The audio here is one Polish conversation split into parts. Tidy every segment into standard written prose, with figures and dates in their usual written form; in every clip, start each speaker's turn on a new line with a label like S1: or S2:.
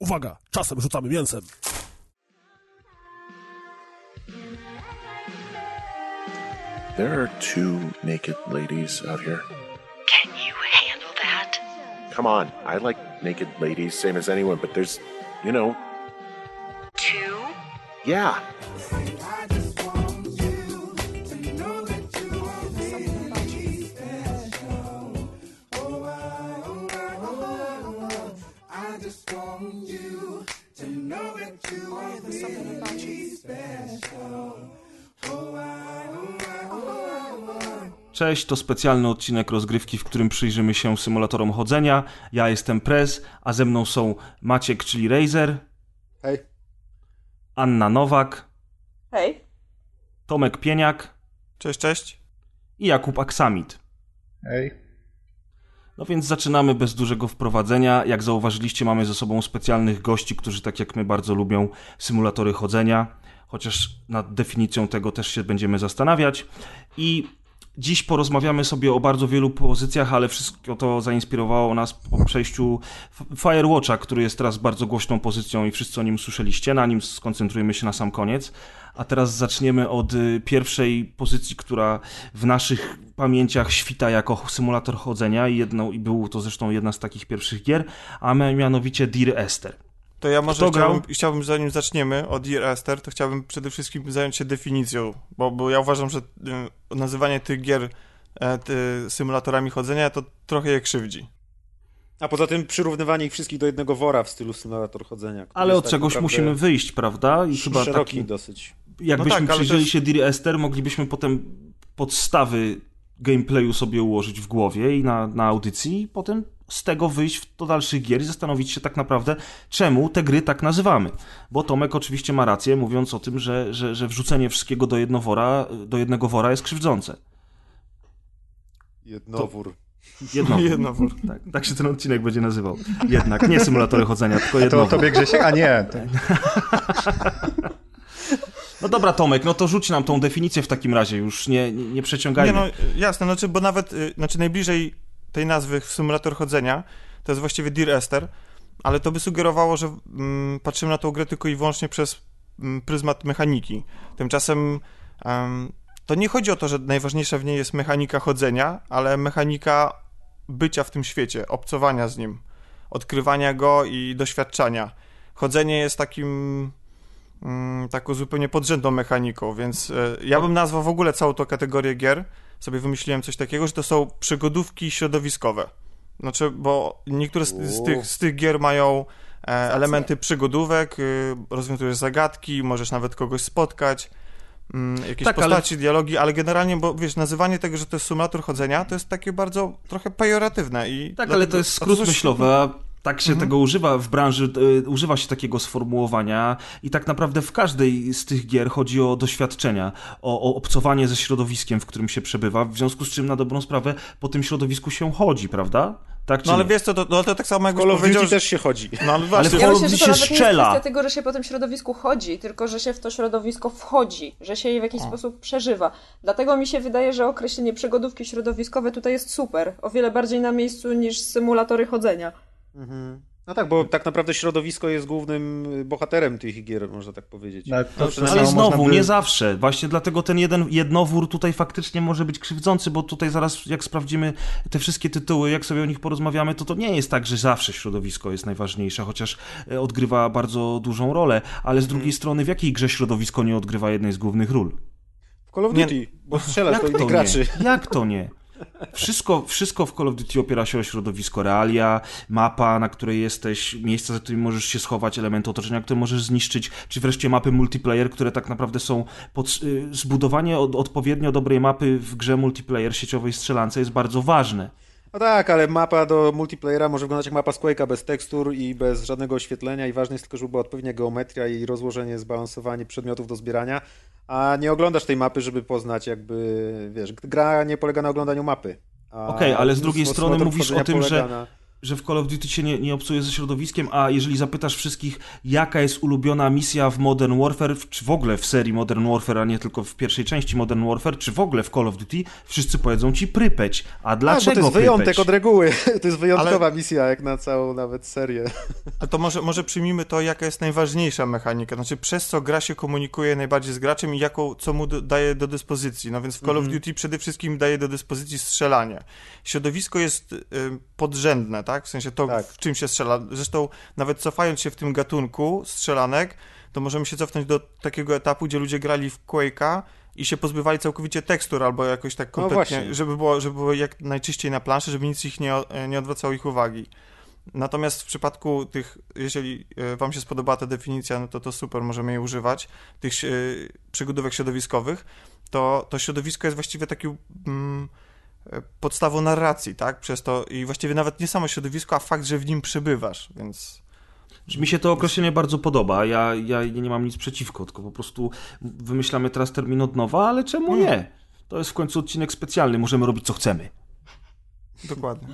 S1: Uwaga, czasem rzucamy mięsem.
S2: There are 2 naked ladies out here.
S3: Can you handle that?
S2: Come on, I like naked ladies, same as anyone, but there's,
S3: 2?
S2: Yeah.
S4: Cześć, to specjalny odcinek rozgrywki, w którym przyjrzymy się symulatorom chodzenia. Ja jestem Prez, a ze mną są Maciek, czyli Razer.
S5: Hej.
S4: Anna Nowak.
S6: Hej.
S4: Tomek Pieniak.
S5: Cześć, cześć.
S4: I Jakub Aksamit.
S5: Hej.
S4: No więc zaczynamy bez dużego wprowadzenia. Jak zauważyliście, mamy ze sobą specjalnych gości, którzy tak jak my bardzo lubią symulatory chodzenia. Chociaż nad definicją tego też się będziemy zastanawiać. I dziś porozmawiamy sobie o bardzo wielu pozycjach, ale wszystko to zainspirowało nas po przejściu Firewatcha, który jest teraz bardzo głośną pozycją i wszyscy o nim słyszeliście. Na nim skoncentrujemy się na sam koniec. A teraz zaczniemy od pierwszej pozycji, która w naszych pamięciach świta jako symulator chodzenia i był to zresztą jedna z takich pierwszych gier, a mianowicie Dear Esther.
S5: To ja może chciałbym, zanim zaczniemy od Dear Esther, to chciałbym przede wszystkim zająć się definicją, bo ja uważam, że nazywanie tych gier symulatorami chodzenia to trochę je krzywdzi.
S7: A poza tym przyrównywanie ich wszystkich do jednego wora w stylu symulator chodzenia.
S4: Ale od czegoś musimy wyjść, prawda? I chyba
S7: szeroki
S4: taki,
S7: dosyć.
S4: Jakbyśmy przyjrzeli się Dear Esther, moglibyśmy potem podstawy gameplayu sobie ułożyć w głowie i na audycji i potem z tego wyjść do dalszych gier i zastanowić się tak naprawdę, czemu te gry tak nazywamy. Bo Tomek oczywiście ma rację, mówiąc o tym, że wrzucenie wszystkiego do jednego wora jest krzywdzące.
S7: Jednowór.
S4: Jednowór. Tak się ten odcinek będzie nazywał. Jednak, nie symulatory chodzenia, tylko jednowór.
S5: To tobie Grzesiek? A nie.
S4: No dobra, Tomek, no to rzuć nam tą definicję w takim razie, już nie przeciągajmy.
S5: Nie, no jasne, bo nawet najbliżej tej nazwy w symulator chodzenia to jest właściwie Dear Esther, ale to by sugerowało, że patrzymy na tą grę tylko i wyłącznie przez pryzmat mechaniki. Tymczasem to nie chodzi o to, że najważniejsza w niej jest mechanika chodzenia, ale mechanika bycia w tym świecie, obcowania z nim, odkrywania go i doświadczania. Chodzenie jest taką zupełnie podrzędną mechaniką, więc ja bym nazwał w ogóle całą tą kategorię gier, sobie wymyśliłem coś takiego, że to są przygodówki środowiskowe. Znaczy, bo niektóre z tych gier mają elementy przygodówek, rozwiązujesz zagadki, możesz nawet kogoś spotkać, jakieś postaci, dialogi, ale generalnie, bo wiesz, nazywanie tego, że to jest symulator chodzenia, to jest takie bardzo trochę pejoratywne.
S4: Ale to jest skrót myślowy, a tak się tego używa w branży, używa się takiego sformułowania i tak naprawdę w każdej z tych gier chodzi o doświadczenia, o obcowanie ze środowiskiem, w którym się przebywa, w związku z czym na dobrą sprawę po tym środowisku się chodzi, prawda? Tak, czy
S5: ale wiesz co, to tak samo jak
S7: Call of Duty też się chodzi.
S5: No, ale właśnie,
S6: ja myślę, że to
S4: się
S6: nawet
S4: strzela.
S6: nie jest kwestia tego, że się po tym środowisku chodzi, tylko że się w to środowisko wchodzi, że się je w jakiś sposób przeżywa. Dlatego mi się wydaje, że określenie przygodówki środowiskowe tutaj jest super. O wiele bardziej na miejscu niż symulatory chodzenia.
S7: Mhm. No tak, bo tak naprawdę środowisko jest głównym bohaterem tych gier, można tak powiedzieć.
S4: Ale znowu, nie zawsze. Właśnie dlatego ten jednowór tutaj faktycznie może być krzywdzący, bo tutaj zaraz jak sprawdzimy te wszystkie tytuły, jak sobie o nich porozmawiamy, to nie jest tak, że zawsze środowisko jest najważniejsze, chociaż odgrywa bardzo dużą rolę. Ale z drugiej strony, w jakiej grze środowisko nie odgrywa jednej z głównych ról?
S7: W Call of Duty, bo strzelasz do innych graczy.
S4: Jak to nie? Wszystko w Call of Duty opiera się o środowisko, realia, mapa, na której jesteś, miejsca, za którymi możesz się schować, elementy otoczenia, które możesz zniszczyć, czy wreszcie mapy multiplayer, które tak naprawdę są zbudowanie odpowiednio dobrej mapy w grze multiplayer sieciowej strzelance jest bardzo ważne.
S7: No tak, ale mapa do multiplayera może wyglądać jak mapa z Quake'a bez tekstur i bez żadnego oświetlenia i ważne jest tylko, żeby była odpowiednia geometria i rozłożenie, zbalansowanie przedmiotów do zbierania, a nie oglądasz tej mapy, żeby poznać jakby, wiesz, gra nie polega na oglądaniu mapy.
S4: Okej, ale z drugiej strony mówisz o tym, że w Call of Duty się nie obcuje ze środowiskiem, a jeżeli zapytasz wszystkich, jaka jest ulubiona misja w Modern Warfare, czy w ogóle w serii Modern Warfare, a nie tylko w pierwszej części Modern Warfare, czy w ogóle w Call of Duty, wszyscy powiedzą ci Prypeć. A dlaczego
S7: bo to jest
S4: Prypeć?
S7: wyjątek od reguły. To jest wyjątkowa misja, jak na całą nawet serię.
S5: A to może przyjmijmy to, jaka jest najważniejsza mechanika, znaczy przez co gra się komunikuje najbardziej z graczem i co mu daje do dyspozycji. No więc w Call of Duty przede wszystkim daje do dyspozycji strzelanie. Środowisko jest podrzędne, tak? W sensie to, w czym się strzela. Zresztą nawet cofając się w tym gatunku strzelanek, to możemy się cofnąć do takiego etapu, gdzie ludzie grali w Quake'a i się pozbywali całkowicie tekstur albo jakoś tak kompletnie, żeby było jak najczyściej na planszy, żeby nic ich nie odwracało ich uwagi. Natomiast w przypadku tych, jeżeli wam się spodobała ta definicja, no to super, możemy jej używać, tych przygodówek środowiskowych, to środowisko jest właściwie takim podstawą narracji, tak? Przez to i właściwie nawet nie samo środowisko, a fakt, że w nim przebywasz, więc...
S4: Mi się to określenie bardzo podoba, ja nie mam nic przeciwko, tylko po prostu wymyślamy teraz termin od nowa, ale czemu nie? To jest w końcu odcinek specjalny, możemy robić co chcemy.
S5: Dokładnie.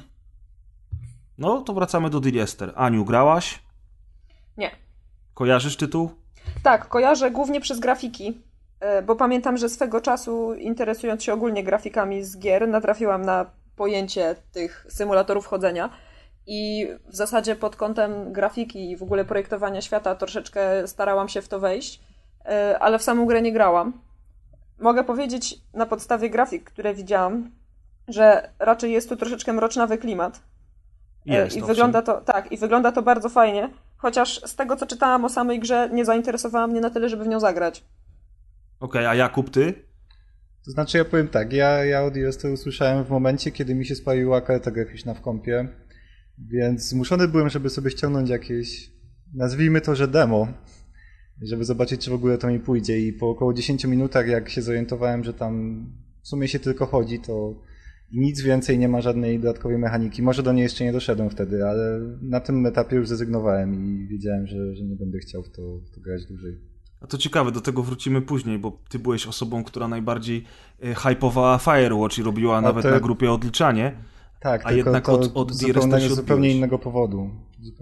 S4: No, to wracamy do Dear Esther. Aniu, grałaś?
S6: Nie.
S4: Kojarzysz tytuł?
S6: Tak, kojarzę głównie przez grafiki, bo pamiętam, że swego czasu, interesując się ogólnie grafikami z gier, natrafiłam na pojęcie tych symulatorów chodzenia i w zasadzie pod kątem grafiki i w ogóle projektowania świata troszeczkę starałam się w to wejść, ale w samą grę nie grałam. Mogę powiedzieć na podstawie grafik, które widziałam, że raczej jest tu troszeczkę mrocznawy klimat. I wygląda to bardzo fajnie, chociaż z tego, co czytałam o samej grze, nie zainteresowała mnie na tyle, żeby w nią zagrać.
S4: Okej, a Jakub, ty?
S1: To znaczy, ja powiem tak, ja od Esther usłyszałem w momencie, kiedy mi się spaliła karta graficzna w kompie, więc zmuszony byłem, żeby sobie ściągnąć jakieś, nazwijmy to, że demo, żeby zobaczyć, czy w ogóle to mi pójdzie i po około 10 minutach, jak się zorientowałem, że tam w sumie się tylko chodzi, to nic więcej nie ma żadnej dodatkowej mechaniki. Może do niej jeszcze nie doszedłem wtedy, ale na tym etapie już zrezygnowałem i wiedziałem, że nie będę chciał w to grać dłużej.
S4: A to ciekawe, do tego wrócimy później, bo ty byłeś osobą, która najbardziej hypowała Firewatch i robiła nawet na grupie odliczanie.
S1: Tak,
S4: a jednak od
S1: zupełnie innego powodu.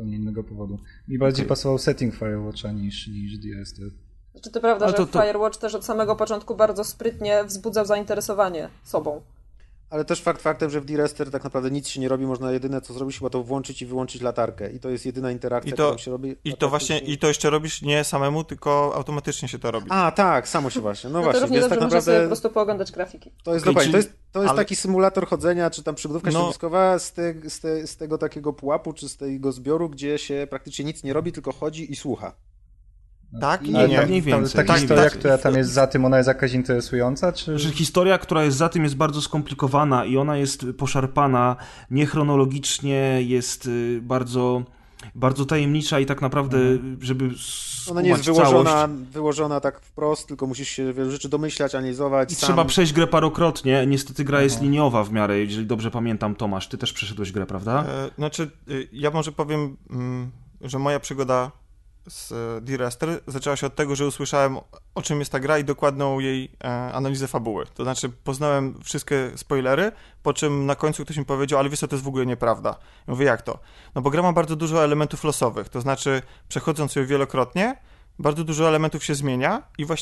S1: Mi bardziej pasował setting Firewatcha niż Dear Esther.
S6: Znaczy to prawda, że Firewatch też od samego początku bardzo sprytnie wzbudzał zainteresowanie sobą.
S7: Ale też faktem, że w Dear Esther tak naprawdę nic się nie robi, można jedyne co zrobić chyba to włączyć i wyłączyć latarkę i to jest jedyna interakcja, którą się robi.
S5: I to jeszcze robisz nie samemu, tylko automatycznie się to robi.
S7: A, tak, samo się właśnie. No
S6: to
S7: właśnie,
S6: równie
S7: więc
S6: dobrze
S7: tak
S6: można
S7: naprawdę
S6: sobie po prostu pooglądać grafiki.
S7: To jest to jest taki symulator chodzenia, czy tam przygodówka środowiskowa z tego takiego pułapu, czy z tego zbioru, gdzie się praktycznie nic nie robi, tylko chodzi i słucha.
S5: Tak?
S4: Mniej więcej.
S1: Ta historia, która tam jest za tym, ona jest jakaś interesująca? Czy...
S4: Historia, która jest za tym, jest bardzo skomplikowana i ona jest poszarpana niechronologicznie, jest bardzo, bardzo tajemnicza i tak naprawdę, żeby
S7: ona nie jest wyłożona tak wprost, tylko musisz się wiele rzeczy domyślać, analizować.
S4: I trzeba przejść grę parokrotnie. Niestety gra jest liniowa w miarę, jeżeli dobrze pamiętam. Tomasz, ty też przeszedłeś grę, prawda?
S5: Ja może powiem, że moja przygoda z Dear Esther zaczęła się od tego, że usłyszałem, o czym jest ta gra i dokładną jej analizę fabuły. To znaczy poznałem wszystkie spoilery, po czym na końcu ktoś mi powiedział, ale wiesz co, to jest w ogóle nieprawda. Ja mówię, jak to? No bo gra ma bardzo dużo elementów losowych, to znaczy przechodząc ją wielokrotnie, bardzo dużo elementów się zmienia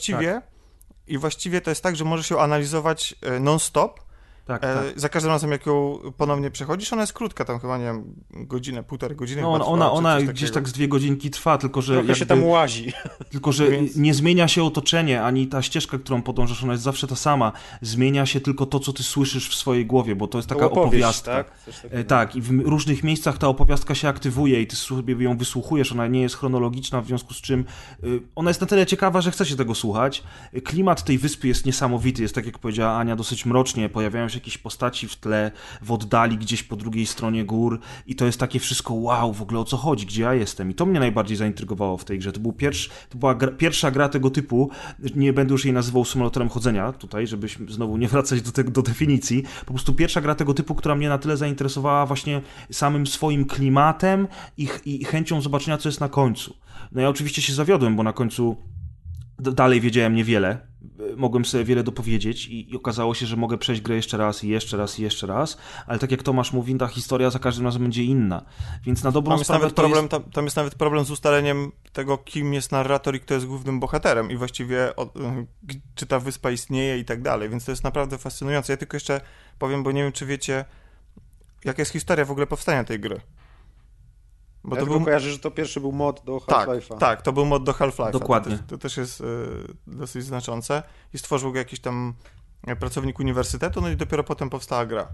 S5: i właściwie to jest tak, że możesz ją analizować non-stop. Tak. Za każdym razem, jak ją ponownie przechodzisz, ona jest krótka, tam chyba, nie wiem, godzinę, półtorej godziny.
S4: No, ona gdzieś tak z 2 godzinki trwa, tylko że...
S7: Trochę się tam łazi.
S4: Tylko że nie zmienia się otoczenie, ani ta ścieżka, którą podążasz, ona jest zawsze ta sama. Zmienia się tylko to, co ty słyszysz w swojej głowie, bo to jest taka opowiastka. Tak, i w różnych miejscach ta opowiastka się aktywuje i ty sobie ją wysłuchujesz, ona nie jest chronologiczna, w związku z czym ona jest na tyle ciekawa, że chce się tego słuchać. Klimat tej wyspy jest niesamowity, jest, tak jak powiedziała Ania, dosyć mrocznie, pojawiają się jakieś postaci w tle, w oddali, gdzieś po drugiej stronie gór i to jest takie wszystko wow, w ogóle o co chodzi, gdzie ja jestem i to mnie najbardziej zaintrygowało w tej grze. To była pierwsza gra tego typu, nie będę już jej nazywał symulatorem chodzenia tutaj, żebyśmy znowu nie wracać do definicji, po prostu pierwsza gra tego typu, która mnie na tyle zainteresowała właśnie samym swoim klimatem i chęcią zobaczenia, co jest na końcu. No ja oczywiście się zawiodłem, bo na końcu dalej wiedziałem niewiele. mogłem sobie wiele dopowiedzieć i okazało się, że mogę przejść grę jeszcze raz i jeszcze raz i jeszcze raz, ale tak jak Tomasz mówi, ta historia za każdym razem będzie inna, więc na dobrą sprawę
S5: tam jest nawet problem z ustaleniem tego, kim jest narrator i kto jest głównym bohaterem i właściwie czy ta wyspa istnieje i tak dalej, więc to jest naprawdę fascynujące. Ja tylko jeszcze powiem, bo nie wiem, czy wiecie, jaka jest historia w ogóle powstania tej gry.
S7: Bo ja kojarzę, że to pierwszy był mod do Half-Life'a.
S5: Tak, to był mod do Half-Life'a.
S4: Dokładnie.
S5: To też jest dosyć znaczące. I stworzył go jakiś tam pracownik uniwersytetu, no i dopiero potem powstała gra.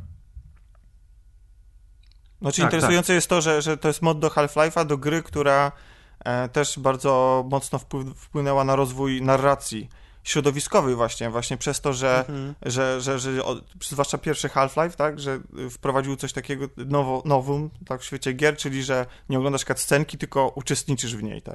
S5: Znaczy interesujące jest to, że to jest mod do Half-Life'a, do gry, która też bardzo mocno wpłynęła na rozwój narracji środowiskowej właśnie przez to, że zwłaszcza pierwszy Half-Life, tak, że wprowadził coś takiego nowum tak, w świecie gier, czyli że nie oglądasz cutscenki, tylko uczestniczysz w niej, tak.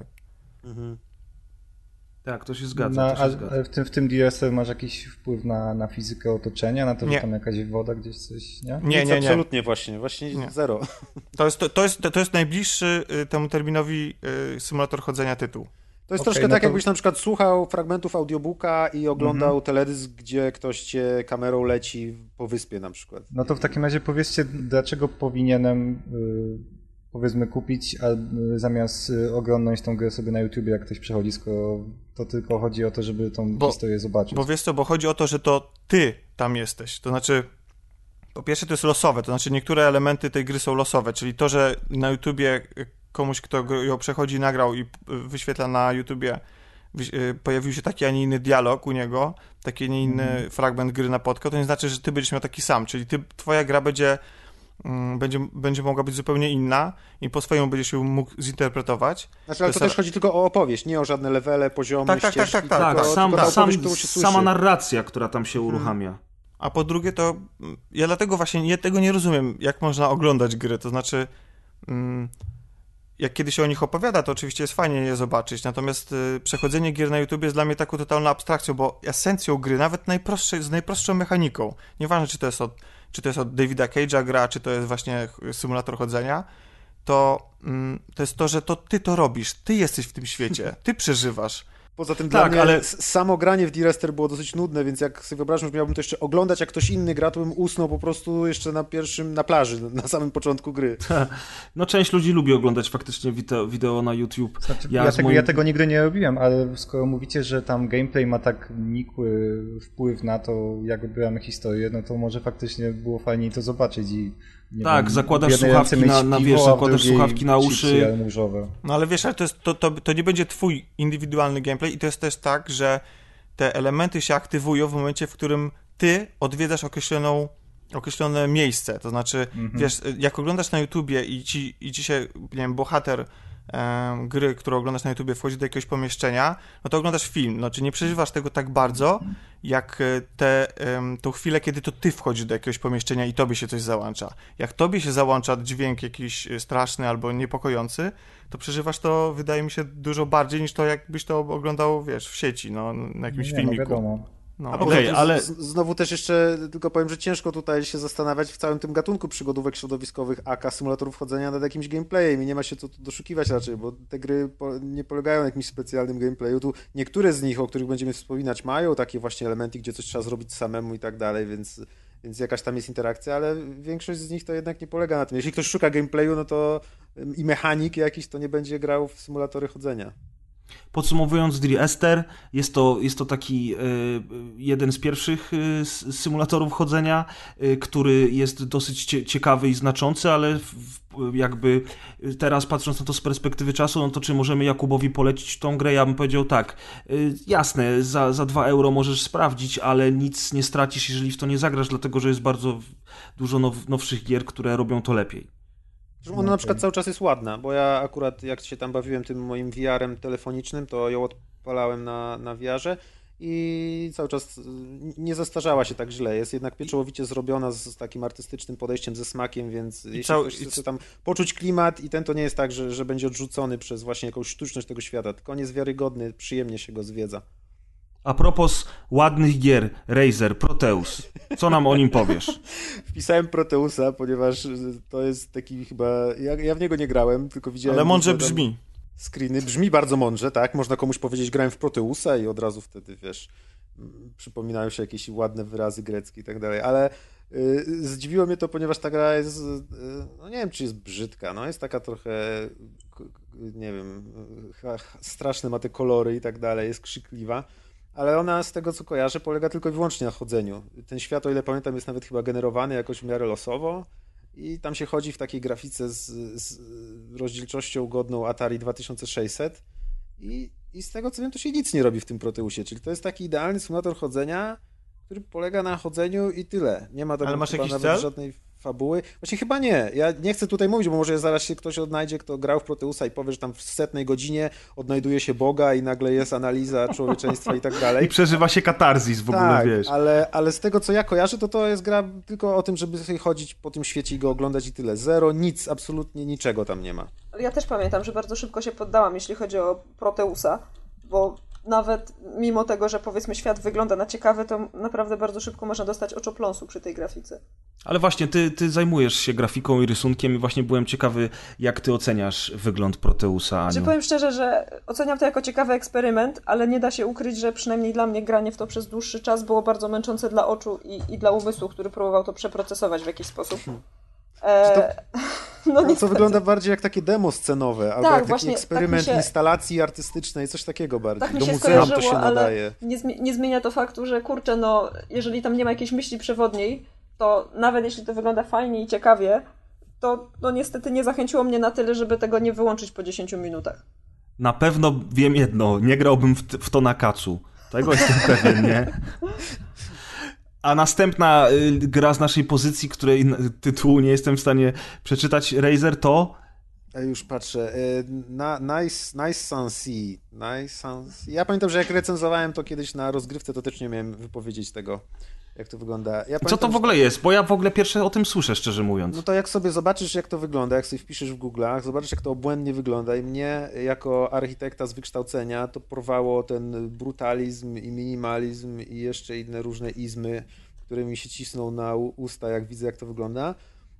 S4: Tak, to się zgadza.
S1: Ale w tym DSL masz jakiś wpływ na fizykę otoczenia, na to, że tam jakaś woda gdzieś coś, nie?
S7: Nie. Absolutnie właśnie nie. Zero.
S5: To jest najbliższy temu terminowi symulator chodzenia tytuł.
S7: To jest troszkę tak, jakbyś na przykład słuchał fragmentów audiobooka i oglądał teledysk, gdzie ktoś cię kamerą leci po wyspie na przykład.
S1: No to w takim razie powiedzcie, dlaczego powinienem powiedzmy kupić, zamiast oglądać tą grę sobie na YouTubie, jak ktoś przechodzi, skoro to tylko chodzi o to, żeby tą historię zobaczyć.
S5: Bo wiesz co, bo chodzi o to, że to ty tam jesteś. To znaczy, po pierwsze to jest losowe, to znaczy niektóre elementy tej gry są losowe, czyli to, że na YouTubie komuś, kto ją przechodzi, nagrał i wyświetla na YouTubie, pojawił się taki, a nie inny dialog u niego, taki, a nie inny fragment gry na podkę, to nie znaczy, że ty będziesz miał taki sam, czyli twoja gra będzie mogła być zupełnie inna i po swojemu będziesz ją mógł zinterpretować.
S7: Znaczy, ale to też chodzi tylko o opowieść, nie o żadne levele, poziomy, ścieżki.
S5: Tak.
S4: Sama narracja, która tam się uruchamia.
S5: A po drugie to, ja dlatego właśnie tego nie rozumiem, jak można oglądać gry, to znaczy jak kiedy się o nich opowiada, to oczywiście jest fajnie je zobaczyć, natomiast przechodzenie gier na YouTube jest dla mnie taką totalną abstrakcją, bo esencją gry, nawet z najprostszą mechaniką, nieważne czy to jest od Davida Cage'a gra, czy to jest właśnie symulator chodzenia, to jest to, że to ty to robisz, ty jesteś w tym świecie, ty przeżywasz.
S7: Poza tym dla mnie samo granie w D-Rester było dosyć nudne, więc jak sobie wyobrażam, że miałbym to jeszcze oglądać, jak ktoś inny gra, to bym usnął po prostu jeszcze na plaży, na samym początku gry.
S4: No część ludzi lubi oglądać faktycznie wideo na YouTube.
S1: Znaczy, ja tego nigdy nie robiłem, ale skoro mówicie, że tam gameplay ma tak nikły wpływ na to, jak odbieramy historię, no to może faktycznie było fajniej to zobaczyć i
S4: zakładasz słuchawki zakładasz słuchawki na uszy.
S5: No ale wiesz, ale to nie będzie twój indywidualny gameplay i to jest też tak, że te elementy się aktywują w momencie, w którym ty odwiedzasz określone miejsce. To znaczy, wiesz, jak oglądasz na YouTubie i ci się, nie wiem, bohater gry, którą oglądasz na YouTubie, wchodzi do jakiegoś pomieszczenia, no to oglądasz film. No, czy nie przeżywasz tego tak bardzo, jak tą chwilę, kiedy to ty wchodzisz do jakiegoś pomieszczenia i tobie się coś załącza. Jak tobie się załącza dźwięk jakiś straszny albo niepokojący, to przeżywasz to, wydaje mi się, dużo bardziej niż to, jakbyś to oglądał, wiesz, w sieci, no, na jakimś filmiku.
S7: No, ale znowu też jeszcze tylko powiem, że ciężko tutaj się zastanawiać w całym tym gatunku przygodówek środowiskowych, aka symulatorów chodzenia nad jakimś gameplayem i nie ma się co tu doszukiwać raczej, bo te gry nie polegają na jakimś specjalnym gameplayu. Tu niektóre z nich, o których będziemy wspominać, mają takie właśnie elementy, gdzie coś trzeba zrobić samemu i tak dalej, więc jakaś tam jest interakcja, ale większość z nich to jednak nie polega na tym. Jeśli ktoś szuka gameplayu, no to i mechanik jakiś, to nie będzie grał w symulatory chodzenia.
S4: Podsumowując, Dear Esther, jest to taki jeden z pierwszych symulatorów chodzenia, który jest dosyć ciekawy i znaczący, ale jakby teraz patrząc na to z perspektywy czasu, no to czy możemy Jakubowi polecić tą grę? Ja bym powiedział tak, jasne, za 2 euro możesz sprawdzić, ale nic nie stracisz, jeżeli w to nie zagrasz, dlatego że jest bardzo dużo nowszych gier, które robią to lepiej.
S7: Ona na przykład cały czas jest ładna, bo ja akurat jak się tam bawiłem tym moim VR-em telefonicznym, to ją odpalałem na VR-ze i cały czas nie zestarzała się tak źle. Jest jednak pieczołowicie zrobiona z takim artystycznym podejściem, ze smakiem, więc jeśli ktoś chce tam poczuć klimat i to nie jest tak, że będzie odrzucony przez właśnie jakąś sztuczność tego świata, tylko on jest wiarygodny, przyjemnie się go zwiedza.
S4: A propos ładnych gier, Razer, Proteus, co nam o nim powiesz?
S7: Wpisałem Proteusa, ponieważ to jest taki chyba... Ja w niego nie grałem, tylko widziałem...
S5: Ale mądrze brzmi.
S7: Screeny. Brzmi bardzo mądrze, tak? Można komuś powiedzieć, grałem w Proteusa i od razu wtedy, wiesz, przypominają się jakieś ładne wyrazy greckie i tak dalej, ale zdziwiło mnie to, ponieważ ta gra jest, no nie wiem, czy jest brzydka, no jest taka trochę, nie wiem, straszne ma te kolory i tak dalej, jest krzykliwa, ale ona z tego, co kojarzę, polega tylko i wyłącznie na chodzeniu. Ten świat, o ile pamiętam, jest nawet chyba generowany jakoś w miarę losowo i tam się chodzi w takiej grafice z rozdzielczością godną Atari 2600 i z tego, co wiem, to się nic nie robi w tym Proteusie, czyli to jest taki idealny symulator chodzenia, który polega na chodzeniu i tyle. Nie ma tam
S5: Ale masz
S7: chyba
S5: jakiś
S7: nawet
S5: cel?
S7: żadnej fabuły. Właśnie chyba nie. Ja nie chcę tutaj mówić, bo może zaraz się ktoś odnajdzie, kto grał w Proteusa i powie, że tam w 100 godzinie odnajduje się Boga i nagle jest analiza człowieczeństwa i tak dalej.
S4: I przeżywa się katarzis w ogóle,
S7: Tak,
S4: wiesz.
S7: ale z tego, co ja kojarzę, to jest gra tylko o tym, żeby sobie chodzić po tym świecie i go oglądać i tyle. Zero, nic, absolutnie niczego tam nie ma.
S6: Ja też pamiętam, że bardzo szybko się poddałam, jeśli chodzi o Proteusa, bo nawet mimo tego, że powiedzmy świat wygląda na ciekawy, to naprawdę bardzo szybko można dostać oczopląsu przy tej grafice.
S4: Ale właśnie, ty zajmujesz się grafiką i rysunkiem i właśnie byłem ciekawy, jak ty oceniasz wygląd Proteusa, Aniu.
S6: Powiem szczerze, że oceniam to jako ciekawy eksperyment, ale nie da się ukryć, że przynajmniej dla mnie granie w to przez dłuższy czas było bardzo męczące dla oczu i dla umysłu, który próbował to przeprocesować w jakiś sposób.
S7: No to wygląda bardziej jak takie demo scenowe, albo jak taki
S6: właśnie,
S7: eksperyment
S6: tak
S7: instalacji artystycznej, coś takiego bardziej.
S6: Tak mi
S7: Do
S6: się
S7: muzeum to
S6: skojarzyło,
S7: się
S6: ale
S7: nadaje.
S6: nie zmienia to faktu, że kurczę, no jeżeli tam nie ma jakiejś myśli przewodniej, to nawet jeśli to wygląda fajnie i ciekawie, to niestety nie zachęciło mnie na tyle, żeby tego nie wyłączyć po 10 minutach.
S4: Na pewno wiem jedno, nie grałbym w to na kacu. Tego jestem pewien, nie? A następna gra z naszej pozycji, której tytułu nie jestem w stanie przeczytać, Razer, to...
S7: Już patrzę. Nice Sans. Ja pamiętam, że jak recenzowałem to kiedyś na rozgrywce, to też nie miałem wypowiedzieć tego, jak to wygląda. Ja pamiętam,
S4: co to w ogóle jest? Bo ja w ogóle pierwsze o tym słyszę, szczerze mówiąc.
S7: No to jak sobie zobaczysz, jak to wygląda, jak sobie wpiszesz w Google'ach, zobaczysz, jak to obłędnie wygląda i mnie, jako architekta z wykształcenia, to porwało ten brutalizm i minimalizm i jeszcze inne różne izmy, które mi się cisną na usta, jak widzę, jak to wygląda.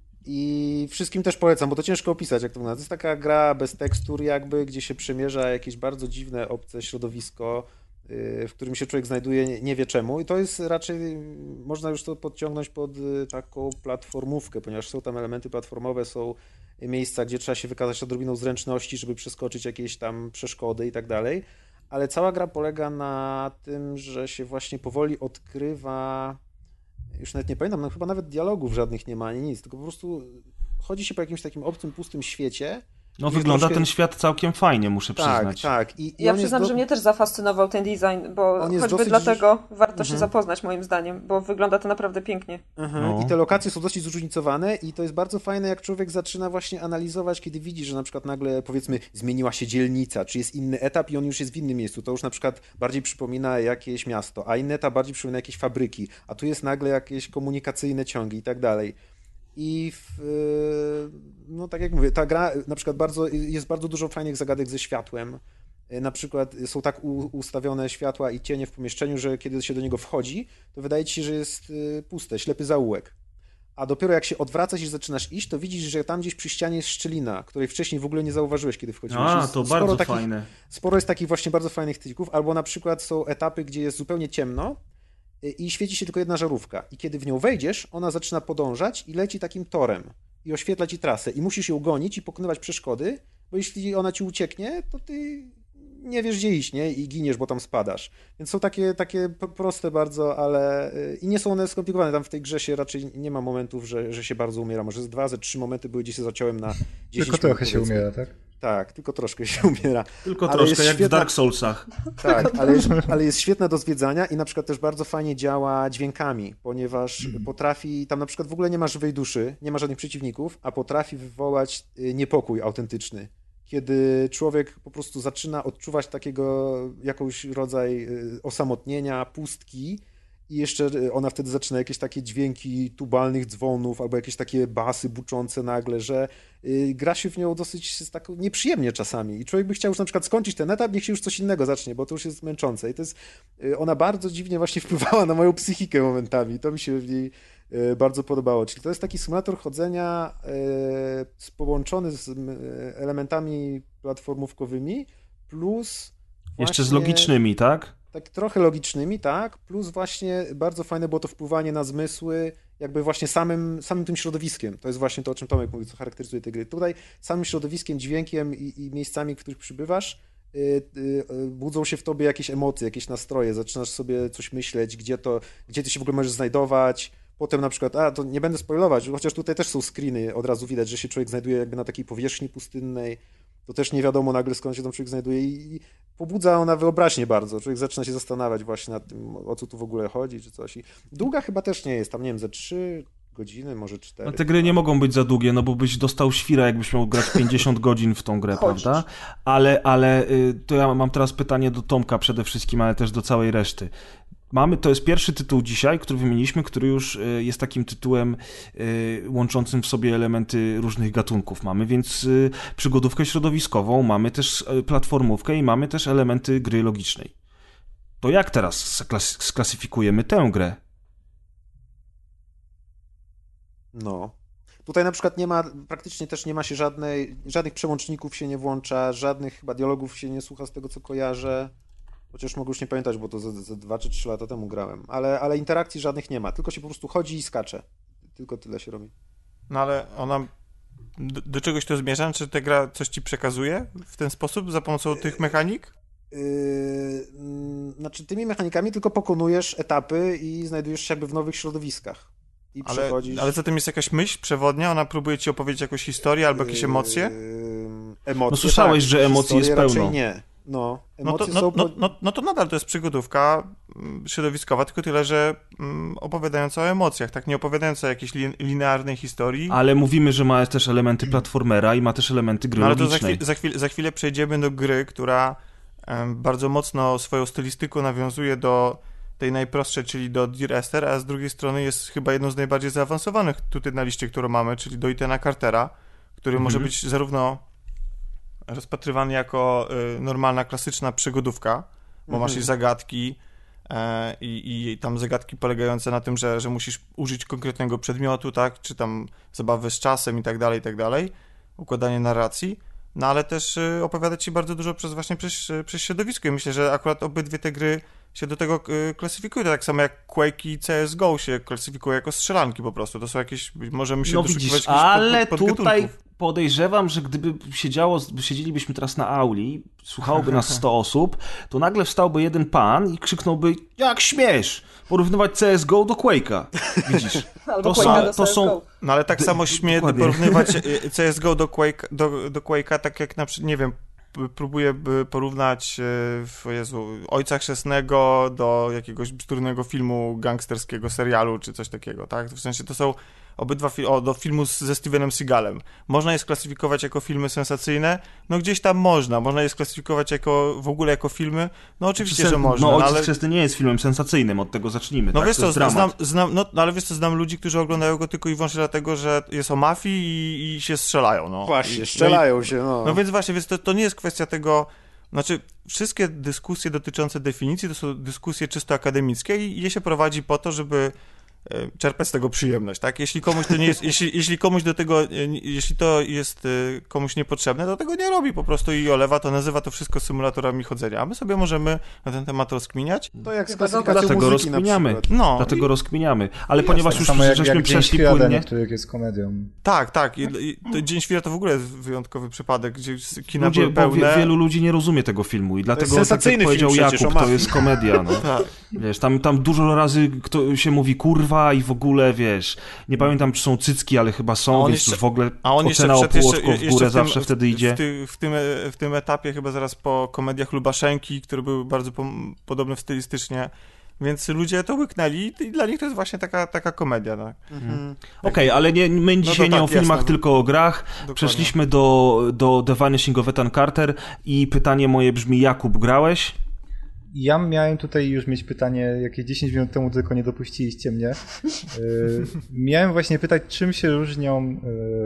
S7: I wszystkim też polecam, bo to ciężko opisać, jak to wygląda. To jest taka gra bez tekstur jakby, gdzie się przemierza jakieś bardzo dziwne, obce środowisko, w którym się człowiek znajduje, nie wie czemu. I to jest raczej, można już to podciągnąć pod taką platformówkę, ponieważ są tam elementy platformowe, są miejsca, gdzie trzeba się wykazać odrobiną zręczności, żeby przeskoczyć jakieś tam przeszkody i tak dalej. Ale cała gra polega na tym, że się właśnie powoli odkrywa... Już nawet nie pamiętam, no chyba nawet dialogów żadnych nie ma, ani nic, tylko po prostu chodzi się po jakimś takim obcym, pustym świecie.
S4: No wygląda ten świat całkiem fajnie, muszę przyznać.
S7: Tak. I
S6: ja przyznam, że mnie też zafascynował ten design, bo choćby dlatego warto się zapoznać moim zdaniem, bo wygląda to naprawdę pięknie.
S7: No. I te lokacje są dosyć zróżnicowane i to jest bardzo fajne, jak człowiek zaczyna właśnie analizować, kiedy widzi, że na przykład nagle, powiedzmy, zmieniła się dzielnica, czy jest inny etap i on już jest w innym miejscu. To już na przykład bardziej przypomina jakieś miasto, a inny etap bardziej przypomina jakieś fabryki, a tu jest nagle jakieś komunikacyjne ciągi i tak dalej. I no tak jak mówię, ta gra na przykład jest bardzo dużo fajnych zagadek ze światłem. Na przykład są tak ustawione światła i cienie w pomieszczeniu, że kiedy się do niego wchodzi, to wydaje ci się, że jest puste, ślepy zaułek. A dopiero jak się odwracasz i zaczynasz iść, to widzisz, że tam gdzieś przy ścianie jest szczelina, której wcześniej w ogóle nie zauważyłeś, kiedy wchodziłeś.
S4: To bardzo fajne.
S7: Sporo jest takich właśnie bardzo fajnych trików, albo na przykład są etapy, gdzie jest zupełnie ciemno, i świeci się tylko jedna żarówka. I kiedy w nią wejdziesz, ona zaczyna podążać i leci takim torem. I oświetla ci trasę. I musisz ją gonić i pokonywać przeszkody, bo jeśli ona ci ucieknie, to ty nie wiesz gdzie iść, nie? I giniesz, bo tam spadasz. Więc są takie proste bardzo, ale... I nie są one skomplikowane. Tam w tej grze się raczej nie ma momentów, że się bardzo umiera. Może z 2, ze 3 momenty były, gdzie się zaciąłem na 10
S1: Tylko trochę się umiera, tak?
S7: Tak, tylko troszkę się umiera.
S4: Tylko troszkę, jak w Dark Soulsach.
S7: Tak, ale jest świetna do zwiedzania i na przykład też bardzo fajnie działa dźwiękami, ponieważ potrafi, tam na przykład w ogóle nie ma żywej duszy, nie ma żadnych przeciwników, a potrafi wywołać niepokój autentyczny. Kiedy człowiek po prostu zaczyna odczuwać jakąś rodzaj osamotnienia, pustki i jeszcze ona wtedy zaczyna jakieś takie dźwięki tubalnych dzwonów albo jakieś takie basy buczące nagle, że gra się w nią dosyć tak nieprzyjemnie czasami i człowiek by chciał już na przykład skończyć ten etap, niech się już coś innego zacznie, bo to już jest męczące i to jest, ona bardzo dziwnie właśnie wpływała na moją psychikę momentami, to mi się w niej bardzo podobało, czyli to jest taki symulator chodzenia połączony z elementami platformówkowymi plus
S4: jeszcze z logicznymi, tak?
S7: tak trochę logicznymi, tak, plus właśnie bardzo fajne było to wpływanie na zmysły, jakby właśnie samym tym środowiskiem. To jest właśnie to, o czym Tomek mówił, co charakteryzuje te gry. Tutaj samym środowiskiem, dźwiękiem i miejscami, w których przybywasz, budzą się w tobie jakieś emocje, jakieś nastroje, zaczynasz sobie coś myśleć, gdzie ty się w ogóle możesz znajdować. Potem na przykład, to nie będę spoilować, chociaż tutaj też są screeny, od razu widać, że się człowiek znajduje jakby na takiej powierzchni pustynnej, to też nie wiadomo nagle skąd się tam człowiek znajduje i pobudza ona wyobraźnię bardzo. Człowiek zaczyna się zastanawiać właśnie nad tym, o co tu w ogóle chodzi, czy coś. I długa chyba też nie jest, tam nie wiem, ze 3 godziny, może 4.
S4: No te gry nie mogą być za długie, no bo byś dostał świra, jakbyś miał grać 50 godzin w tą grę, prawda? Ale to ja mam teraz pytanie do Tomka przede wszystkim, ale też do całej reszty. To jest pierwszy tytuł dzisiaj, który wymieniliśmy, który już jest takim tytułem łączącym w sobie elementy różnych gatunków. Mamy więc przygodówkę środowiskową, mamy też platformówkę i mamy też elementy gry logicznej. To jak teraz sklasyfikujemy tę grę?
S7: No. Tutaj na przykład praktycznie też nie ma się żadnych przełączników się nie włącza, żadnych chyba dialogów się nie słucha z tego, co kojarzę. Chociaż mogę już nie pamiętać, bo to ze 2 czy 3 lata temu grałem. Ale interakcji żadnych nie ma, tylko się po prostu chodzi i skacze. Tylko tyle się robi.
S5: No ale ona... Do czegoś to zmierza? Czy ta gra coś ci przekazuje w ten sposób, za pomocą tych mechanik?
S7: Znaczy tymi mechanikami tylko pokonujesz etapy i znajdujesz się jakby w nowych środowiskach. I przechodzisz...
S5: Ale za tym jest jakaś myśl przewodnia? Ona próbuje ci opowiedzieć jakąś historię albo jakieś emocje?
S7: Emocje,
S4: no słyszałeś, że emocji jest pełno.
S7: Raczej nie.
S5: No to nadal to jest przygodówka środowiskowa, tylko tyle, że opowiadająca o emocjach, tak? Nie opowiadająca o jakiejś linearnej historii.
S4: Ale mówimy, że ma też elementy platformera i ma też elementy gry logicznej.
S5: Ale to za chwilę przejdziemy do gry, która bardzo mocno swoją stylistyką nawiązuje do tej najprostszej, czyli do Dear Esther, a z drugiej strony jest chyba jedną z najbardziej zaawansowanych tutaj na liście, którą mamy, czyli do Ethana Cartera, który może być zarówno rozpatrywany jako normalna, klasyczna przygodówka, bo masz i zagadki i tam zagadki polegające na tym, że musisz użyć konkretnego przedmiotu, tak, czy tam zabawy z czasem i tak dalej, układanie narracji, no ale też opowiada ci bardzo dużo przez środowisko i myślę, że akurat obydwie te gry się do tego klasyfikują, tak samo jak Quake i CSGO się klasyfikują jako strzelanki po prostu. To są jakieś, możemy się doszukiwać jakichś
S4: ale
S5: podgatunków.
S4: tutaj podejrzewam, że gdyby siedzielibyśmy teraz na auli, słuchałoby nas 100 osób, to nagle wstałby jeden pan i krzyknąłby, jak śmiesz porównywać CSGO do Quake'a. Widzisz?
S6: Albo
S4: to są...
S5: No ale tak samo śmie porównywać CSGO do Quake'a, tak jak na przykład, nie wiem, próbuję porównać Ojca Chrzestnego do jakiegoś bzdurnego filmu gangsterskiego, serialu czy coś takiego, tak? W sensie to są obydwa do filmu ze Stevenem Seagalem. Można je sklasyfikować jako filmy sensacyjne? No gdzieś tam można je sklasyfikować w ogóle jako filmy? No oczywiście, że można.
S4: No Ojciec Chrzestny nie jest filmem sensacyjnym, od tego zacznijmy.
S5: No
S4: tak?
S5: wiesz co, ale wiesz co, znam ludzi, którzy oglądają go tylko i wyłącznie dlatego, że jest o mafii i się strzelają, no.
S7: Właśnie, strzelają się, no.
S5: No więc właśnie, to nie jest kwestia tego, znaczy wszystkie dyskusje dotyczące definicji to są dyskusje czysto akademickie i je się prowadzi po to, żeby czerpać z tego przyjemność, tak? Jeśli komuś to nie jest, jeśli komuś do tego, jeśli to jest komuś niepotrzebne, to tego nie robi po prostu i olewa to, nazywa to wszystko symulatorami chodzenia, a my sobie możemy na ten temat rozkminiać.
S7: To jak z klasyfikacją
S4: Dlatego
S7: muzyki
S4: rozkminiamy.
S5: No.
S4: Rozkminiamy. Ale ponieważ już żeśmy przeszli
S1: Dzień
S4: płynnie...
S1: których jest komedią.
S5: Tak. I Dzień Świra to w ogóle jest wyjątkowy przypadek, gdzie kina były pełne.
S4: Wielu ludzi nie rozumie tego filmu i dlatego,
S7: sensacyjny
S4: tak jak powiedział
S7: film przecież,
S4: Jakub,
S7: o
S4: to
S7: mafii.
S4: jest komedia. No.
S5: Tak.
S4: Wiesz, tam dużo razy się mówi kurwa i w ogóle, wiesz, nie pamiętam, czy są cycki, ale chyba są, więc już w ogóle ocena o półeczko w górę zawsze wtedy idzie.
S5: W tym etapie chyba zaraz po komediach Lubaszenki, które były bardzo podobne stylistycznie, więc ludzie to łyknęli i dla nich to jest właśnie taka komedia. Tak?
S4: Okej, ale my dzisiaj nie o filmach, tylko o grach.
S5: Dokładnie.
S4: Przeszliśmy do The Vanishing of Ethan Carter i pytanie moje brzmi, Jakub, grałeś?
S1: Ja miałem tutaj już mieć pytanie, jakie 10 minut temu tylko nie dopuściliście mnie. Miałem właśnie pytać, czym się różnią...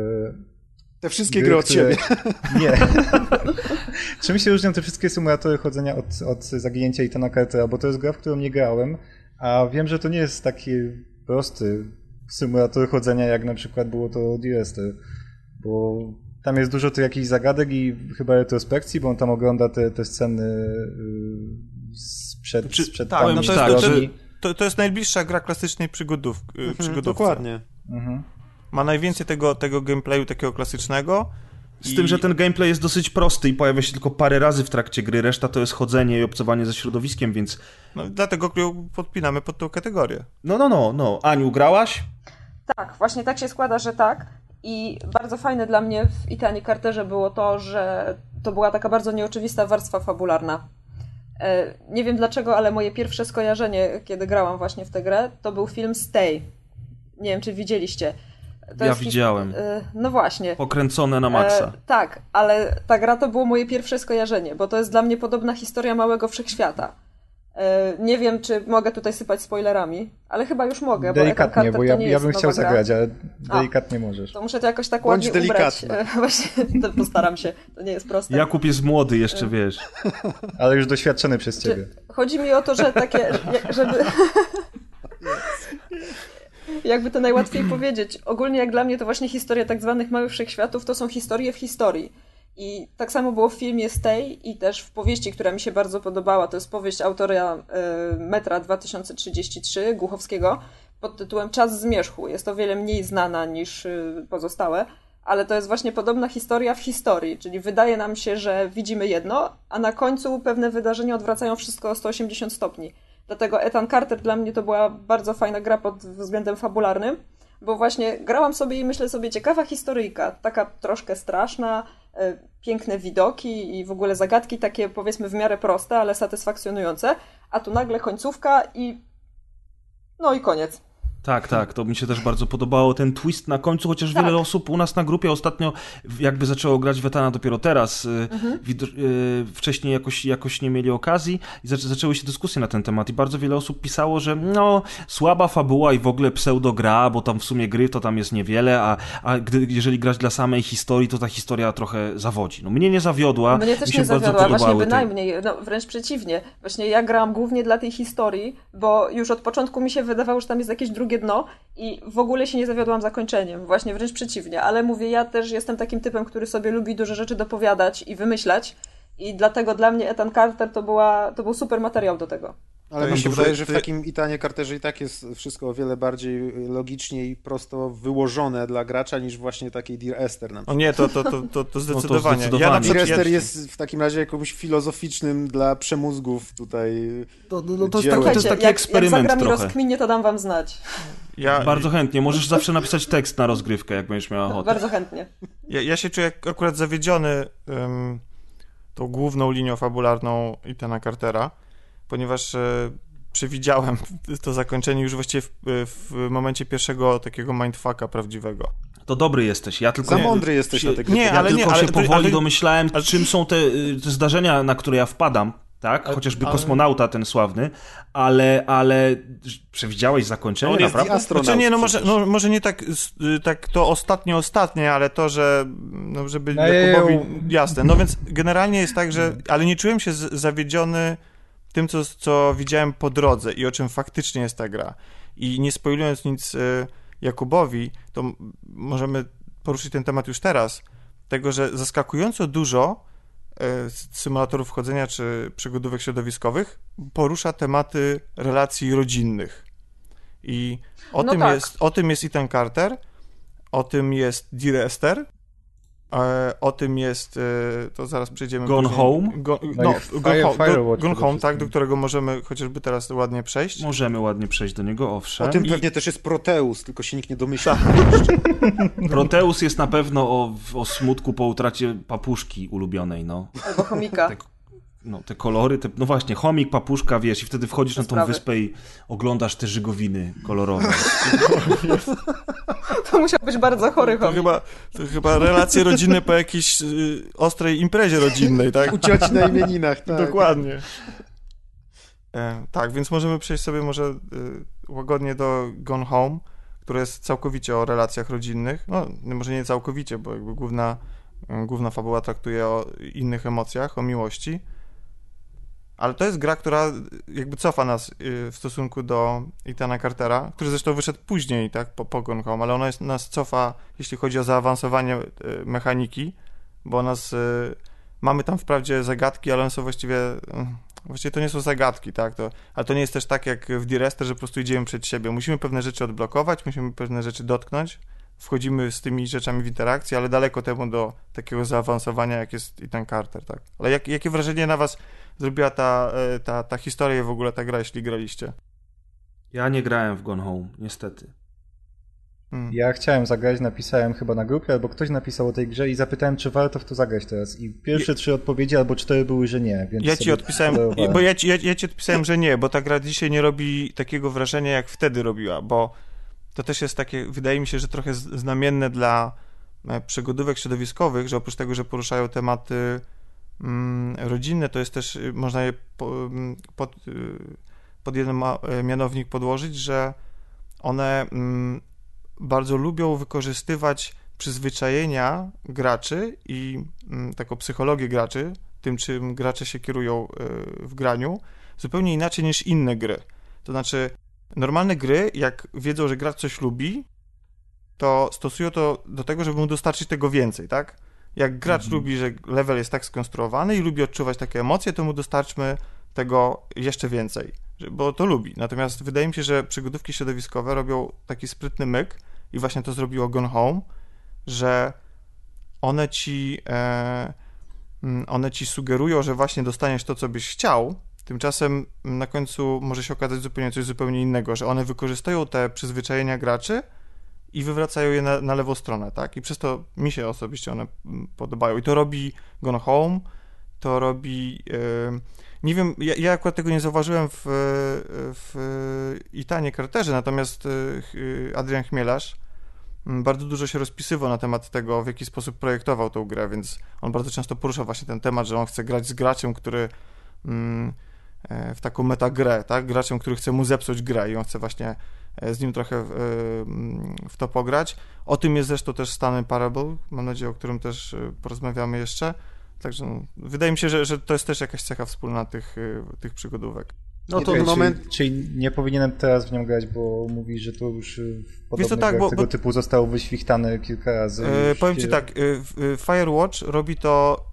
S7: Te wszystkie gry od siebie.
S1: Nie. Czym się różnią te wszystkie symulatory chodzenia od Zaginięcia Ethana Cartera, bo to jest gra, w którą nie grałem, a wiem, że to nie jest taki prosty symulator chodzenia, jak na przykład było to Dear Esther, bo tam jest dużo tych jakichś zagadek i chyba retrospekcji, bo on tam ogląda te sceny z sprzed
S4: tak,
S1: dawnych
S4: no to jest-
S1: historii.
S5: To jest najbliższa gra klasycznej przygodówce.
S7: Dokładnie.
S5: Ma najwięcej tego gameplayu takiego klasycznego.
S4: Z tym, że ten gameplay jest dosyć prosty i pojawia się tylko parę razy w trakcie gry, reszta to jest chodzenie i obcowanie ze środowiskiem, więc...
S5: No, dlatego ją podpinamy pod tą kategorię.
S4: No. Aniu, grałaś?
S6: Tak, właśnie tak się składa, że tak. I bardzo fajne dla mnie w Ethanie Carterze było to, że to była taka bardzo nieoczywista warstwa fabularna. Nie wiem dlaczego, ale moje pierwsze skojarzenie, kiedy grałam właśnie w tę grę, to był film Stay. Nie wiem, czy widzieliście. To
S4: Ja
S6: jest
S4: widziałem.
S6: No właśnie.
S4: Pokręcone na maksa.
S6: Tak, ale ta gra to było moje pierwsze skojarzenie, bo to jest dla mnie podobna historia małego wszechświata. Nie wiem, czy mogę tutaj sypać spoilerami, ale chyba już mogę, bo Ethan
S1: Delikatnie,
S6: Carter
S1: bo
S6: to
S1: ja,
S6: nie
S1: ja
S6: jest
S1: bym
S6: nowa
S1: chciał
S6: gra.
S1: zagrać, ale delikatnie możesz.
S6: To muszę to jakoś tak
S7: Bądź
S6: ładnie ubrać.
S7: delikatna.
S6: Właśnie, to postaram się, to nie jest proste.
S4: Jakub jest młody jeszcze, wiesz.
S1: Ale już doświadczony przez ciebie.
S6: Chodzi mi o to, że takie, żeby... Jakby to najłatwiej powiedzieć. Ogólnie jak dla mnie to właśnie historia tak zwanych małych wszechświatów to są historie w historii. I tak samo było w filmie Stay i też w powieści, która mi się bardzo podobała. To jest powieść autora Metra 2033 Głuchowskiego pod tytułem Czas zmierzchu. Jest o wiele mniej znana niż pozostałe, ale to jest właśnie podobna historia w historii. Czyli wydaje nam się, że widzimy jedno, a na końcu pewne wydarzenia odwracają wszystko o 180 stopni. Dlatego Ethan Carter dla mnie to była bardzo fajna gra pod względem fabularnym, bo właśnie grałam sobie i myślę sobie, ciekawa historyjka, taka troszkę straszna, piękne widoki i w ogóle zagadki takie powiedzmy w miarę proste, ale satysfakcjonujące, a tu nagle końcówka i no i koniec.
S4: Tak, to mi się też bardzo podobało, ten twist na końcu, chociaż wiele osób u nas na grupie ostatnio jakby zaczęło grać w Ethana dopiero teraz, wcześniej jakoś nie mieli okazji i zaczęły się dyskusje na ten temat i bardzo wiele osób pisało, że no słaba fabuła i w ogóle pseudogra, bo tam w sumie gry to tam jest niewiele, a jeżeli grać dla samej historii, to ta historia trochę zawodzi. No mnie nie zawiodła.
S6: Mnie też
S4: mi się
S6: nie zawiodła,
S4: bardzo
S6: właśnie
S4: podobały
S6: bynajmniej, no wręcz przeciwnie. Właśnie ja grałam głównie dla tej historii, bo już od początku mi się wydawało, że tam jest jakieś drugie dno i w ogóle się nie zawiodłam zakończeniem, właśnie wręcz przeciwnie, ale mówię, ja też jestem takim typem, który sobie lubi dużo rzeczy dopowiadać i wymyślać i dlatego dla mnie Ethan Carter to był super materiał do tego.
S7: Ale mi się wydaje, że w takim Ethanie Carterze i tak jest wszystko o wiele bardziej logicznie i prosto wyłożone dla gracza niż właśnie takiej Dear Esther na przykład.
S5: O nie, to zdecydowanie.
S4: zdecydowanie.
S5: Ja na
S7: Dear
S5: przykład,
S7: Esther jest w takim razie jakimś filozoficznym dla przemózgów tutaj
S4: To jest
S7: dziełem.
S4: taki
S6: jak
S4: eksperyment
S6: zagram i
S4: trochę.
S6: rozkminię, to dam wam znać.
S4: Bardzo chętnie, możesz zawsze napisać tekst na rozgrywkę, jak będziesz miała ochotę.
S6: Bardzo chętnie.
S5: Ja się czuję akurat zawiedziony tą główną linią fabularną Ethana Cartera, ponieważ przewidziałem to zakończenie już właściwie w momencie pierwszego takiego mindfucka prawdziwego.
S4: To dobry jesteś, ja tylko...
S7: Za mądry jesteś na te gry.
S5: Nie, ale
S4: tylko się powoli domyślałem,
S5: ale-
S4: czym są te zdarzenia, na które ja wpadam, tak? Chociażby kosmonauta ten sławny, ale przewidziałeś zakończenie,
S7: On jest
S4: naprawdę?
S7: astronaut
S5: Znaczy nie,
S7: przecież.
S5: może nie tak to ostatnie, ale to, że żeby
S1: No
S5: Jakubowi jasne. No więc generalnie jest tak, że ale nie czułem się zawiedziony tym, co widziałem po drodze i o czym faktycznie jest ta gra. I nie spoilując nic Jakubowi, to możemy poruszyć ten temat już teraz, tego, że zaskakująco dużo symulatorów chodzenia czy przygodówek środowiskowych porusza tematy relacji rodzinnych. I o tym jest Ethan Carter, o tym jest Dear Esther, o tym jest, to zaraz przejdziemy
S4: Gone
S5: później.
S4: Home?
S5: Gone Home, tak, do którego możemy chociażby teraz ładnie przejść.
S4: Możemy ładnie przejść do niego,
S7: O
S4: owszem.
S7: tym pewnie też jest Proteus, tylko się nikt nie domyśla.
S4: Proteus jest na pewno o smutku po utracie papuszki ulubionej, no.
S6: Albo chomika.
S4: Te kolory, no właśnie, chomik, papuszka, wiesz, i wtedy wchodzisz na tą
S6: sprawy.
S4: wyspę i oglądasz te żygowiny kolorowe.
S6: To musiał być bardzo chory
S5: To
S6: chomik.
S5: chyba relacje rodzinne po jakiejś ostrej imprezie rodzinnej, tak?
S7: U cioci na imieninach, tak.
S5: Dokładnie. Tak, więc możemy przejść sobie może łagodnie do Gone Home, które jest całkowicie o relacjach rodzinnych. No, może nie całkowicie, bo jakby główna fabuła traktuje o innych emocjach, o miłości. Ale to jest gra, która jakby cofa nas w stosunku do Ethana Cartera, który zresztą wyszedł później, tak, po Gone Home, ale ona nas cofa, jeśli chodzi o zaawansowanie mechaniki, bo mamy tam wprawdzie zagadki, ale one są właściwie właściwie to nie są zagadki, tak? Ale to nie jest też tak jak w Dear Esther, że po prostu idziemy przed siebie. Musimy pewne rzeczy odblokować, musimy pewne rzeczy dotknąć, wchodzimy z tymi rzeczami w interakcję, ale daleko temu do takiego zaawansowania, jak jest Ethan Carter, tak? Ale jakie wrażenie na was zrobiła ta historia i w ogóle ta gra, jeśli graliście?
S4: Ja nie grałem w Gone Home, niestety.
S1: Ja chciałem zagrać, napisałem chyba na grupie, albo ktoś napisał o tej grze i zapytałem, czy warto w to zagrać teraz. I pierwsze 3 odpowiedzi albo 4 były, że nie. Więc
S5: ja ci odpisałem, ja ci odpisałem, że nie, bo ta gra dzisiaj nie robi takiego wrażenia, jak wtedy robiła, bo to też jest takie, wydaje mi się, że trochę znamienne dla przygodówek środowiskowych, że oprócz tego, że poruszają tematy rodzinne, to jest też, można je pod jeden mianownik podłożyć, że one bardzo lubią wykorzystywać przyzwyczajenia graczy i taką psychologię graczy, tym czym gracze się kierują w graniu, zupełnie inaczej niż inne gry. To znaczy, normalne gry, jak wiedzą, że gracz coś lubi, to stosują to do tego, żeby mu dostarczyć tego więcej, tak? Jak gracz lubi, że level jest tak skonstruowany i lubi odczuwać takie emocje, to mu dostarczmy tego jeszcze więcej, bo to lubi. Natomiast wydaje mi się, że przygodówki środowiskowe robią taki sprytny myk i właśnie to zrobiło Gone Home, że one ci sugerują, że właśnie dostaniesz to, co byś chciał, tymczasem na końcu może się okazać zupełnie coś zupełnie innego, że one wykorzystują te przyzwyczajenia graczy i wywracają je na lewą stronę, tak? I przez to mi się osobiście one podobają. I to robi Gone Home, to robi... nie wiem, ja akurat tego nie zauważyłem w Ethanie Carterze, natomiast Adrian Chmielarz bardzo dużo się rozpisywał na temat tego, w jaki sposób projektował tą grę, więc on bardzo często porusza właśnie ten temat, że on chce grać z graczem, który w taką metagrę, tak? Graczem, który chce mu zepsuć grę i on chce właśnie z nim trochę w to pograć. O tym jest zresztą też Stanley Parable, mam nadzieję, o którym też porozmawiamy jeszcze. Także wydaje mi się, że to jest też jakaś cecha wspólna tych przygodówek.
S1: No to czyli nie powinienem teraz w nią grać, bo mówisz, że to już w podobnych grach tego typu zostało wyświchtane kilka razy.
S5: Powiem ci tak, Firewatch robi to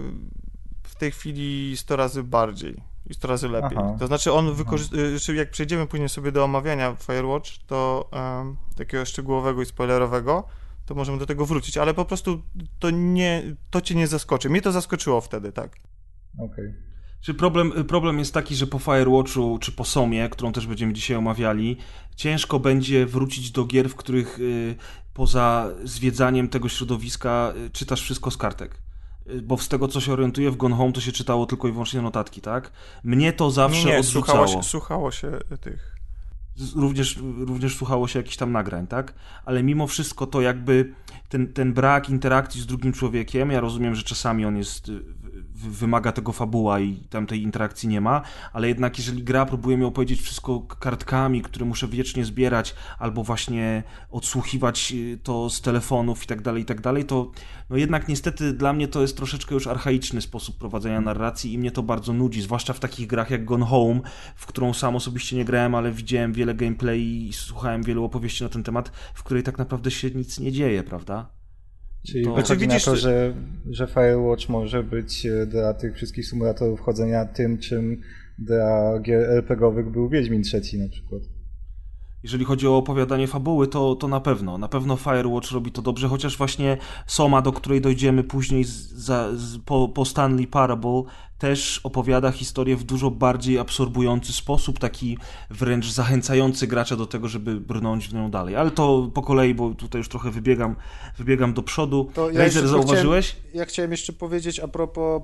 S5: w tej chwili 100 razy bardziej i 100 razy lepiej. Aha. To znaczy on jak przejdziemy później sobie do omawiania Firewatch, to takiego szczegółowego i spoilerowego, to możemy do tego wrócić, ale po prostu to cię nie zaskoczy. Mnie to zaskoczyło wtedy, tak.
S1: Okej.
S4: Czy problem jest taki, że po Firewatchu czy po Somie, którą też będziemy dzisiaj omawiali, ciężko będzie wrócić do gier, w których poza zwiedzaniem tego środowiska czytasz wszystko z kartek. Bo z tego, co się orientuję, w Gone Home to się czytało tylko i wyłącznie notatki, tak? Mnie to zawsze odrzucało.
S5: Słuchało się tych...
S4: Również słuchało się jakichś tam nagrań, tak? Ale mimo wszystko to jakby ten brak interakcji z drugim człowiekiem, ja rozumiem, że czasami on jest, wymaga tego fabuła i tam tej interakcji nie ma, ale jednak jeżeli gra próbuje mi opowiedzieć wszystko kartkami, które muszę wiecznie zbierać, albo właśnie odsłuchiwać to z telefonów i tak dalej, to no jednak niestety dla mnie to jest troszeczkę już archaiczny sposób prowadzenia narracji i mnie to bardzo nudzi, zwłaszcza w takich grach jak Gone Home, w którą sam osobiście nie grałem, ale widziałem wiele gameplay i słuchałem wielu opowieści na ten temat, w której tak naprawdę się nic nie dzieje, prawda?
S1: Czyli wychodzi na to, że Firewatch może być dla tych wszystkich symulatorów chodzenia tym, czym dla gier RPG-owych był Wiedźmin III na przykład.
S4: Jeżeli chodzi o opowiadanie fabuły, to na pewno. Na pewno Firewatch robi to dobrze, chociaż właśnie Soma, do której dojdziemy później po Stanley Parable, też opowiada historię w dużo bardziej absorbujący sposób, taki wręcz zachęcający gracza do tego, żeby brnąć w nią dalej. Ale to po kolei, bo tutaj już trochę wybiegam do przodu. Razer, zauważyłeś?
S7: Ja chciałem jeszcze powiedzieć a propos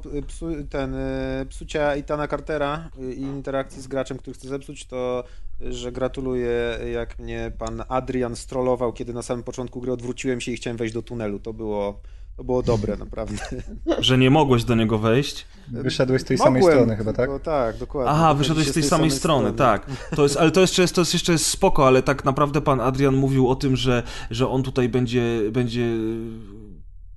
S7: psucia Ethana Cartera i interakcji z graczem, który chce zepsuć, to że gratuluję, jak mnie pan Adrian strollował, kiedy na samym początku gry odwróciłem się i chciałem wejść do tunelu. To było dobre, naprawdę.
S4: Że nie mogłeś do niego wejść?
S1: Wyszedłeś z tej samej strony chyba, tak?
S7: Tak, dokładnie.
S4: Aha, wyszedłeś z tej samej strony, tak. To jest jeszcze spoko, ale tak naprawdę pan Adrian mówił o tym, że on tutaj będzie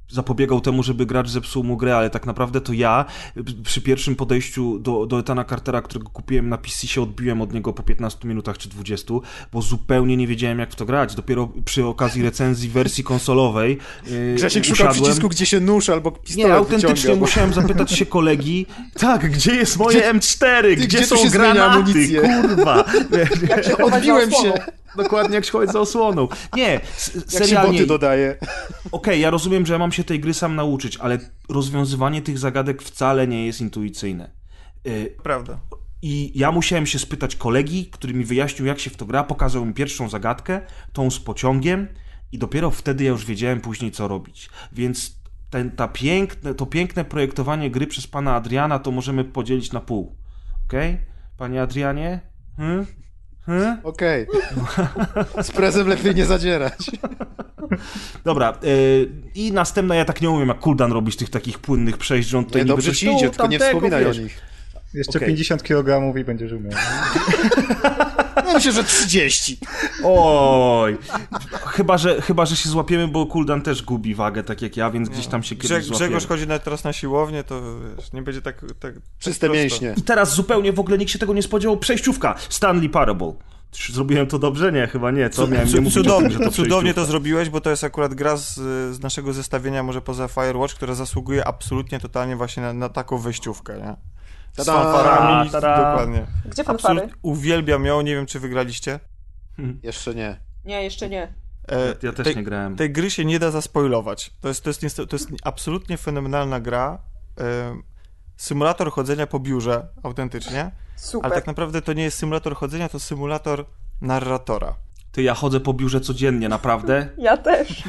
S4: zapobiegał temu, żeby gracz zepsuł mu grę, ale tak naprawdę to ja przy pierwszym podejściu do Ethana Cartera, którego kupiłem na PC, się odbiłem od niego po 15 minutach czy 20, bo zupełnie nie wiedziałem, jak w to grać. Dopiero przy okazji recenzji wersji konsolowej
S7: Grzesiek szukał przycisku, gdzie się nóż albo pistolet
S4: Nie, autentycznie
S7: wyciąga,
S4: musiałem zapytać się kolegi, tak, gdzie jest moje M4? Gdzie są
S7: się zmienia
S4: granaty?
S7: amunicję?
S4: Kurwa!
S6: Jak się chować za
S7: Odbiłem
S6: osłoną.
S7: się.
S4: Dokładnie jak się chodzi za osłoną. Nie,
S7: Jak się
S4: serialnie.
S7: boty dodaje.
S4: Okej, ja rozumiem, że ja mam się tej gry sam nauczyć, ale rozwiązywanie tych zagadek wcale nie jest intuicyjne.
S5: Prawda.
S4: I ja musiałem się spytać kolegi, który mi wyjaśnił, jak się w to gra, pokazał mi pierwszą zagadkę, tą z pociągiem i dopiero wtedy ja już wiedziałem później, co robić. Więc to piękne projektowanie gry przez pana Adriana to możemy podzielić na pół. Okej? Panie Adrianie?
S7: Okej. Z prezem lepiej nie zadzierać.
S4: Dobra, i następna, ja tak nie umiem jak Kuldan robić tych takich płynnych przejść, że on tutaj
S7: Nie,
S4: niby
S7: dobrze
S4: coś...
S7: ci idzie, tylko nie
S6: tamtego,
S7: wspominaj o
S6: wiesz.
S7: nich.
S1: Jeszcze
S4: Okej.
S1: 50 kg i będziesz umiał.
S7: Ja myślę, że 30.
S4: Oj! Chyba, że się złapiemy, bo Kuldan też gubi wagę, tak jak ja, więc gdzieś tam się kiedyś złapiemy.
S5: Grzegorz chodzi teraz na siłownię, to wiesz, nie będzie tak
S7: Czyste
S5: prosto.
S7: mięśnie.
S4: I teraz zupełnie w ogóle nikt się tego nie spodziewał. Przejściówka! Stanley Parable. Czy zrobiłem to dobrze? Nie, chyba nie. Co miałem nie mówić o tym, że to
S5: Cudownie to
S4: przejściówka.
S5: zrobiłeś, bo to jest akurat gra z naszego zestawienia, może poza Firewatch, która zasługuje absolutnie, totalnie właśnie na taką wejściówkę, nie? Z
S7: Tada!
S5: fanfarami,
S4: Tada!
S5: dokładnie.
S6: Gdzie fanfary?
S5: Uwielbiam ją, nie wiem czy wygraliście.
S7: Jeszcze nie.
S6: Nie, jeszcze nie.
S4: Ja też nie grałem.
S5: Tej gry się nie da zaspoilować. To jest absolutnie fenomenalna gra. Symulator chodzenia po biurze, autentycznie.
S6: Super.
S5: Ale tak naprawdę to nie jest symulator chodzenia, to symulator narratora.
S4: Ty, ja chodzę po biurze codziennie, naprawdę?
S6: Ja też.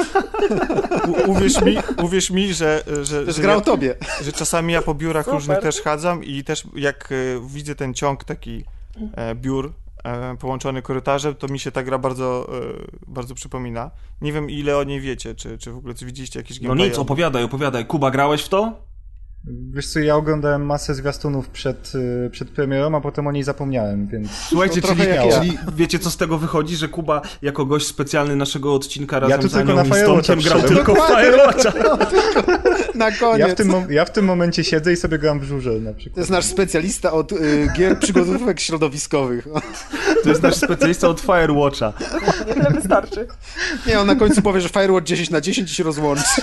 S5: Uwierz mi, że
S7: To jest gra o tobie.
S5: że czasami ja po biurach
S6: Super.
S5: różnych też chadzam i też jak widzę ten ciąg taki biur połączony korytarzem, to mi się ta gra bardzo, bardzo przypomina. Nie wiem, ile o niej wiecie, czy w ogóle co widzieliście jakieś
S4: No
S5: gameplay.
S4: nic, opowiadaj. Kuba, grałeś w to?
S1: Wiesz co, ja oglądałem masę zwiastunów przed premierą, a potem o niej zapomniałem, więc...
S4: Słuchajcie,
S7: No, trochę
S4: czyli,
S7: jak ja.
S4: czyli wiecie, co z tego wychodzi? Że Kuba jako gość specjalny naszego odcinka razem
S1: tu
S4: z
S1: tylko
S4: Anią
S1: na
S4: i
S1: Firewatcha
S4: Stomkiem grał
S1: przyszedłem.
S4: tylko w Firewatcha.
S7: Na koniec.
S1: Ja w tym momencie siedzę i sobie gram w żurze na
S7: To
S1: przykład.
S7: jest nasz specjalista od gier przygodówek środowiskowych.
S4: To jest nasz specjalista od Firewatcha.
S6: Niewiele wystarczy.
S7: Nie, on na końcu powie, że Firewatch 10/10 i się rozłączy.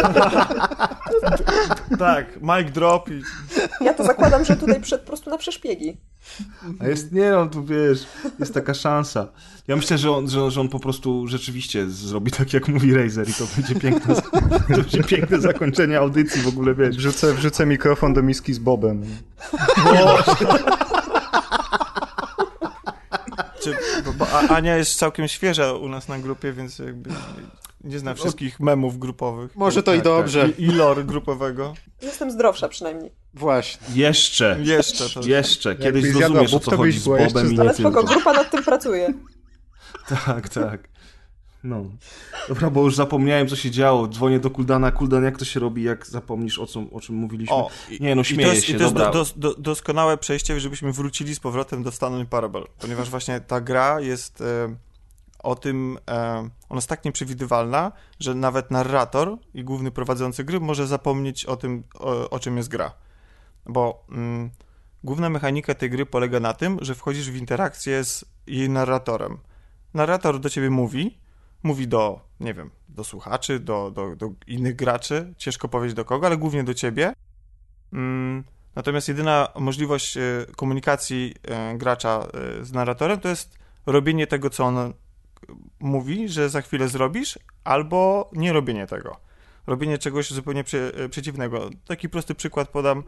S5: Tak, mic drop i...
S6: Ja to zakładam, że tutaj po prostu na przeszpiegi.
S4: A jest, nie no, tu wiesz, jest taka szansa. Ja myślę, że on po prostu rzeczywiście zrobi tak, jak mówi Razer i to będzie piękne zakończenie audycji w ogóle, wiesz.
S1: Wrzucę mikrofon do miski z Bobem.
S5: Bo Ania jest całkiem świeża u nas na grupie, więc jakby nie zna wszystkich memów grupowych.
S7: Może to i dobrze.
S5: I lore grupowego.
S6: Jestem zdrowsza przynajmniej.
S7: Właśnie.
S4: Jeszcze. Kiedyś
S1: Jakbyś zjadła
S4: zrozumiesz, o
S1: bób,
S4: co
S1: to byś
S4: chodzi z
S1: była jeszcze
S4: Bobem i nie
S6: Ale spoko,
S4: tylko.
S6: grupa nad tym pracuje.
S4: Tak. No. Dobra, bo już zapomniałem, co się działo. Dzwonię do Kuldana. Kuldan, jak to się robi, jak zapomnisz, o czym mówiliśmy? Nie, no śmieję się,
S5: to jest
S4: dobra.
S5: doskonałe przejście, żebyśmy wrócili z powrotem do Stanley Parable, ponieważ właśnie ta gra jest o tym, ona jest tak nieprzewidywalna, że nawet narrator i główny prowadzący gry może zapomnieć o tym, o czym jest gra. Bo główna mechanika tej gry polega na tym, że wchodzisz w interakcję z jej narratorem. Narrator do ciebie mówi do, nie wiem, do słuchaczy, do innych graczy, ciężko powiedzieć do kogo, ale głównie do ciebie. Natomiast jedyna możliwość komunikacji gracza z narratorem to jest robienie tego, co on mówi, że za chwilę zrobisz, albo nie robienie tego. Robienie czegoś zupełnie przeciwnego. Taki prosty przykład podam.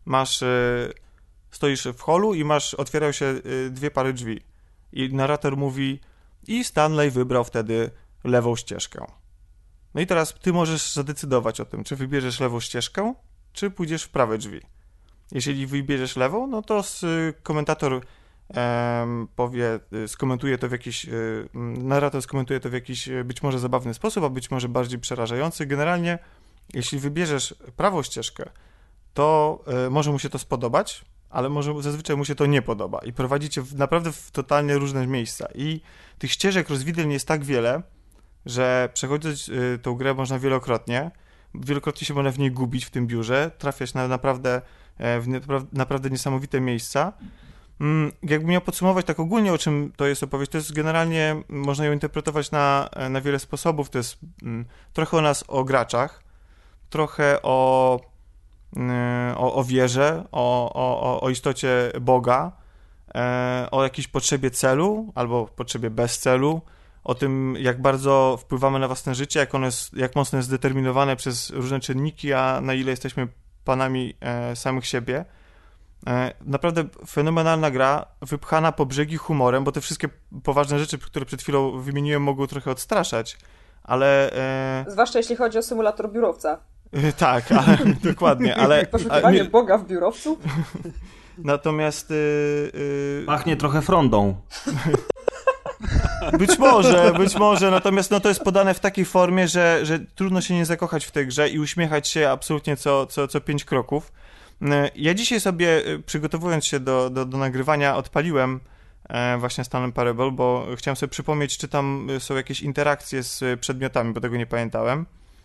S5: Stoisz w holu i otwierają się dwie pary drzwi. I narrator mówi i Stanley wybrał wtedy lewą ścieżkę. No i teraz ty możesz zadecydować o tym, czy wybierzesz lewą ścieżkę, czy pójdziesz w prawe drzwi. Jeżeli wybierzesz lewą, no to komentator skomentuje to w jakiś, narrator skomentuje to w jakiś być może zabawny sposób, a być może bardziej przerażający. Generalnie, jeśli wybierzesz prawą ścieżkę, to może mu się to spodobać, ale może zazwyczaj mu się to nie podoba i prowadzi cię naprawdę w totalnie różne miejsca. I tych ścieżek rozwidelń jest tak wiele, że przechodząc tą grę można wielokrotnie, wielokrotnie się można w niej gubić w tym biurze, trafiać na naprawdę niesamowite miejsca. Jakbym miał podsumować tak ogólnie, o czym to jest opowieść, to jest generalnie, można ją interpretować na wiele sposobów. To jest trochę o nas, o graczach, trochę o wierze, o istocie Boga, o jakiejś potrzebie celu albo potrzebie bez celu, o tym, jak bardzo wpływamy na własne życie, jak mocno jest zdeterminowane przez różne czynniki, a na ile jesteśmy panami samych siebie. Naprawdę fenomenalna gra, wypchana po brzegi humorem, bo te wszystkie poważne rzeczy, które przed chwilą wymieniłem, mogą trochę odstraszać, ale...
S6: Zwłaszcza jeśli chodzi o symulator biurowca.
S5: Tak, ale, dokładnie, ale...
S6: Poszukiwanie Boga w biurowcu?
S5: Natomiast...
S4: Pachnie trochę frondą.
S5: Być może, natomiast to jest podane w takiej formie, że trudno się nie zakochać w tej grze i uśmiechać się absolutnie co 5 kroków. Ja dzisiaj sobie, przygotowując się do nagrywania, odpaliłem właśnie Stanley Parable, bo chciałem sobie przypomnieć, czy tam są jakieś interakcje z przedmiotami, bo tego nie pamiętałem.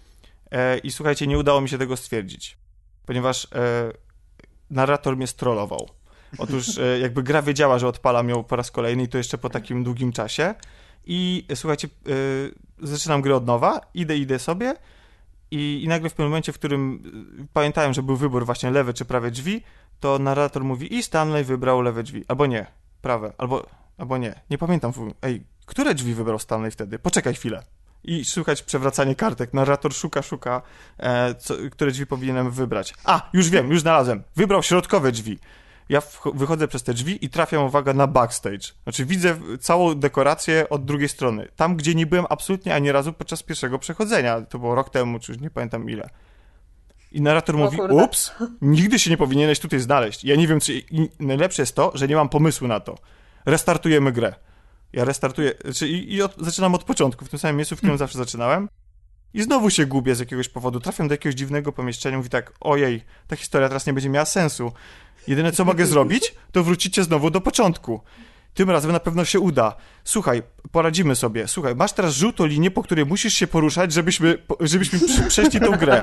S5: I słuchajcie, nie udało mi się tego stwierdzić, ponieważ narrator mnie strollował. Otóż jakby gra wiedziała, że odpalam ją po raz kolejny i to jeszcze po takim długim czasie. I słuchajcie, zaczynam grę od nowa, idę sobie i nagle w pewnym momencie, w którym pamiętałem, że był wybór właśnie lewe czy prawe drzwi, to narrator mówi i Stanley wybrał lewe drzwi. Albo nie, prawe, albo nie. Nie pamiętam. Ej, które drzwi wybrał Stanley wtedy? Poczekaj chwilę. I słychać przewracanie kartek. Narrator szuka, które drzwi powinienem wybrać. A, już wiem, już znalazłem. Wybrał środkowe drzwi. Ja wychodzę przez te drzwi i trafiam, uwaga, na backstage. Znaczy widzę całą dekorację od drugiej strony. Tam, gdzie nie byłem absolutnie ani razu podczas pierwszego przechodzenia. To było rok temu, czy już nie pamiętam ile. I narrator mówi, ups, nigdy się nie powinieneś tutaj znaleźć. Ja nie wiem, czy... I najlepsze jest to, że nie mam pomysłu na to. Restartujemy grę. Ja restartuję... zaczynam od początku, w tym samym miejscu, w którym zawsze zaczynałem. I znowu się gubię z jakiegoś powodu. Trafiam do jakiegoś dziwnego pomieszczenia, mówi tak, ojej, ta historia teraz nie będzie miała sensu. Jedyne, co mogę zrobić, to wrócicie znowu do początku. Tym razem na pewno się uda. Słuchaj, poradzimy sobie. Słuchaj, masz teraz żółtą linię, po której musisz się poruszać, żebyśmy przeszli tą grę.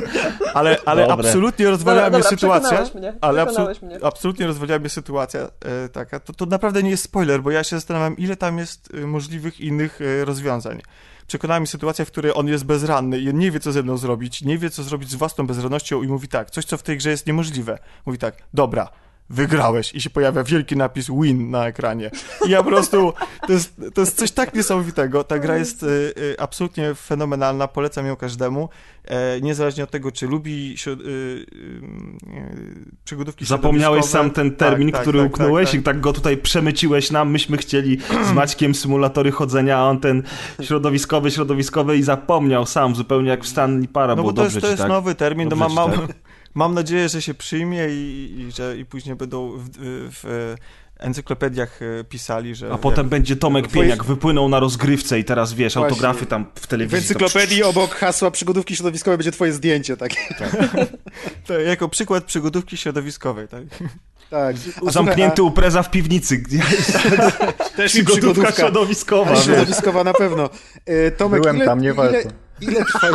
S5: Ale absolutnie rozwaliła mnie sytuacja. Absolutnie rozwaliła mnie sytuacja taka. To naprawdę nie jest spoiler, bo ja się zastanawiam, ile tam jest możliwych innych rozwiązań. Przekonała mi sytuacja, w której on jest bezranny i nie wie, co ze mną zrobić, nie wie, co zrobić z własną bezradnością i mówi tak, coś, co w tej grze jest niemożliwe. Mówi tak, dobra, wygrałeś i się pojawia wielki napis win na ekranie. I ja po prostu, to jest coś tak niesamowitego. Ta gra jest absolutnie fenomenalna, polecam ją każdemu, niezależnie od tego, czy lubi przygodówki.
S4: Zapomniałeś sam ten termin, który uknąłeś i tak go tutaj przemyciłeś nam. Myśmy chcieli z Maćkiem symulatory chodzenia, a on ten środowiskowy i zapomniał sam, zupełnie jak w Stanley Parable.
S5: No bo to jest nowy termin, mam nadzieję, że się przyjmie i później będą w encyklopediach pisali, że...
S4: A potem będzie Tomek Pieniak wypłynął na rozgrywce i teraz, wiesz, właśnie, autografy tam w telewizji.
S7: W encyklopedii obok hasła przygodówki środowiskowe będzie twoje zdjęcie takie.
S5: To jako przykład przygodówki środowiskowej, tak?
S7: Tak.
S4: Zamknięty u preza w piwnicy.
S7: Też
S4: przygodówka środowiskowa.
S7: Środowiskowa na pewno. Tomek,
S1: byłem tam, nie warto.
S7: Ile trwa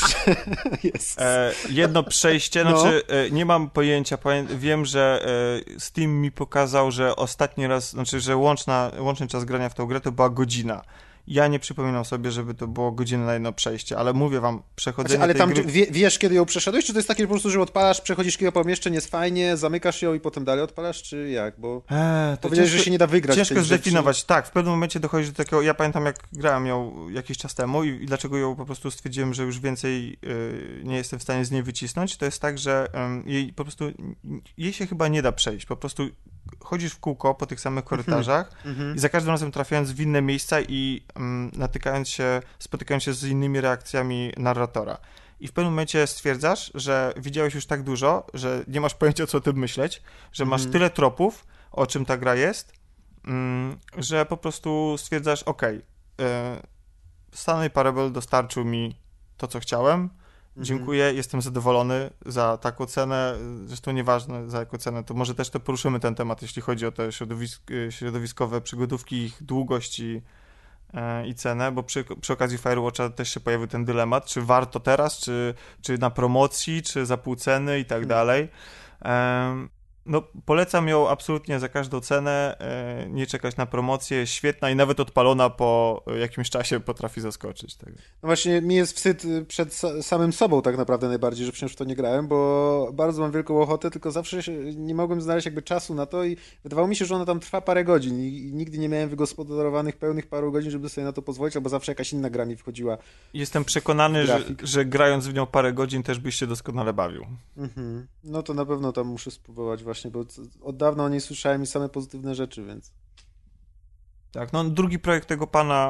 S5: jedno przejście? Znaczy, nie mam pojęcia. Wiem, że Steam mi pokazał, że ostatni raz, znaczy, że łączny czas grania w tę grę to była godzina. Ja nie przypominam sobie, żeby to było godzina na jedno przejście, ale mówię wam, przechodzenie
S7: ale
S5: tej
S7: tam
S5: gry...
S7: wiesz, kiedy ją przeszedłeś? Czy to jest takie po prostu, że odpalasz, przechodzisz kilka pomieszczeń, jest fajnie, zamykasz ją i potem dalej odpalasz, czy jak? Bo powiedziałeś, że się nie da wygrać.
S5: Ciężko zdefiniować. Tak, w pewnym momencie dochodzi do takiego... Ja pamiętam, jak grałem ją jakiś czas temu i dlaczego ją po prostu stwierdziłem, że już więcej nie jestem w stanie z niej wycisnąć. To jest tak, że jej się chyba nie da przejść. Po prostu chodzisz w kółko po tych samych korytarzach i za każdym razem trafiając w inne miejsca i spotykając się z innymi reakcjami narratora. I w pewnym momencie stwierdzasz, że widziałeś już tak dużo, że nie masz pojęcia, co o tym myśleć, że masz tyle tropów, o czym ta gra jest, że po prostu stwierdzasz, Stanley Parable dostarczył mi to, co chciałem, dziękuję, jestem zadowolony za taką cenę, zresztą nieważne za jaką cenę, to może też to poruszymy ten temat, jeśli chodzi o te środowiskowe przygodówki, ich długość i cenę, bo przy okazji Firewatcha też się pojawił ten dylemat, czy warto teraz, czy na promocji, czy za pół ceny i tak dalej. No, polecam ją absolutnie za każdą cenę, nie czekać na promocję, jest świetna i nawet odpalona po jakimś czasie potrafi zaskoczyć. Tak.
S7: No właśnie, mi jest wstyd przed samym sobą tak naprawdę najbardziej, że wciąż w to nie grałem, bo bardzo mam wielką ochotę, tylko zawsze nie mogłem znaleźć jakby czasu na to i wydawało mi się, że ona tam trwa parę godzin i nigdy nie miałem wygospodarowanych pełnych paru godzin, żeby sobie na to pozwolić, albo zawsze jakaś inna gra mi wchodziła.
S5: Jestem przekonany, że grając w nią parę godzin też byś się doskonale bawił.
S7: Mhm. No to na pewno tam muszę spróbować właśnie, bo od dawna o niej słyszałem i same pozytywne rzeczy, więc...
S5: Tak, no drugi projekt tego pana,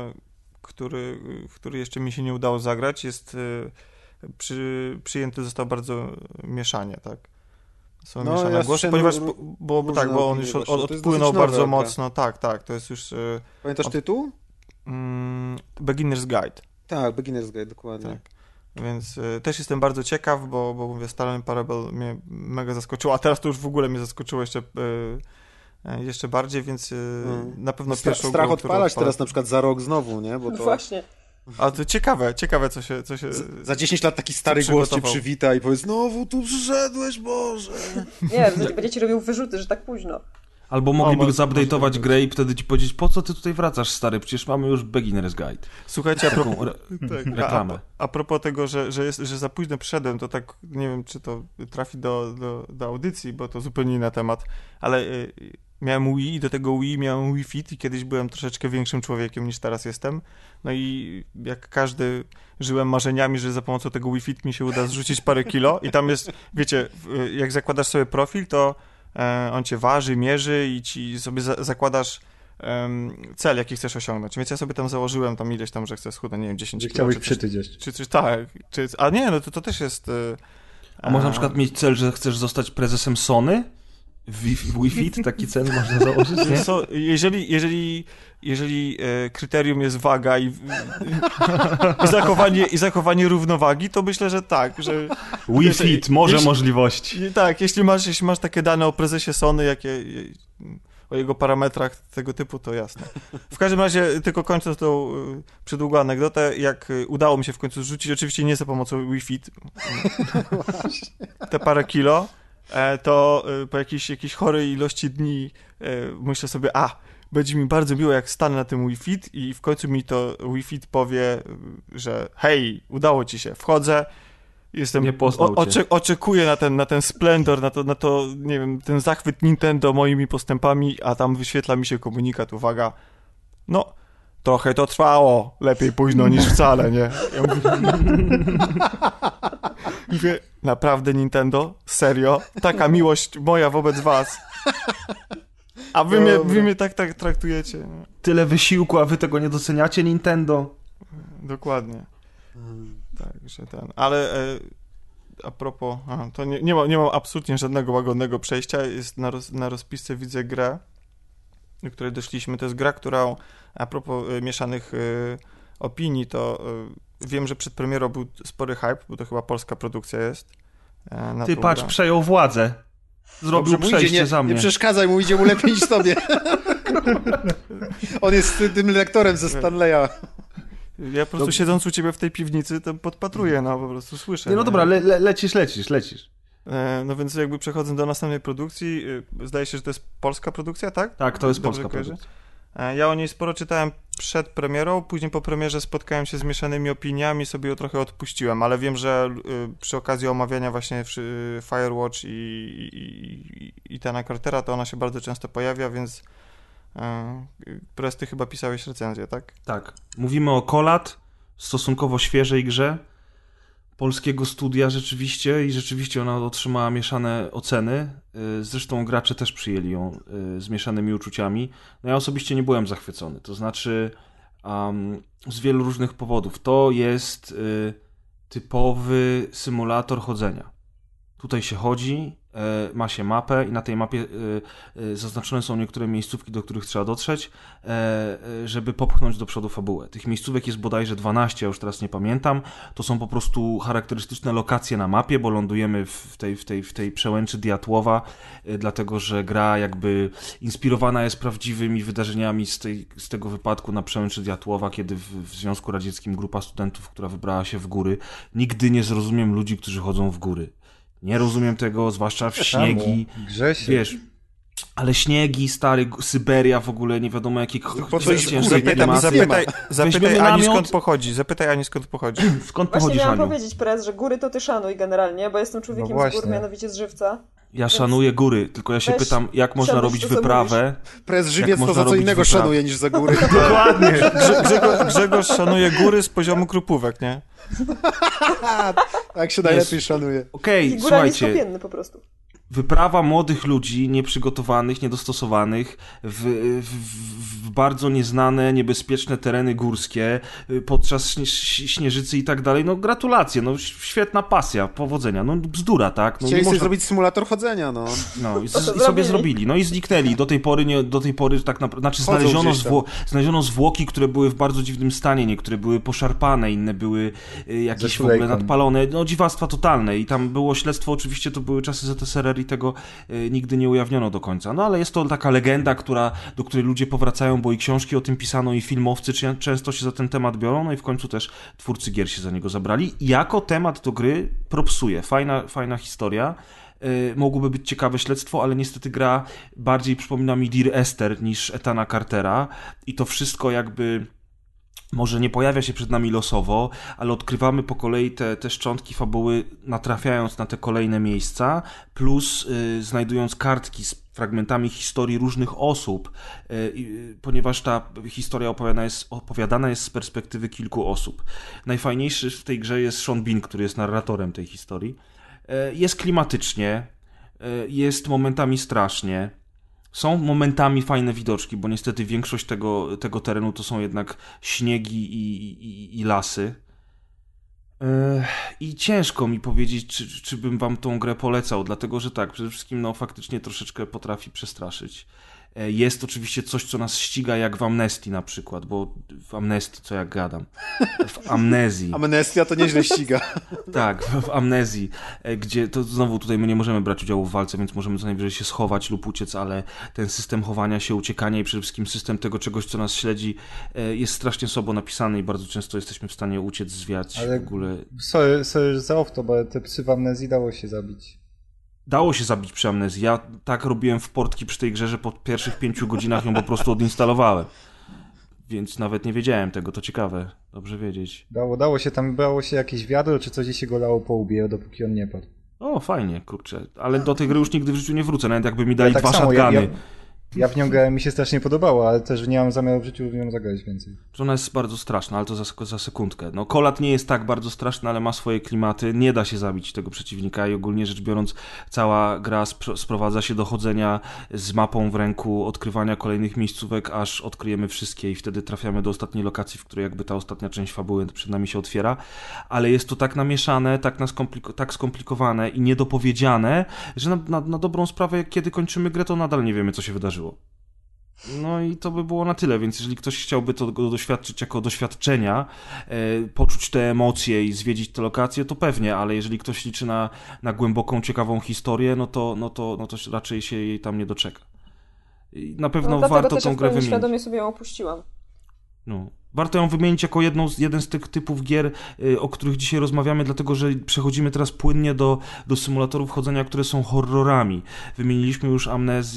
S5: który jeszcze mi się nie udało zagrać, jest przyjęty został bardzo mieszanie, tak? Są mieszane głosy, ponieważ bo on już odpłynął bardzo mocno. Tak, to jest już...
S7: Pamiętasz tytuł?
S5: Beginner's Guide.
S7: Tak, Beginner's Guide, dokładnie.
S5: Tak. Więc też jestem bardzo ciekaw, bo mówię, Stalin Parable mnie mega zaskoczyło, a teraz to już w ogóle mnie zaskoczyło jeszcze bardziej, więc na pewno pierwszą
S7: strach
S5: grą,
S7: odpalać teraz na przykład za rok znowu, nie? Bo to...
S6: Właśnie.
S5: A to ciekawe, co się...
S7: Za 10 lat taki stary głos cię przywita i powie, znowu tu przyszedłeś, Boże.
S6: Nie, będzie ci robił wyrzuty, że tak późno.
S4: Albo mogliby zupdate'ować grę i wtedy ci powiedzieć, po co ty tutaj wracasz, stary, przecież mamy już Beginner's Guide.
S5: Słuchajcie,
S4: reklamę.
S5: A propos tego, że za późno przyszedłem, to tak, nie wiem, czy to trafi do audycji, bo to zupełnie inny temat, ale miałem Wii i do tego Wii miałem Wii Fit i kiedyś byłem troszeczkę większym człowiekiem niż teraz jestem. No i jak każdy żyłem marzeniami, że za pomocą tego Wii Fit mi się uda zrzucić parę kilo i tam jest, wiecie, jak zakładasz sobie profil, to on cię waży, mierzy i ci sobie zakładasz cel, jaki chcesz osiągnąć. Więc ja sobie tam założyłem tam ileś tam, że chcę schudnąć, nie wiem, 10 kilo.
S1: Chciałbyś przytyć.
S5: Czy coś, tak. A nie, no to też jest...
S4: A można na przykład mieć cel, że chcesz zostać prezesem Sony? Wi-Fi, taki cel można założyć, nie?
S5: Jeżeli kryterium jest waga i zachowanie równowagi, to myślę, że tak, że...
S4: Wi-Fi, możliwości.
S5: Tak, jeśli masz takie dane o prezesie Sony, o jego parametrach tego typu, to jasne. W każdym razie, tylko kończąc tą przydługą anegdotę, jak udało mi się w końcu zrzucić, oczywiście nie za pomocą Wi-Fi, te parę kilo, to po jakiejś chorej ilości dni myślę sobie, będzie mi bardzo miło, jak stanę na tym Wii Fit i w końcu mi to Wii Fit powie, że hej, udało ci się, wchodzę, oczekuję na ten splendor, na to, nie wiem, ten zachwyt Nintendo moimi postępami, a tam wyświetla mi się komunikat, uwaga, no, trochę to trwało, lepiej późno niż wcale, nie? Ja mówię, naprawdę Nintendo? Serio? Taka miłość moja wobec was? A wy mnie tak traktujecie. Nie?
S4: Tyle wysiłku, a wy tego nie doceniacie, Nintendo?
S5: Dokładnie. Także ale a propos, to nie mam absolutnie żadnego łagodnego przejścia. Jest na rozpisce widzę grę, do której doszliśmy. To jest gra, która a propos mieszanych opinii, to wiem, że przed premierą był spory hype, bo to chyba polska produkcja jest.
S4: Ty patrz, przejął władzę. Zrobił przejście za mnie.
S7: Nie przeszkadzaj mu, idzie mu lepiej niż tobie. On jest tym lektorem ze Stanleya.
S5: Ja po prostu siedząc u ciebie w tej piwnicy, to podpatruję, po prostu słyszę.
S4: No dobra, lecisz.
S5: No więc jakby przechodząc do następnej produkcji, zdaje się, że to jest polska produkcja, tak?
S4: Tak, to jest polska produkcja.
S5: Ja o niej sporo czytałem przed premierą, później po premierze spotkałem się z mieszanymi opiniami, sobie ją trochę odpuściłem, ale wiem, że przy okazji omawiania właśnie Firewatch i Tana Cartera, to ona się bardzo często pojawia, więc Presty chyba pisałeś recenzję, tak?
S4: Tak. Mówimy o Kolat, stosunkowo świeżej grze polskiego studia rzeczywiście ona otrzymała mieszane oceny. Zresztą gracze też przyjęli ją z mieszanymi uczuciami. No ja osobiście nie byłem zachwycony. To znaczy z wielu różnych powodów. To jest typowy symulator chodzenia. Tutaj się chodzi, ma się mapę i na tej mapie zaznaczone są niektóre miejscówki, do których trzeba dotrzeć, żeby popchnąć do przodu fabułę. Tych miejscówek jest bodajże 12, ja już teraz nie pamiętam. To są po prostu charakterystyczne lokacje na mapie, bo lądujemy w tej przełęczy Diatłowa, dlatego że gra jakby inspirowana jest prawdziwymi wydarzeniami z tego wypadku na przełęczy Diatłowa, kiedy w Związku Radzieckim grupa studentów, która wybrała się w góry. Nigdy nie zrozumiem ludzi, którzy chodzą w góry. Nie rozumiem tego, zwłaszcza w śniegi.
S1: Grzesiek.
S4: Wiesz, ale śniegi, stary, Syberia w ogóle, nie wiadomo jakie
S7: Po co iść w górę?
S5: Zapytaj Ani skąd pochodzi. Zapytaj Ani skąd pochodzi.
S4: Skąd
S6: Właśnie
S4: pochodzisz,
S6: miałam
S4: Aniu?
S6: powiedzieć, Prez, że góry to ty szanuj generalnie, bo jestem człowiekiem z gór, mianowicie z Żywca.
S4: Ja szanuję góry, tylko ja się pytam, jak można robić
S6: to, co
S4: wyprawę.
S7: Prez Żywiec to za co innego szanuje niż za góry.
S1: Dokładnie.
S5: Grzegorz szanuje góry z poziomu krupówek, nie?
S7: Tak się najlepiej szanuje.
S4: Okej,
S6: Góra
S4: słuchajcie.
S6: niskopienny po prostu.
S4: Wyprawa młodych ludzi, nieprzygotowanych, niedostosowanych w bardzo nieznane, niebezpieczne tereny górskie podczas śnieżycy i tak dalej. No gratulacje, no świetna pasja, powodzenia. No bzdura, tak? No,
S7: Chcieli sobie
S4: można...
S7: zrobić symulator chodzenia, no.
S4: No i sobie zrobili. No i zniknęli. Do tej pory tak naprawdę... Znaczy znaleziono zwłoki, które były w bardzo dziwnym stanie. Niektóre były poszarpane, inne były jakieś w ogóle nadpalone. No dziwactwa totalne. I tam było śledztwo, oczywiście to były czasy ZSRR i tego nigdy nie ujawniono do końca. No ale jest to taka legenda, do której ludzie powracają, bo i książki o tym pisano, i filmowcy często się za ten temat biorą, no i w końcu też twórcy gier się za niego zabrali. I jako temat do gry propsuje. Fajna historia. Mogłoby być ciekawe śledztwo, ale niestety gra bardziej przypomina mi Dear Esther niż Ethana Cartera i to wszystko jakby może nie pojawia się przed nami losowo, ale odkrywamy po kolei te szczątki fabuły, natrafiając na te kolejne miejsca, plus znajdując kartki z fragmentami historii różnych osób, ponieważ ta historia opowiadana jest z perspektywy kilku osób. Najfajniejszy w tej grze jest Sean Bean, który jest narratorem tej historii. Jest klimatycznie, jest momentami strasznie. Są momentami fajne widoczki, bo niestety większość tego terenu to są jednak śniegi i lasy. I ciężko mi powiedzieć, czy bym wam tą grę polecał, dlatego że tak, przede wszystkim no faktycznie troszeczkę potrafi przestraszyć. Jest oczywiście coś, co nas ściga, jak w Amnestii na przykład, bo w Amnestii, co ja gadam? W Amnezji.
S7: Amnestia to nieźle ściga.
S4: Tak, w Amnezji, gdzie to znowu tutaj my nie możemy brać udziału w walce, więc możemy co najwyżej się schować lub uciec, ale ten system chowania się, uciekania i przede wszystkim system tego czegoś, co nas śledzi, jest strasznie słabo napisany i bardzo często jesteśmy w stanie uciec, zwiać
S1: ale
S4: w ogóle.
S1: Sorry za off-to, bo te psy w Amnezji dało się zabić.
S4: Dało się zabić przy Amnezji. Ja tak robiłem w portki przy tej grze, że po pierwszych 5 godzinach ją po prostu odinstalowałem. Więc nawet nie wiedziałem tego, to ciekawe. Dobrze wiedzieć.
S1: Dało się, tam brało się jakieś wiadro, czy coś i się go lało po łbie, dopóki on nie padł.
S4: O, fajnie, kurczę. Ale do tej gry już nigdy w życiu nie wrócę, nawet jakby mi dali
S1: tak
S4: 2
S1: samo,
S4: shotguny.
S1: Ja w nią grałem, mi się strasznie podobało, ale też nie mam zamiaru w życiu w nią zagrać więcej.
S4: Ona jest bardzo straszna, ale to za sekundkę. No, Kolat nie jest tak bardzo straszny, ale ma swoje klimaty. Nie da się zabić tego przeciwnika i ogólnie rzecz biorąc cała gra sprowadza się do chodzenia z mapą w ręku, odkrywania kolejnych miejscówek, aż odkryjemy wszystkie i wtedy trafiamy do ostatniej lokacji, w której jakby ta ostatnia część fabuły przed nami się otwiera. Ale jest to tak namieszane, tak skomplikowane i niedopowiedziane, że na dobrą sprawę, kiedy kończymy grę, to nadal nie wiemy, co się wydarzyło. No i to by było na tyle, więc jeżeli ktoś chciałby to doświadczyć jako doświadczenia, poczuć te emocje i zwiedzić te lokacje, to pewnie, ale jeżeli ktoś liczy na głęboką, ciekawą historię, no to raczej się jej tam nie doczeka. I na pewno warto tą grę wymienić.
S6: Świadomie sobie ją opuściłam.
S4: No. Warto ją wymienić jako jeden z tych typów gier, o których dzisiaj rozmawiamy, dlatego że przechodzimy teraz płynnie do symulatorów chodzenia, które są horrorami. Wymieniliśmy już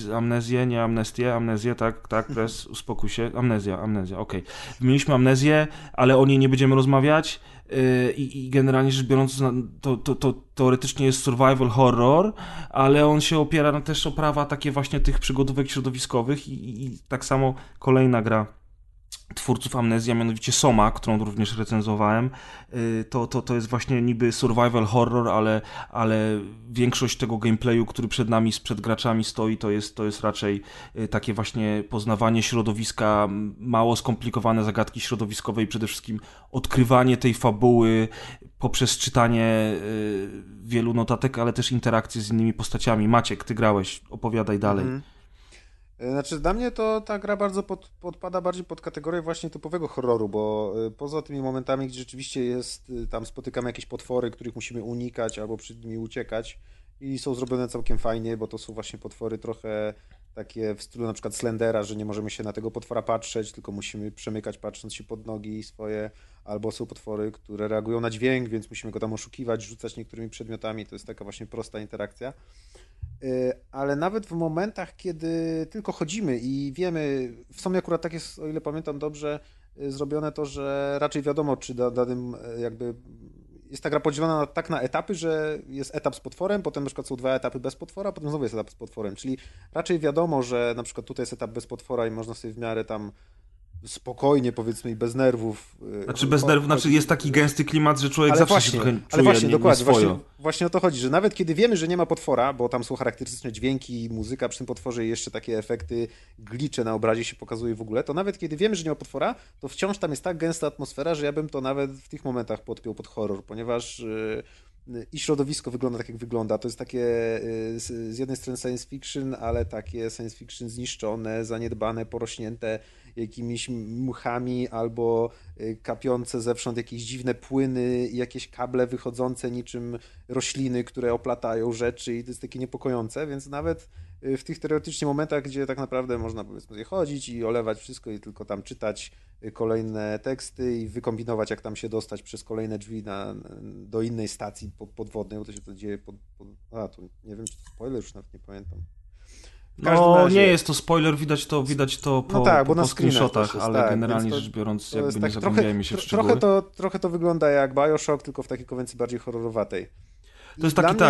S4: Amnezję, tak, Press, uspokój się. Amnezja, okej. Wymieniliśmy Amnezję, ale o niej nie będziemy rozmawiać i generalnie rzecz biorąc to teoretycznie jest survival horror, ale on się opiera też o prawa takie właśnie tych przygodówek środowiskowych i tak samo kolejna gra twórców Amnezji, a mianowicie Soma, którą również recenzowałem. To jest właśnie niby survival horror, ale większość tego gameplayu, który przed nami, przed graczami stoi, to jest raczej takie właśnie poznawanie środowiska, mało skomplikowane zagadki środowiskowe i przede wszystkim odkrywanie tej fabuły poprzez czytanie wielu notatek, ale też interakcje z innymi postaciami. Maciek, ty grałeś, opowiadaj dalej.
S7: Znaczy, dla mnie to ta gra bardzo podpada bardziej pod kategorię właśnie typowego horroru, bo poza tymi momentami, gdzie rzeczywiście tam spotykamy jakieś potwory, których musimy unikać albo przed nimi uciekać i są zrobione całkiem fajnie, bo to są właśnie potwory trochę takie w stylu na przykład Slendera, że nie możemy się na tego potwora patrzeć, tylko musimy przemykać patrząc się pod nogi swoje, albo są potwory, które reagują na dźwięk, więc musimy go tam oszukiwać, rzucać niektórymi przedmiotami, to jest taka właśnie prosta interakcja. Ale nawet w momentach, kiedy tylko chodzimy i wiemy, w sumie akurat tak jest, o ile pamiętam dobrze, zrobione to, że raczej wiadomo, czy danym jakby jest ta gra podzielona tak na etapy, że jest etap z potworem, potem na przykład są 2 etapy bez potwora, potem znowu jest etap z potworem, czyli raczej wiadomo, że na przykład tutaj jest etap bez potwora i można sobie w miarę tam spokojnie, powiedzmy, i bez nerwów.
S4: Znaczy bez nerwów, znaczy jest taki gęsty klimat, że człowiek zawsze się trochę
S7: ale właśnie,
S4: czuje
S7: dokładnie, właśnie o to chodzi, że nawet kiedy wiemy, że nie ma potwora, bo tam są charakterystyczne dźwięki, muzyka przy tym potworze i jeszcze takie efekty glicze na obrazie się pokazuje w ogóle, to nawet kiedy wiemy, że nie ma potwora, to wciąż tam jest tak gęsta atmosfera, że ja bym to nawet w tych momentach podpiął pod horror, ponieważ i środowisko wygląda tak, jak wygląda. To jest takie z jednej strony science fiction, ale takie science fiction zniszczone, zaniedbane, porośnięte jakimiś mchami albo kapiące zewsząd jakieś dziwne płyny i jakieś kable wychodzące niczym rośliny, które oplatają rzeczy i to jest takie niepokojące, więc nawet w tych teoretycznie momentach, gdzie tak naprawdę można, powiedzmy, chodzić i olewać wszystko i tylko tam czytać kolejne teksty i wykombinować, jak tam się dostać przez kolejne drzwi do innej stacji podwodnej, bo to się to dzieje to nie wiem, czy to spoiler, już nawet nie pamiętam.
S4: No,
S7: razie...
S4: nie jest to spoiler, widać to po screenshotach, ale
S7: tak,
S4: generalnie rzecz biorąc, jakby nie
S7: tak,
S4: zagłębiajmy się w szczegóły.
S7: Trochę to wygląda jak BioShock, tylko w takiej konwencji bardziej horrorowatej.
S4: To jest taki,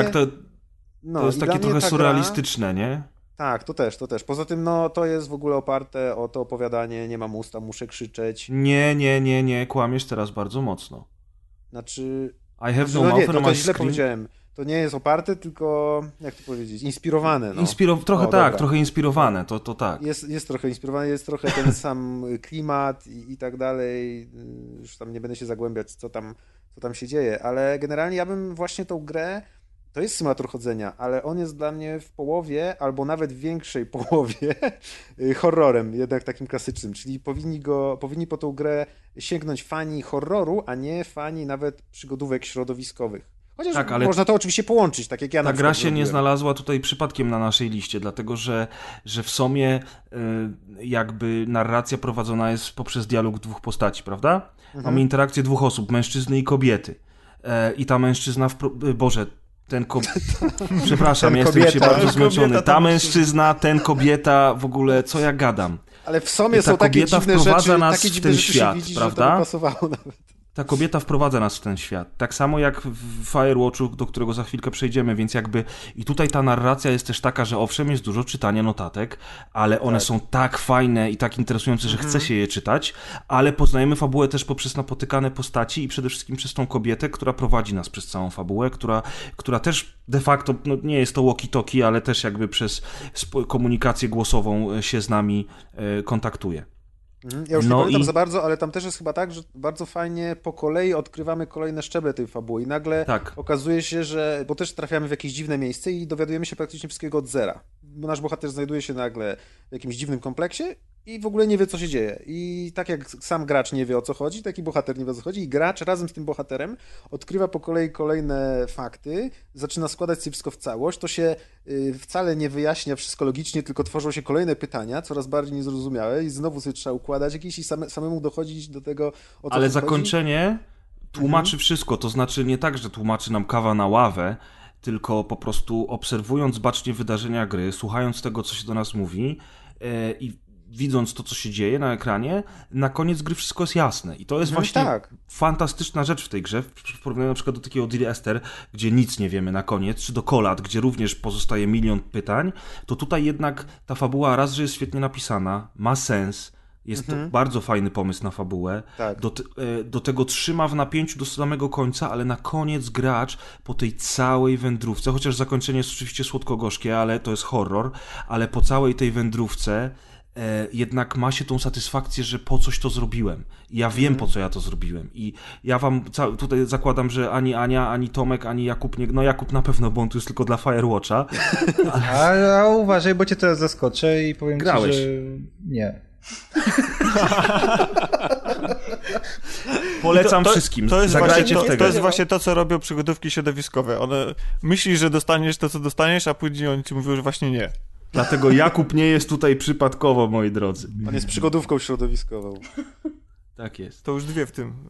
S4: to jest takie trochę surrealistyczne, nie?
S7: Tak, to też. Poza tym, to jest w ogóle oparte o to opowiadanie, nie mam usta, muszę krzyczeć.
S4: Nie, kłamiesz teraz bardzo mocno.
S7: Znaczy...
S4: I have no mouth and
S7: to źle powiedziałem. To nie jest oparte, tylko, jak to powiedzieć, inspirowane.
S4: Trochę inspirowane, to tak.
S7: Jest trochę inspirowane, jest trochę ten sam klimat i tak dalej. Już tam nie będę się zagłębiać, co tam się dzieje, ale generalnie ja bym właśnie tą grę, to jest symulator chodzenia, ale on jest dla mnie w połowie, albo nawet w większej połowie horrorem, jednak takim klasycznym, czyli powinni po tą grę sięgnąć fani horroru, a nie fani nawet przygodówek środowiskowych. Chociaż tak, ale można to oczywiście połączyć, tak jak ja na przykład.
S4: Ta gra się nie znalazła tutaj przypadkiem na naszej liście, dlatego że w Somie jakby narracja prowadzona jest poprzez dialog 2 postaci, prawda? Mamy interakcję 2 osób, mężczyzny i kobiety. I ta mężczyzna, przepraszam, jestem się bardzo zmęczony. Ta mężczyzna, kobieta, w ogóle, co ja gadam.
S7: Ale w Somie są takie dziwne rzeczy,
S4: nas w ten świat,
S7: widzi,
S4: prawda?
S7: Że to by pasowało nawet.
S4: Ta kobieta wprowadza nas w ten świat. Tak samo jak w Firewatchu, do którego za chwilkę przejdziemy, więc jakby i tutaj ta narracja jest też taka, że owszem, jest dużo czytania notatek, ale one są tak fajne i tak interesujące, że chce się je czytać, ale poznajemy fabułę też poprzez napotykane postaci i przede wszystkim przez tą kobietę, która prowadzi nas przez całą fabułę, która też de facto, nie jest to walkie-talkie, ale też jakby przez komunikację głosową się z nami kontaktuje.
S7: Ja już nie pamiętam za bardzo, ale tam też jest chyba tak, że bardzo fajnie po kolei odkrywamy kolejne szczeble tej fabuły i nagle okazuje się, że, bo też trafiamy w jakieś dziwne miejsce i dowiadujemy się praktycznie wszystkiego od zera. Nasz bohater znajduje się nagle w jakimś dziwnym kompleksie i w ogóle nie wie, co się dzieje. I tak jak sam gracz nie wie, o co chodzi, tak i bohater nie wie, o co chodzi i gracz razem z tym bohaterem odkrywa po kolei kolejne fakty, zaczyna składać sobie wszystko w całość, to się wcale nie wyjaśnia wszystko logicznie, tylko tworzą się kolejne pytania, coraz bardziej niezrozumiałe i znowu sobie trzeba układać jakieś i samemu dochodzić do tego, o co
S4: Ale
S7: chodzi.
S4: Zakończenie tłumaczy wszystko, to znaczy nie tak, że tłumaczy nam kawa na ławę, tylko po prostu obserwując bacznie wydarzenia gry, słuchając tego, co się do nas mówi i widząc to, co się dzieje na ekranie, na koniec gry wszystko jest jasne. I to jest właśnie fantastyczna rzecz w tej grze, w porównaniu na przykład do takiego Dear Esther, gdzie nic nie wiemy na koniec, czy do Kolat, gdzie również pozostaje milion pytań, to tutaj jednak ta fabuła raz, że jest świetnie napisana, ma sens, Jest to bardzo fajny pomysł na fabułę.
S7: Tak.
S4: Do tego trzyma w napięciu do samego końca, ale na koniec gracz po tej całej wędrówce, chociaż zakończenie jest oczywiście słodko-gorzkie, ale to jest horror, ale po całej tej wędrówce jednak ma się tą satysfakcję, że po coś to zrobiłem. I ja wiem, po co ja to zrobiłem. I ja wam tutaj zakładam, że ani Ania, ani Tomek, ani Jakub nie... No Jakub na pewno, bo on tu jest tylko dla Firewatcha.
S1: A uważaj, bo cię teraz zaskoczę i powiem
S4: Grałeś.
S1: ci, że nie.
S4: Polecam wszystkim. Zagrajcie w tego.
S5: To jest właśnie to, co robią przygodówki środowiskowe. One myślisz, że dostaniesz to, co dostaniesz, a później oni ci mówią, że właśnie nie.
S4: Dlatego Jakub nie jest tutaj przypadkowo, moi drodzy.
S7: On jest przygodówką środowiskową.
S4: Tak jest.
S5: To już dwie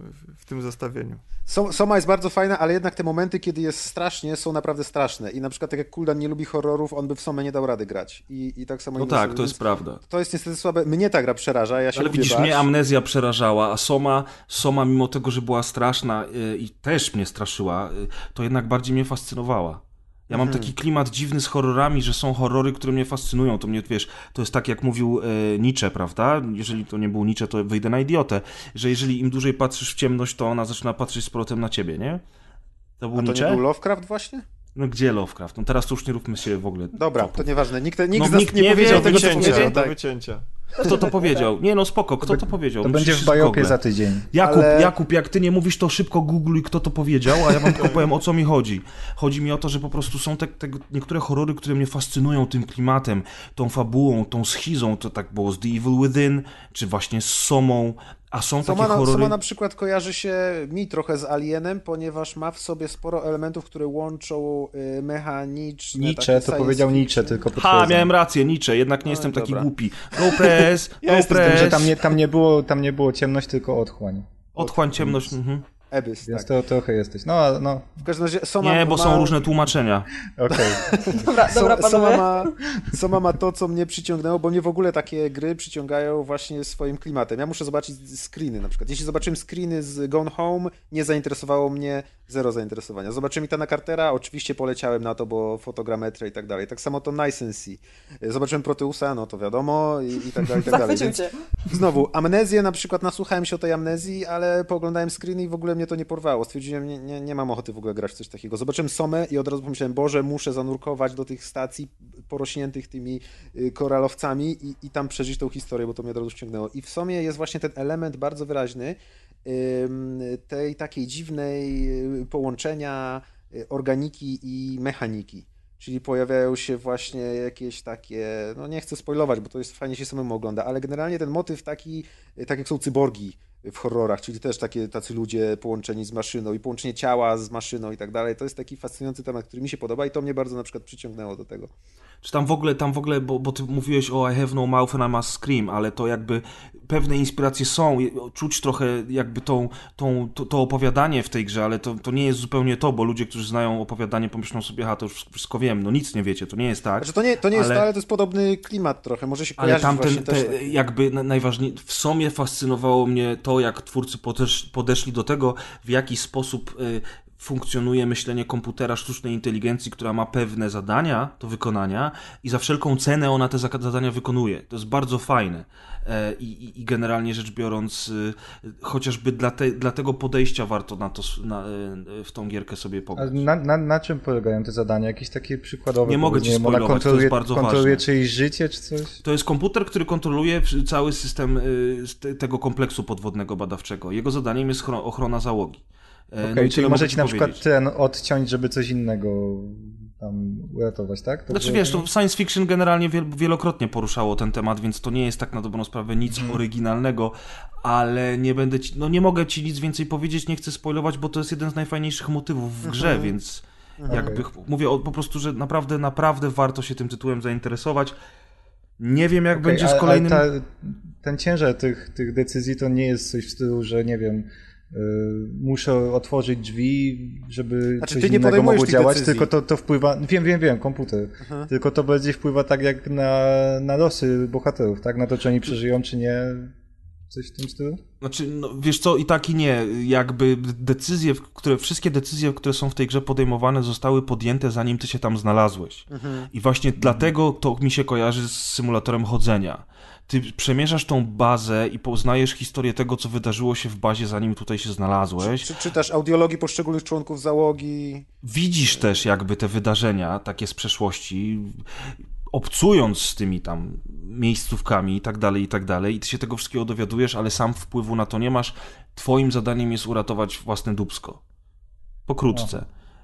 S5: w tym zestawieniu.
S7: Soma jest bardzo fajna, ale jednak te momenty, kiedy jest strasznie, są naprawdę straszne. I na przykład tak jak Kuldan nie lubi horrorów, on by w Somę nie dał rady grać. I tak samo...
S4: No tak, to jest prawda.
S7: To jest niestety słabe. Mnie ta gra przeraża, ja się
S4: Ale
S7: lubię
S4: widzisz,
S7: bać.
S4: mnie Amnezja przerażała, a Soma mimo tego, że była straszna i też mnie straszyła, to jednak bardziej mnie fascynowała. Ja mam taki klimat dziwny z horrorami, że są horrory, które mnie fascynują. To mnie, wiesz, to jest tak jak mówił Nietzsche, prawda? Jeżeli to nie był Nietzsche, to wyjdę na idiotę. Że jeżeli im dłużej patrzysz w ciemność, to ona zaczyna patrzeć z powrotem na ciebie, nie? To był
S7: A to
S4: Nietzsche?
S7: nie był Lovecraft właśnie?
S4: No gdzie Lovecraft? No teraz to już nie róbmy się w ogóle.
S7: Dobra, to nieważne. Nikt z nas
S4: nikt
S7: nie
S4: nie
S7: powiedział
S4: wie,
S7: tego, co
S5: Wycięcia,
S7: powiedział.
S5: do
S7: Tak.
S5: wycięcia.
S4: Kto to powiedział? Nie no spoko, kto to powiedział?
S1: To będzie w bajopie za tydzień.
S4: Jakub, jak ty nie mówisz, to szybko googluj, kto to powiedział, a ja wam tylko powiem, o co mi chodzi. Chodzi mi o to, że po prostu są niektóre horrory, które mnie fascynują tym klimatem, tą fabułą, tą schizą, to tak było z The Evil Within, czy właśnie z Somą, a są takie horrory...
S7: Soma na przykład kojarzy się mi trochę z Alienem, ponieważ ma w sobie sporo elementów, które łączą mechaniczne...
S1: Nietzsche, to powiedział Nietzsche, tylko potwierdzam.
S4: miałem rację, Nietzsche, jednak nie jestem taki
S7: dobra.
S4: głupi. Go press,
S1: Ja
S4: go
S1: jestem z tym, że
S4: press.
S1: tam nie było ciemność, tylko otchłań.
S4: Otchłań, ciemność.
S7: Abyss,
S1: Więc
S7: tak.
S1: to trochę jesteś. No,
S7: W każdym razie Soma
S4: Nie, bo
S7: ma...
S4: są różne tłumaczenia.
S1: okej.
S6: Dobra, panowie.
S7: Soma ma to, co mnie przyciągnęło, bo mnie w ogóle takie gry przyciągają właśnie swoim klimatem. Ja muszę zobaczyć screeny na przykład. Jeśli zobaczyłem screeny z Gone Home, nie zainteresowało mnie, zero zainteresowania. Zobaczyłem Ethana Cartera, oczywiście poleciałem na to, bo fotogrametria i tak dalej. Tak samo to Nice and See. Zobaczyłem Proteusa, no to wiadomo i tak dalej, i tak dalej.
S6: Zachwycił
S7: Więc
S6: cię.
S7: znowu, Amnezję na przykład, nasłuchałem się o tej Amnezji, ale pooglądałem screeny i w ogóle mnie to nie porwało. Stwierdziłem, nie mam ochoty w ogóle grać w coś takiego. Zobaczyłem Somę i od razu pomyślałem, Boże, muszę zanurkować do tych stacji porośniętych tymi koralowcami i tam przeżyć tą historię, bo to mnie od razu ściągnęło. I w Somie jest właśnie ten element bardzo wyraźny tej takiej dziwnej połączenia organiki i mechaniki. Czyli pojawiają się właśnie jakieś takie, no nie chcę spoilować, bo to jest fajnie się samemu ogląda, ale generalnie ten motyw taki, tak jak są cyborgi w horrorach, czyli też tacy ludzie połączeni z maszyną i połączenie ciała z maszyną i tak dalej, to jest taki fascynujący temat, który mi się podoba i to mnie bardzo na przykład przyciągnęło do tego.
S4: Czy tam w ogóle, bo ty mówiłeś o I have no mouth and I must scream, ale to jakby pewne inspiracje są, czuć trochę jakby to opowiadanie w tej grze, ale to nie jest zupełnie to, bo ludzie, którzy znają opowiadanie, pomyślą sobie, to już wszystko wiem, no nic nie wiecie, to nie jest tak.
S7: Znaczy to nie jest to, ale to jest podobny klimat trochę, może się kojarzyć
S4: ale
S7: właśnie też.
S4: jakby najważniejsze, w Somie fascynowało mnie to, jak twórcy podeszli do tego, w jaki sposób funkcjonuje myślenie komputera sztucznej inteligencji, która ma pewne zadania do wykonania i za wszelką cenę ona te zadania wykonuje. To jest bardzo fajne. I generalnie rzecz biorąc, chociażby dla tego podejścia warto w tą gierkę sobie pograć.
S1: Na czym polegają te zadania? Jakieś takie przykładowe?
S4: Nie mogę ci spoilować, to jest bardzo
S1: kontroluje
S4: ważne.
S1: czyjeś życie czy coś?
S4: To jest komputer, który kontroluje cały system tego kompleksu podwodnego badawczego. Jego zadaniem jest ochrona załogi.
S1: Okej, czyli możecie na przykład ten odciąć, żeby coś innego tam uratować, tak?
S4: Znaczy wiesz, to science fiction generalnie wielokrotnie poruszało ten temat, więc to nie jest tak na dobrą sprawę nic oryginalnego, ale nie mogę ci nic więcej powiedzieć, nie chcę spoilować, bo to jest jeden z najfajniejszych motywów w grze, więc jakby mówię po prostu, że naprawdę warto się tym tytułem zainteresować. Nie wiem, jak będzie z kolejnym...
S1: Ten ciężar tych decyzji to nie jest coś w stylu, że nie wiem... muszę otworzyć drzwi, żeby coś innego mogło działać,
S7: decyzji.
S1: tylko to wpływa... Wiem, komputer. Tylko to bardziej wpływa tak jak na losy bohaterów, tak? Na to, czy oni przeżyją, czy nie. Coś w tym stylu?
S4: Znaczy, no, wiesz co, i tak i nie. Jakby wszystkie decyzje, które są w tej grze podejmowane, zostały podjęte, zanim ty się tam znalazłeś. I właśnie dlatego to mi się kojarzy z symulatorem chodzenia. ty przemierzasz tą bazę i poznajesz historię tego, co wydarzyło się w bazie, zanim tutaj się znalazłeś.
S7: Czytasz audiologii poszczególnych członków załogi.
S4: Widzisz też jakby te wydarzenia takie z przeszłości, obcując z tymi tam miejscówkami i tak dalej, i ty się tego wszystkiego dowiadujesz, ale sam wpływu na to nie masz. Twoim zadaniem jest uratować własne dupsko. Pokrótce.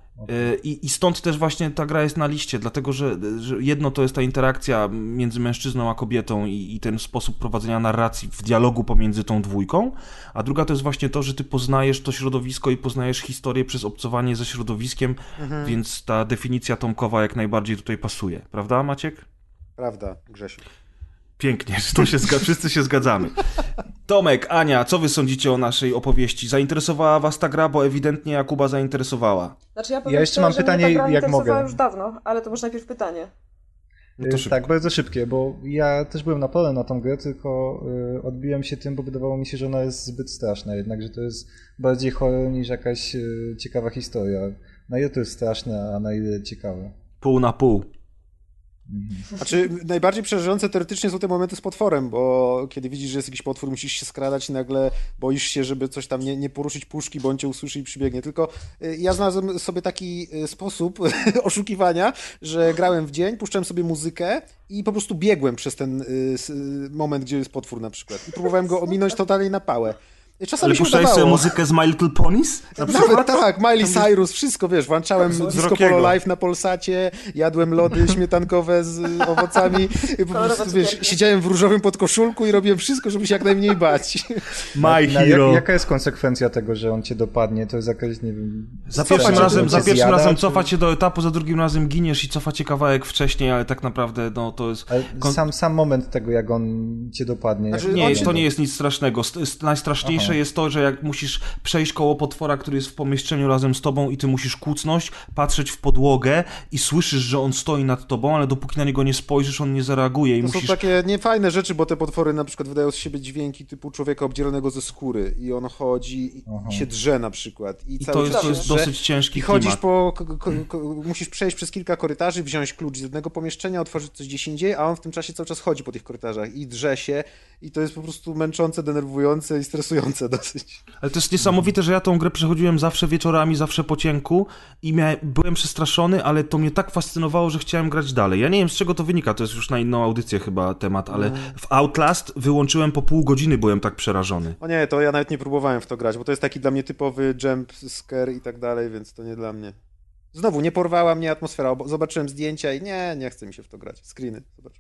S4: I stąd też właśnie ta gra jest na liście, dlatego że jedno to jest ta interakcja między mężczyzną a kobietą i ten sposób prowadzenia narracji w dialogu pomiędzy tą dwójką, a druga to jest właśnie to, że ty poznajesz to środowisko i poznajesz historię przez obcowanie ze środowiskiem, więc ta definicja Tomkowa jak najbardziej tutaj pasuje. Prawda, Maciek?
S7: Prawda, Grzesiu.
S4: Pięknie, wszyscy się zgadzamy. Tomek, Ania, co wy sądzicie o naszej opowieści? Zainteresowała was ta gra, bo ewidentnie Jakuba zainteresowała.
S6: Znaczy ja powiem
S1: Ja jeszcze
S6: szczerze,
S1: mam
S6: że
S1: pytanie,
S6: mnie ta gra
S1: jak
S6: interesowała
S1: mogę.
S6: już dawno, ale to może najpierw pytanie.
S4: No to szybko.
S1: Tak, bardzo szybkie, bo ja też byłem napalony na tą grę, tylko odbiłem się tym, bo wydawało mi się, że ona jest zbyt straszna, jednak, że to jest bardziej horror niż jakaś ciekawa historia. Na ile to jest straszne, a na ile ciekawe.
S4: Pół na pół.
S7: Znaczy, najbardziej przerażające teoretycznie są te momenty z potworem, bo kiedy widzisz, że jest jakiś potwór, musisz się skradać i nagle boisz się, żeby coś tam nie poruszyć puszki, bo on cię usłyszy i przybiegnie. Tylko ja znalazłem sobie taki sposób oszukiwania, że grałem w dzień, puszczałem sobie muzykę i po prostu biegłem przez ten moment, gdzie jest potwór na przykład. I próbowałem go ominąć totalnie na pałę. Czasami
S4: Ale
S7: się
S4: puszczałeś
S7: udawało.
S4: sobie muzykę z My Little Ponies?
S7: Nawet tak, Miley Cyrus, wszystko, wiesz, włączałem Disco
S5: Rockiego.
S7: Polo Live na Polsacie, jadłem lody śmietankowe z owocami, i po prostu, wiesz, siedziałem w różowym podkoszulku i robiłem wszystko, żeby się jak najmniej bać.
S4: My Hero.
S1: Jaka jest konsekwencja tego, że on cię dopadnie? To jest jakaś, nie wiem...
S4: Za
S7: Cofać
S4: pierwszym
S7: się,
S4: razem,
S7: to
S4: za
S1: cię
S4: pierwszym
S1: zjada,
S4: razem
S1: czy-
S4: cofa cię do etapu, za drugim razem giniesz i cofa cię kawałek wcześniej, ale tak naprawdę no, to jest...
S1: Ale sam moment tego, jak on cię dopadnie.
S7: Znaczy,
S1: jak
S4: Nie,
S7: on
S4: to nie jest nic strasznego. Najstraszniejsze jest to, że jak musisz przejść koło potwora, który jest w pomieszczeniu razem z tobą i ty musisz kucnąć, patrzeć w podłogę i słyszysz, że on stoi nad tobą, ale dopóki na niego nie spojrzysz, on nie zareaguje i
S7: To
S4: musisz...
S7: są takie niefajne rzeczy, bo te potwory na przykład wydają z siebie dźwięki typu człowieka obdzieranego ze skóry i on chodzi i się drze na przykład.
S4: I
S7: cały
S4: to
S7: czas
S4: jest
S7: się drze.
S4: dosyć ciężki
S7: I chodzisz
S4: klimat.
S7: musisz przejść przez kilka korytarzy, wziąć klucz z jednego pomieszczenia, otworzyć coś gdzieś indziej, a on w tym czasie cały czas chodzi po tych korytarzach i drze się i to jest po prostu męczące, denerwujące i stresujące dosyć.
S4: Ale to jest niesamowite, że ja tą grę przechodziłem zawsze wieczorami, zawsze po cienku i byłem przestraszony, ale to mnie tak fascynowało, że chciałem grać dalej. Ja nie wiem, z czego to wynika, to jest już na inną audycję chyba temat, ale w Outlast wyłączyłem po pół godziny, byłem tak przerażony.
S7: O nie, to ja nawet nie próbowałem w to grać, bo to jest taki dla mnie typowy jump scare i tak dalej, więc to nie dla mnie. Znowu, nie porwała mnie atmosfera, bo zobaczyłem zdjęcia i nie chce mi się w to grać. Screeny, zobacz.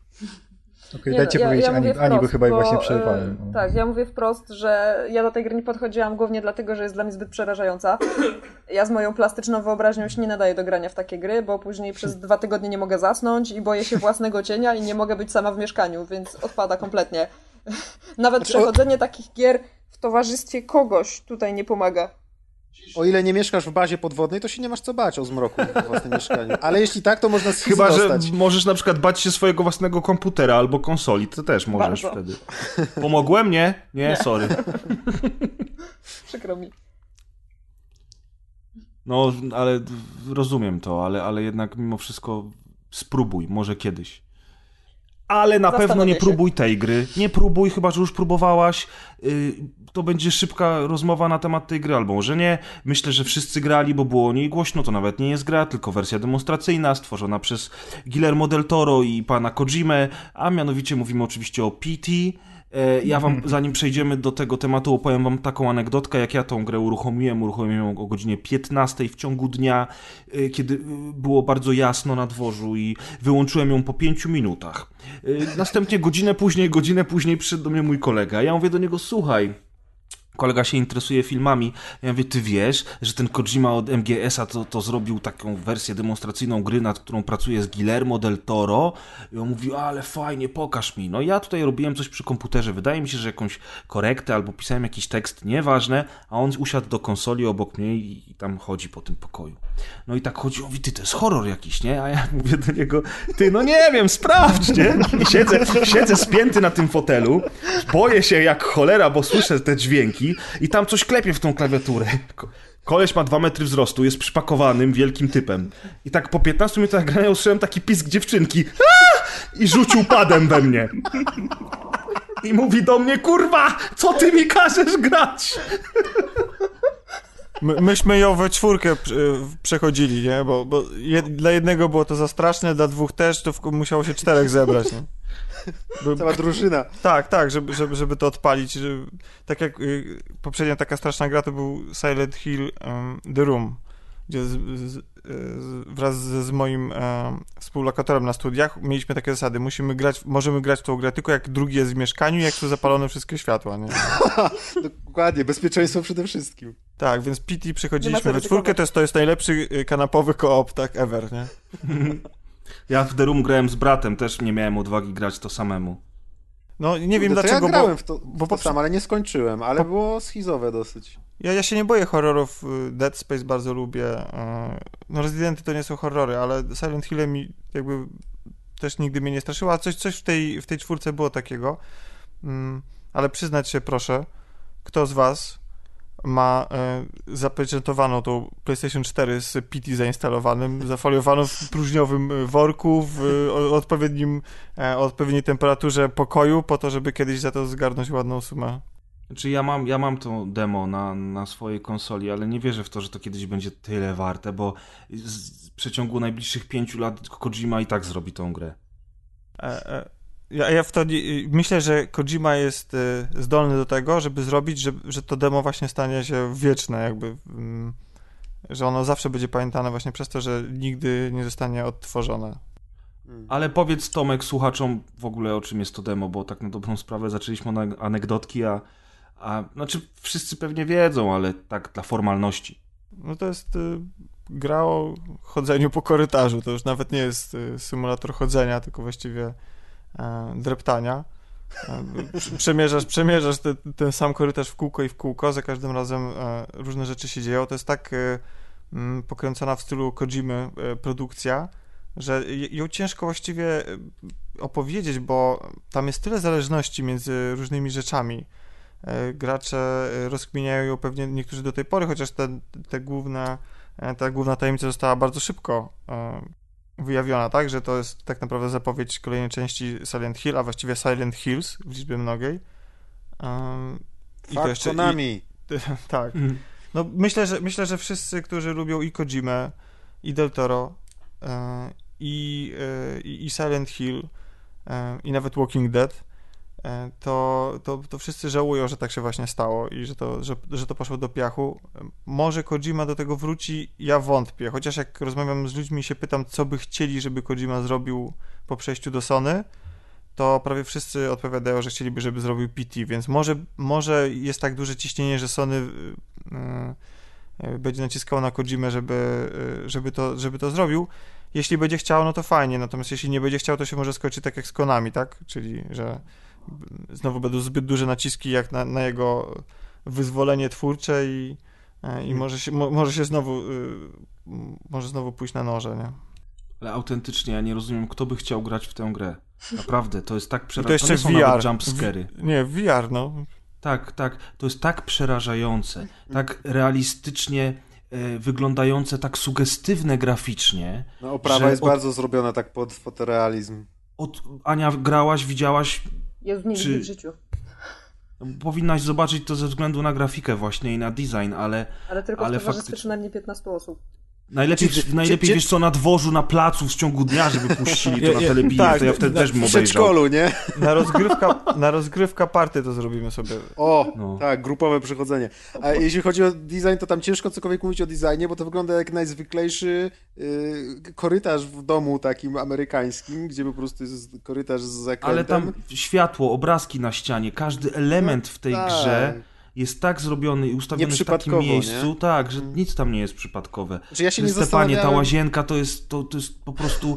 S1: Okej, dajcie powiedzieć
S6: mówię
S1: Ani, bo
S6: wprost,
S1: chyba jej
S6: bo,
S1: właśnie przerwałem.
S6: Tak, ja mówię wprost, że ja do tej gry nie podchodziłam głównie dlatego, że jest dla mnie zbyt przerażająca. Ja z moją plastyczną wyobraźnią się nie nadaję do grania w takie gry, bo później przez 2 tygodnie nie mogę zasnąć i boję się własnego cienia i nie mogę być sama w mieszkaniu, więc odpada kompletnie. Nawet przechodzenie takich gier w towarzystwie kogoś tutaj nie pomaga.
S7: O ile nie mieszkasz w bazie podwodnej, to się nie masz co bać o zmroku w własnym mieszkaniu. Ale jeśli tak, to można z
S4: Chyba,
S7: dostać.
S4: że możesz na przykład bać się swojego własnego komputera albo konsoli, to też możesz
S6: Bardzo.
S4: wtedy. Pomogłem? Nie? Nie, sorry.
S6: Przykro mi.
S4: No, ale rozumiem to, ale jednak mimo wszystko spróbuj, może kiedyś. Ale na pewno nie
S6: Zastanowię się.
S4: próbuj tej gry. Nie próbuj, chyba że już próbowałaś. To będzie szybka rozmowa na temat tej gry, albo może nie. Myślę, że wszyscy grali, bo było o niej głośno. To nawet nie jest gra, tylko wersja demonstracyjna stworzona przez Guillermo del Toro i pana Kojimę, a mianowicie mówimy oczywiście o PT. Ja wam, zanim przejdziemy do tego tematu, opowiem wam taką anegdotkę, jak ja tą grę uruchomiłem ją o godzinie 15 w ciągu dnia, kiedy było bardzo jasno na dworzu i wyłączyłem ją po 5 minutach. Następnie godzinę później przyszedł do mnie mój kolega. Ja mówię do niego, słuchaj, kolega się interesuje filmami. Ja mówię, ty wiesz, że ten Kojima od MGS-a to zrobił taką wersję demonstracyjną gry, nad którą pracuje z Guillermo del Toro. I on mówi, ale fajnie, pokaż mi. No ja tutaj robiłem coś przy komputerze. Wydaje mi się, że jakąś korektę albo pisałem jakiś tekst, nieważne. A on usiadł do konsoli obok mnie i tam chodzi po tym pokoju. No i tak chodzi, mówi, ty, to jest horror jakiś, nie? A ja mówię do niego, ty, no nie wiem, sprawdź, nie? I siedzę spięty na tym fotelu, boję się jak cholera, bo słyszę te dźwięki i tam coś klepie w tą klawiaturę. Koleś ma 2 metry wzrostu, jest przypakowanym wielkim typem. I tak po 15 minutach grania usłyszałem taki pisk dziewczynki. i rzucił padem we mnie. I mówi do mnie, kurwa, co ty mi każesz grać?
S5: Myśmy ją we czwórkę przechodzili, nie? Bo dla jednego było to za straszne, dla dwóch też, to musiało się 4 zebrać, nie?
S7: Cała drużyna.
S5: Tak, żeby to odpalić. Tak jak poprzednia taka straszna gra to był Silent Hill The Room, gdzie wraz z moim współlokatorem na studiach mieliśmy takie zasady. Możemy grać w tą grę tylko jak drugi jest w mieszkaniu, jak są zapalone wszystkie światła, nie?
S7: Dokładnie, bezpieczeństwo przede wszystkim.
S5: Tak, więc PT przechodziliśmy we czwórkę, to jest najlepszy kanapowy koop, tak, ever, nie?
S4: Ja w The Room grałem z bratem, też nie miałem odwagi grać to samemu.
S5: No nie wiem
S7: To
S5: dlaczego,
S7: ja grałem w to sam, ale nie skończyłem, ale było schizowe dosyć.
S5: Ja się nie boję horrorów, Dead Space bardzo lubię, no Residenty to nie są horrory, ale Silent Hill mi jakby też nigdy mnie nie straszyło, a coś w tej czwórce było takiego, ale przyznać się proszę, kto z was ma zapieczętowaną tą PlayStation 4 z PT zainstalowanym, zafoliowaną w próżniowym worku w odpowiedniej temperaturze pokoju, po to, żeby kiedyś za to zgarnąć ładną sumę.
S4: Znaczy ja mam to demo na swojej konsoli, ale nie wierzę w to, że to kiedyś będzie tyle warte, bo w przeciągu najbliższych 5 lat Kojima i tak zrobi tą grę.
S5: Ja w to myślę, że Kojima jest zdolny do tego, żeby zrobić, że to demo właśnie stanie się wieczne, jakby, że ono zawsze będzie pamiętane właśnie przez to, że nigdy nie zostanie odtworzone.
S4: Ale powiedz, Tomek, słuchaczom w ogóle, o czym jest to demo, bo tak na dobrą sprawę zaczęliśmy od anegdotki, a znaczy wszyscy pewnie wiedzą, ale tak dla formalności.
S5: No to jest gra o chodzeniu po korytarzu, to już nawet nie jest symulator chodzenia, tylko właściwie dreptania. Przemierzasz ten sam korytarz w kółko, za każdym razem różne rzeczy się dzieją. To jest tak pokręcona w stylu Kojimy produkcja, że ją ciężko właściwie opowiedzieć, bo tam jest tyle zależności między różnymi rzeczami. Gracze rozkminiają ją pewnie niektórzy do tej pory, chociaż ta główna tajemnica została bardzo szybko wyjawiona, tak, że to jest tak naprawdę zapowiedź kolejnej części Silent Hill, a właściwie Silent Hills w liczbie mnogiej.
S7: I to jeszcze Konami.
S5: Tak. No myślę, że wszyscy, którzy lubią i Kojimę, i Del Toro, i Silent Hill, i nawet Walking Dead, to wszyscy żałują, że tak się właśnie stało i że to poszło do piachu. Może Kojima do tego wróci, ja wątpię, chociaż jak rozmawiam z ludźmi i się pytam, co by chcieli, żeby Kojima zrobił po przejściu do Sony, to prawie wszyscy odpowiadają, że chcieliby, żeby zrobił PT, więc może jest tak duże ciśnienie, że Sony będzie naciskało na Kojimę, żeby to zrobił. Jeśli będzie chciał, no to fajnie, natomiast jeśli nie będzie chciał, to się może skończyć tak jak z Konami, tak? Czyli, że znowu będą zbyt duże naciski jak na jego wyzwolenie twórcze i może znowu pójść na noże, nie?
S4: Ale autentycznie ja nie rozumiem, kto by chciał grać w tę grę. Naprawdę, to jest tak
S5: przerażające.
S4: To jeszcze VR. Jumpscary.
S5: Nie, VR, no.
S4: Tak, to jest tak przerażające, tak realistycznie wyglądające, tak sugestywne graficznie.
S7: No oprawa jest bardzo zrobiona tak pod fotorealizm.
S4: Ania, grałaś, widziałaś?
S6: Jezu, nigdy w życiu.
S4: Powinnaś zobaczyć to ze względu na grafikę właśnie i na design, ale
S6: tylko w towarzystwie przynajmniej 15 osób.
S4: Najlepiej wiesz co, na dworzu, na placu w ciągu dnia, żeby puścili to na telebinie,
S5: tak,
S4: to ja wtedy też bym obejrzał.
S7: W przedszkolu, nie?
S5: Na rozgrywka party to zrobimy sobie.
S7: Tak, grupowe przechodzenie. A jeśli chodzi o design, to tam ciężko cokolwiek mówić o designie, bo to wygląda jak najzwyklejszy korytarz w domu takim amerykańskim, gdzie po prostu jest korytarz z zakrętem.
S4: Ale tam światło, obrazki na ścianie, każdy element w tej grze jest tak zrobiony i ustawiony w takim miejscu, nie? Tak, że nic tam nie jest przypadkowe.
S7: Znaczy ja się nie
S4: Stefanie, ta łazienka to jest po prostu...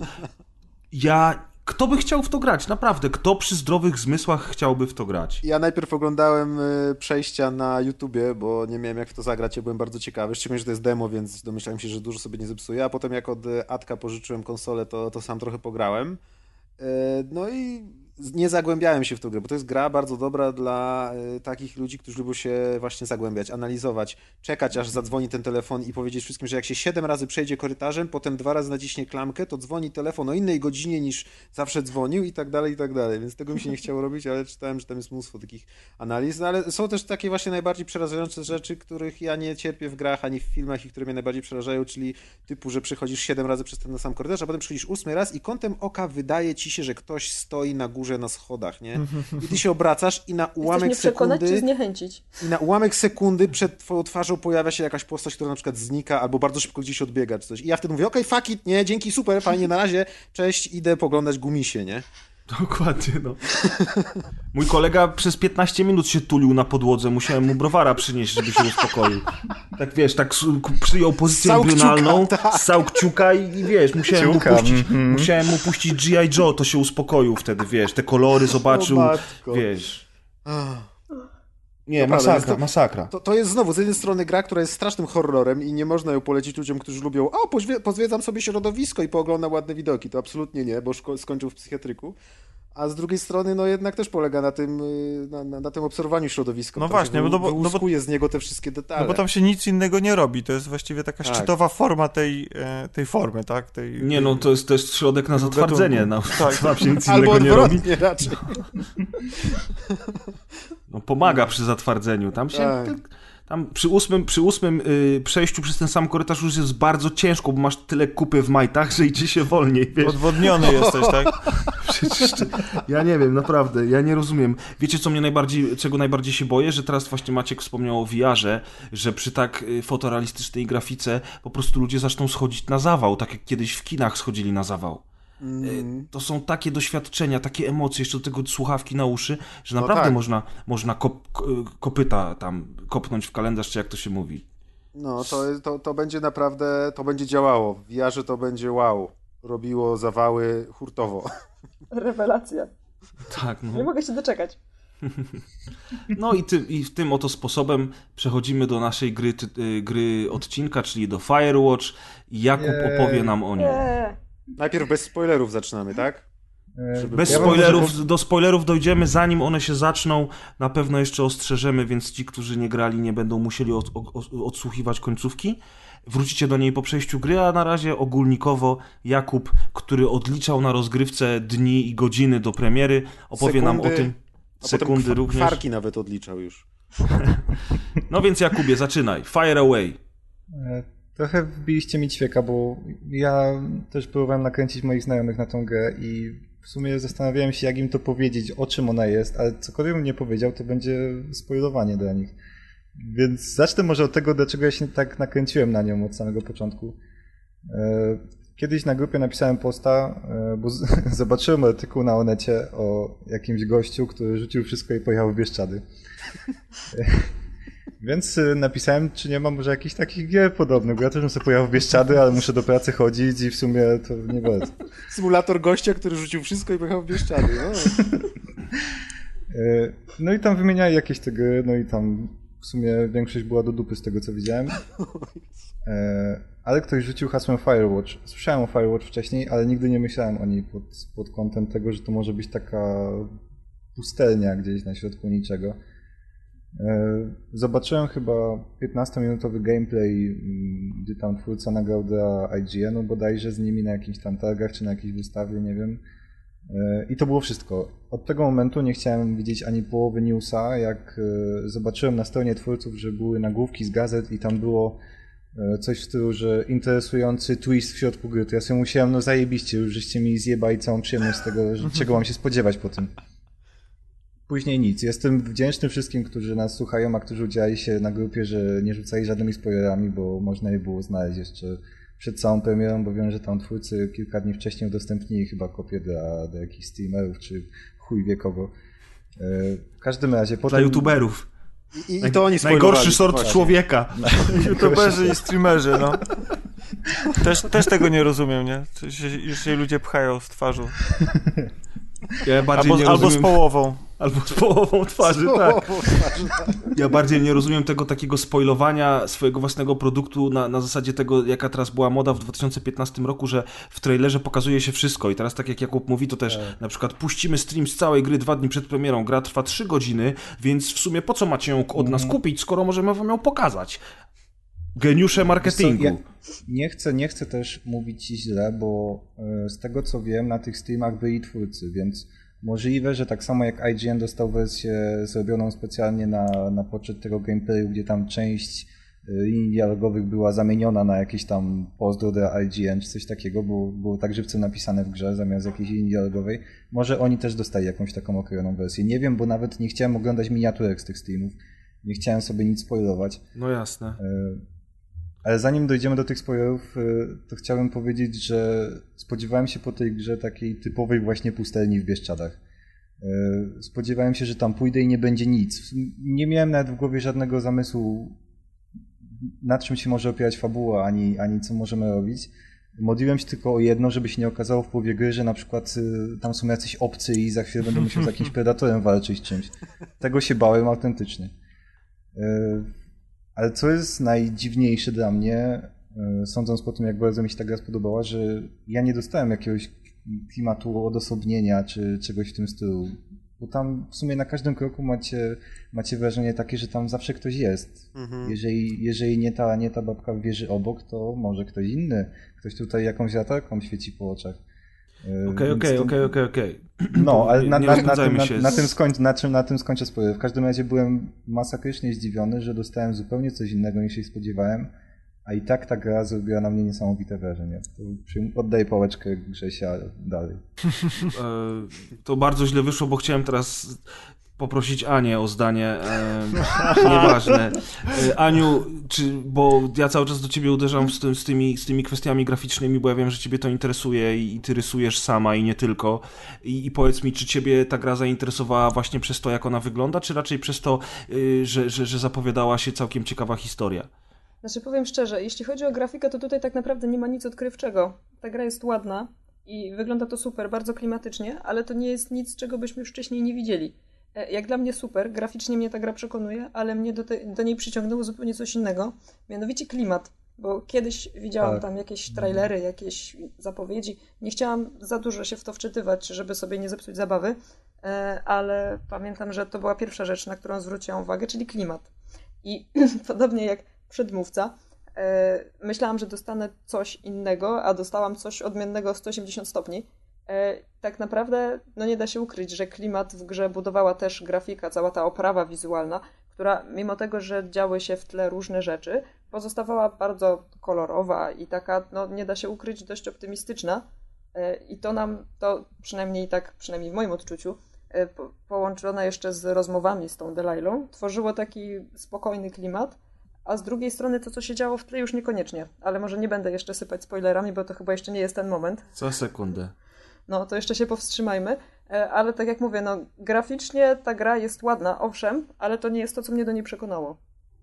S4: Kto by chciał w to grać? Naprawdę, kto przy zdrowych zmysłach chciałby w to grać?
S7: Ja najpierw oglądałem przejścia na YouTubie, bo nie miałem jak w to zagrać, ja byłem bardzo ciekawy, szczególnie, że to jest demo, więc domyślałem się, że dużo sobie nie zepsuję, a potem jak od Atka pożyczyłem konsolę, to sam trochę pograłem. No i nie zagłębiałem się w tę grę, bo to jest gra bardzo dobra dla takich ludzi, którzy lubią się właśnie zagłębiać, analizować, czekać aż zadzwoni ten telefon i powiedzieć wszystkim, że jak się 7 razy przejdzie korytarzem, potem 2 razy naciśnie klamkę, to dzwoni telefon o innej godzinie niż zawsze dzwonił i tak dalej, więc tego mi się nie chciało robić, ale czytałem, że tam jest mnóstwo takich analiz, no ale są też takie właśnie najbardziej przerażające rzeczy, których ja nie cierpię w grach, ani w filmach i które mnie najbardziej przerażają, czyli typu, że przechodzisz 7 razy przez ten sam korytarz, a potem przechodzisz 8 raz i kątem oka wydaje ci się, że ktoś stoi na górze na schodach, nie? I ty się obracasz i na ułamek
S6: przekonać
S7: sekundy...
S6: czy zniechęcić?
S7: I na ułamek sekundy przed twoją twarzą pojawia się jakaś postać, która na przykład znika albo bardzo szybko gdzieś odbiega czy coś. I ja wtedy mówię, okej, fuck it, nie, dzięki, super, fajnie, na razie, cześć, idę poglądać Gumisie, nie?
S4: Dokładnie, no. Mój kolega przez 15 minut się tulił na podłodze, musiałem mu browara przynieść, żeby się uspokoił. Tak wiesz, tak przyjął pozycję embrionalną, ssał kciuka i wiesz, musiałem mu puścić G.I. Joe, to się uspokoił wtedy, wiesz, te kolory zobaczył, wiesz. Nie, masakra.
S7: To jest znowu z jednej strony gra, która jest strasznym horrorem i nie można ją polecić ludziom, którzy lubią pozwiedzam sobie środowisko i pooglądam ładne widoki. To absolutnie nie, bo skończył w psychiatryku. A z drugiej strony, no jednak też polega na tym, na tym obserwowaniu środowiska.
S5: No właśnie,
S7: wyłuskuje z niego te wszystkie detale.
S5: No bo tam się nic innego nie robi. To jest właściwie taka szczytowa forma tej formy, tak?
S4: Nie, no to jest też środek na zatwardzenie. Tam się nic
S7: albo
S4: innego nie robi.
S7: raczej.
S4: No pomaga przy zatwardzeniu. Tam przy ósmym przejściu przez ten sam korytarz już jest bardzo ciężko, bo masz tyle kupy w majtach, że idzie się wolniej, wiesz.
S5: Odwodniony jesteś, tak?
S4: Przecież ja nie wiem, naprawdę, ja nie rozumiem. Wiecie, czego najbardziej się boję? Że teraz właśnie Maciek wspomniał o VR-ze, że przy tak fotorealistycznej grafice po prostu ludzie zaczną schodzić na zawał, tak jak kiedyś w kinach schodzili na zawał. To są takie doświadczenia, takie emocje, jeszcze do tego słuchawki na uszy, że naprawdę można kopyta tam kopnąć w kalendarz, czy jak to się mówi.
S7: No, to będzie naprawdę, to będzie działało. W VR-ze to będzie wow. Robiło zawały hurtowo.
S6: Rewelacja.
S4: Tak, no.
S6: Nie mogę się doczekać.
S4: No i w tym oto sposobem przechodzimy do naszej gry odcinka, czyli do Firewatch. Jakub opowie nam o niej.
S7: Najpierw bez spoilerów zaczynamy, tak?
S4: Bez spoilerów, do spoilerów dojdziemy, zanim one się zaczną, na pewno jeszcze ostrzeżemy, więc ci, którzy nie grali, nie będą musieli odsłuchiwać końcówki. Wrócicie do niej po przejściu gry, a na razie ogólnikowo Jakub, który odliczał na rozgrywce dni i godziny do premiery, opowie nam o tym. Sekundy również.
S7: Kwarki nawet odliczał już.
S4: No więc Jakubie, zaczynaj. Fire away.
S1: Trochę wbiliście mi ćwieka, bo ja też próbowałem nakręcić moich znajomych na tą grę i w sumie zastanawiałem się, jak im to powiedzieć, o czym ona jest, ale cokolwiek bym nie powiedział, to będzie spoilowanie dla nich. Więc zacznę może od tego, dlaczego ja się tak nakręciłem na nią od samego początku. Kiedyś na grupie napisałem posta, bo zobaczyłem artykuł na Onecie o jakimś gościu, który rzucił wszystko i pojechał w Bieszczady. Więc napisałem, czy nie ma może jakichś takich gier podobnych, bo ja też bym sobie pojechał w Bieszczady, ale muszę do pracy chodzić i w sumie to nie warto.
S7: Symulator gościa, który rzucił wszystko i pojechał w Bieszczady.
S1: No i tam wymieniali jakieś te gry, no i tam w sumie większość była do dupy z tego, co widziałem. Ale ktoś rzucił hasłem Firewatch. Słyszałem o Firewatch wcześniej, ale nigdy nie myślałem o niej pod kątem tego, że to może być taka pustelnia gdzieś na środku niczego. Zobaczyłem chyba 15-minutowy gameplay, gdy tam twórca nagrał dla IGN-u bodajże z nimi na jakichś tam targach czy na jakiejś wystawie, nie wiem. I to było wszystko. Od tego momentu nie chciałem widzieć ani połowy newsa, jak zobaczyłem na stronie twórców, że były nagłówki z gazet i tam było coś w stylu, że interesujący twist w środku gry. To ja sobie musiałem, no zajebiście, już żeście mi zjebali całą przyjemność z tego, czego mam się spodziewać po tym. Później nic. Jestem wdzięczny wszystkim, którzy nas słuchają, a którzy udzielali się na grupie, że nie rzucali żadnymi spoilerami, bo można je było znaleźć jeszcze przed całą premierą, bo wiem, że tam twórcy kilka dni wcześniej udostępnili chyba kopię dla jakichś streamerów, czy chuj wie kogo. W każdym razie...
S4: Dla youtuberów.
S7: I to oni
S4: najgorszy sort właśnie człowieka.
S5: YouTuberzy i streamerzy, no. Też tego nie rozumiem, nie? Już się ludzie pchają z twarzą.
S4: Ja bardziej nie
S5: albo z połową.
S4: Albo z połową twarzy, tak. Ja bardziej nie rozumiem tego takiego spoilowania swojego własnego produktu na zasadzie tego, jaka teraz była moda w 2015 roku, że w trailerze pokazuje się wszystko i teraz tak jak Jakub mówi, to też na przykład puścimy stream z całej gry 2 dni przed premierą, gra trwa 3 godziny, więc w sumie po co macie ją od nas kupić, skoro możemy wam ją pokazać? Geniusze marketingu.
S1: Ja nie chcę też mówić ci źle, bo z tego co wiem, na tych streamach byli twórcy, więc możliwe, że tak samo jak IGN dostał wersję zrobioną specjalnie na poczet tego gameplayu, gdzie tam część linii dialogowych była zamieniona na jakieś tam pozdro do IGN czy coś takiego, było tak żywcem napisane w grze zamiast jakiejś linii dialogowej. Może oni też dostali jakąś taką okrojoną wersję. Nie wiem, bo nawet nie chciałem oglądać miniaturek z tych streamów. Nie chciałem sobie nic spoilować.
S4: No jasne.
S1: Ale zanim dojdziemy do tych spoilerów, to chciałem powiedzieć, że spodziewałem się po tej grze takiej typowej właśnie pustelni w Bieszczadach. Spodziewałem się, że tam pójdę i nie będzie nic. Nie miałem nawet w głowie żadnego zamysłu, nad czym się może opierać fabuła, ani co możemy robić. Modliłem się tylko o jedno, żeby się nie okazało w połowie gry, że na przykład tam są jacyś obcy i za chwilę będę musiał z jakimś predatorem walczyć czymś. Tego się bałem autentycznie. Ale co jest najdziwniejsze dla mnie, sądząc po tym, jak bardzo mi się ta gra spodobała, że ja nie dostałem jakiegoś klimatu odosobnienia czy czegoś w tym stylu. Bo tam w sumie na każdym kroku macie wrażenie takie, że tam zawsze ktoś jest. Mhm. Jeżeli nie ta babka w wieży obok, to może ktoś inny. Ktoś tutaj jakąś latarką świeci po oczach.
S4: Okej.
S1: No, ale na tym skończę spoiler. W każdym razie byłem masakrycznie zdziwiony, że dostałem zupełnie coś innego niż się spodziewałem, a i tak ta gra zrobiła na mnie niesamowite wrażenie. Oddaję pałeczkę Grzesia dalej.
S4: To bardzo źle wyszło, bo chciałem teraz poprosić Anię o zdanie. Nieważne. Aniu, bo ja cały czas do ciebie uderzam z tymi kwestiami graficznymi, bo ja wiem, że ciebie to interesuje i ty rysujesz sama i nie tylko. I powiedz mi, czy ciebie ta gra zainteresowała właśnie przez to, jak ona wygląda, czy raczej przez to, że zapowiadała się całkiem ciekawa historia?
S6: Znaczy powiem szczerze, jeśli chodzi o grafikę, to tutaj tak naprawdę nie ma nic odkrywczego. Ta gra jest ładna i wygląda to super, bardzo klimatycznie, ale to nie jest nic, czego byśmy już wcześniej nie widzieli. Jak dla mnie super, graficznie mnie ta gra przekonuje, ale mnie do niej przyciągnęło zupełnie coś innego, mianowicie klimat, bo kiedyś widziałam tam jakieś trailery, jakieś zapowiedzi, nie chciałam za dużo się w to wczytywać, żeby sobie nie zepsuć zabawy, ale pamiętam, że to była pierwsza rzecz, na którą zwróciłam uwagę, czyli klimat. I podobnie jak przedmówca, myślałam, że dostanę coś innego, a dostałam coś odmiennego o 180 stopni. Tak naprawdę nie da się ukryć, że klimat w grze budowała też grafika, cała ta oprawa wizualna, która mimo tego, że działy się w tle różne rzeczy, pozostawała bardzo kolorowa i taka, nie da się ukryć, dość optymistyczna. I to przynajmniej w moim odczuciu, połączone jeszcze z rozmowami z tą Delilą, tworzyło taki spokojny klimat, a z drugiej strony to, co się działo w tle, już niekoniecznie. Ale może nie będę jeszcze sypać spoilerami, bo to chyba jeszcze nie jest ten moment.
S4: Za sekundę.
S6: To jeszcze się powstrzymajmy, ale tak jak mówię, graficznie ta gra jest ładna, owszem, ale to nie jest to, co mnie do niej przekonało.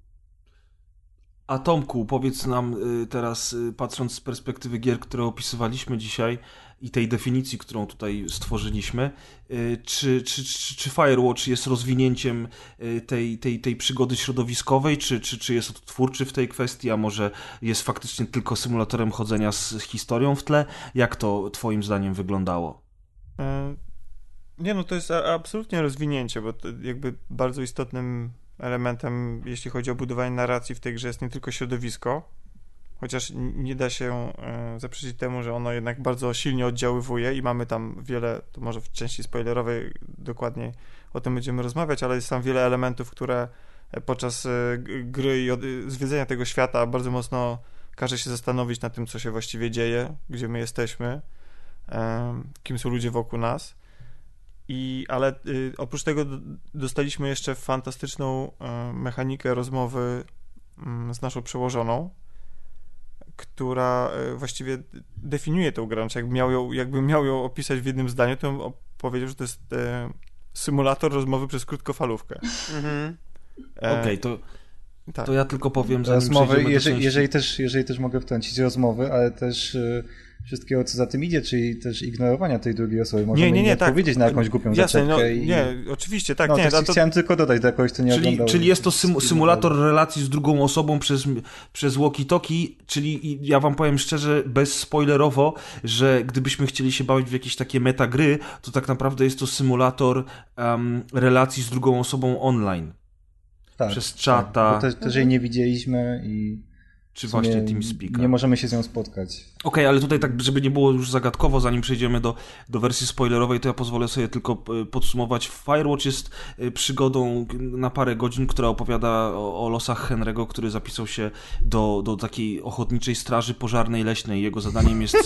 S4: A Tomku, powiedz nam teraz, patrząc z perspektywy gier, które opisywaliśmy dzisiaj i tej definicji, którą tutaj stworzyliśmy, czy Firewatch jest rozwinięciem tej przygody środowiskowej, czy jest odtwórczy w tej kwestii, a może jest faktycznie tylko symulatorem chodzenia z historią w tle? Jak to twoim zdaniem wyglądało?
S5: To jest absolutnie rozwinięcie, bo to jakby bardzo istotnym elementem, jeśli chodzi o budowanie narracji w tej grze, jest nie tylko środowisko, chociaż nie da się zaprzeczyć temu, że ono jednak bardzo silnie oddziaływuje i mamy tam wiele, to może w części spoilerowej dokładniej o tym będziemy rozmawiać, ale jest tam wiele elementów, które podczas gry i zwiedzenia tego świata bardzo mocno każe się zastanowić nad tym, co się właściwie dzieje, gdzie my jesteśmy, kim są ludzie wokół nas. Ale oprócz tego dostaliśmy jeszcze fantastyczną mechanikę rozmowy z naszą przełożoną, która właściwie definiuje tę grę. Jakbym miał ją opisać w jednym zdaniu, to bym powiedział, że to jest symulator rozmowy przez krótkofalówkę.
S4: Okej, to ja tylko powiem,
S1: rozmowy, jeżeli też mogę wtrącić rozmowy, ale też wszystkiego, co za tym idzie, czyli też ignorowania tej drugiej osoby. Możemy
S5: nie, tak.
S1: odpowiedzieć na jakąś głupią zaczepkę.
S5: Nie, oczywiście, tak.
S1: No,
S5: nie,
S1: to chciałem tylko dodać do kogoś, kto nie oglądał.
S4: Czyli jest to symulator relacji z drugą osobą przez walkie-talkie, czyli ja wam powiem szczerze, bezspoilerowo, że gdybyśmy chcieli się bawić w jakieś takie metagry, to tak naprawdę jest to symulator relacji z drugą osobą online.
S1: Tak,
S4: przez czata.
S1: Tak, bo też jej nie widzieliśmy i
S4: czy właśnie TeamSpeaka.
S1: Nie możemy się z nią spotkać.
S4: Okej, ale tutaj tak, żeby nie było już zagadkowo, zanim przejdziemy do wersji spoilerowej, to ja pozwolę sobie tylko podsumować. Firewatch jest przygodą na parę godzin, która opowiada o losach Henry'ego, który zapisał się do takiej ochotniczej straży pożarnej leśnej. Jego zadaniem jest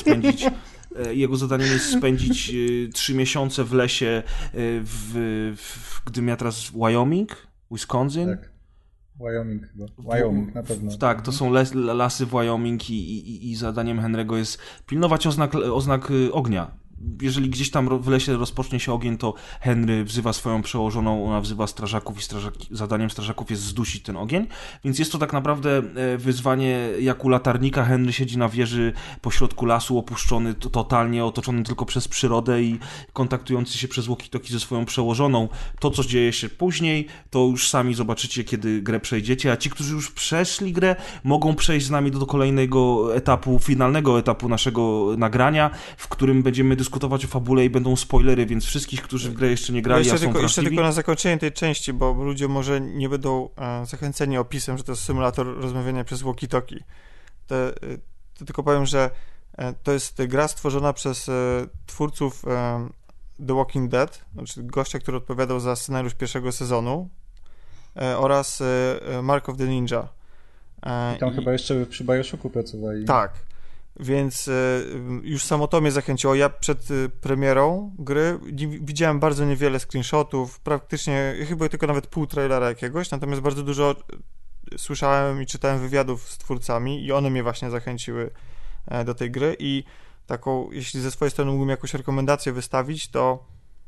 S4: spędzić 3 miesiące w lesie gdybym ja teraz Wyoming? Wisconsin?
S1: Tak. Wyoming chyba. Wyoming na pewno.
S4: Tak, to są lasy w Wyoming i zadaniem Henry'ego jest pilnować oznak ognia. Jeżeli gdzieś tam w lesie rozpocznie się ogień, to Henry wzywa swoją przełożoną, ona wzywa strażaków i zadaniem strażaków jest zdusić ten ogień, więc jest to tak naprawdę wyzwanie jak u latarnika. Henry siedzi na wieży pośrodku lasu, opuszczony totalnie, otoczony tylko przez przyrodę i kontaktujący się przez walkie-talkie ze swoją przełożoną. To, co dzieje się później, to już sami zobaczycie, kiedy grę przejdziecie, a ci, którzy już przeszli grę, mogą przejść z nami do kolejnego etapu, finalnego etapu naszego nagrania, w którym będziemy dyskutować o fabule i będą spoilery, więc wszystkich, którzy w grę jeszcze nie grali,
S5: jeszcze tylko na zakończenie tej części, bo ludzie może nie będą zachęceni opisem, że to jest symulator rozmawiania przez walkie-talkie. To tylko powiem, że to jest gra stworzona przez twórców The Walking Dead, znaczy gościa, który odpowiadał za scenariusz pierwszego sezonu oraz Mark of the Ninja.
S1: I tam chyba jeszcze przy Bioshocku pracowali.
S5: Tak. Więc już samo to mnie zachęciło. Ja przed premierą gry widziałem bardzo niewiele screenshotów, praktycznie chyba tylko nawet pół trailera jakiegoś, natomiast bardzo dużo słyszałem i czytałem wywiadów z twórcami i one mnie właśnie zachęciły do tej gry i taką, jeśli ze swojej strony mógłbym jakąś rekomendację wystawić, to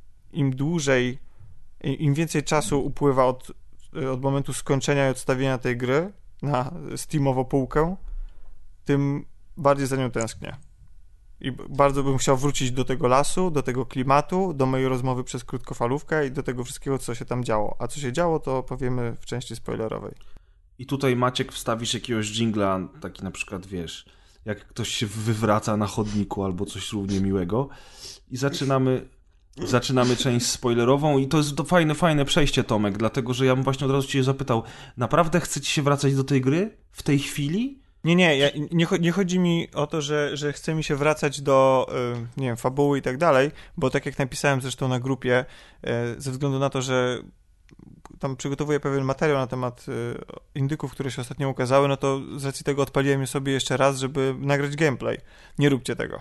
S5: im więcej czasu upływa od momentu skończenia i odstawienia tej gry na Steamową półkę, tym bardziej za nią tęsknię. I bardzo bym chciał wrócić do tego lasu, do tego klimatu, do mojej rozmowy przez krótkofalówkę i do tego wszystkiego, co się tam działo. A co się działo, to powiemy w części spoilerowej.
S4: I tutaj, Maciek, wstawisz jakiegoś dżingla, taki na przykład, wiesz, jak ktoś się wywraca na chodniku albo coś równie miłego i zaczynamy część spoilerową i to jest fajne przejście, Tomek, dlatego, że ja bym właśnie od razu cię zapytał, naprawdę chcecie się wracać do tej gry w tej chwili?
S5: Nie chodzi mi o to, że chce mi się wracać do, nie wiem, fabuły i tak dalej, bo tak jak napisałem zresztą na grupie, ze względu na to, że tam przygotowuję pewien materiał na temat indyków, które się ostatnio ukazały, no to z racji tego odpaliłem je sobie jeszcze raz, żeby nagrać gameplay. Nie róbcie tego.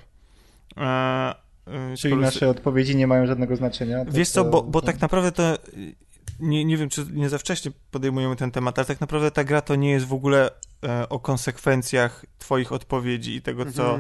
S1: Czyli nasze odpowiedzi nie mają żadnego znaczenia?
S5: Wiesz co, bo tak naprawdę to nie wiem, czy nie za wcześnie podejmujemy ten temat, ale tak naprawdę ta gra to nie jest w ogóle o konsekwencjach twoich odpowiedzi i tego, co...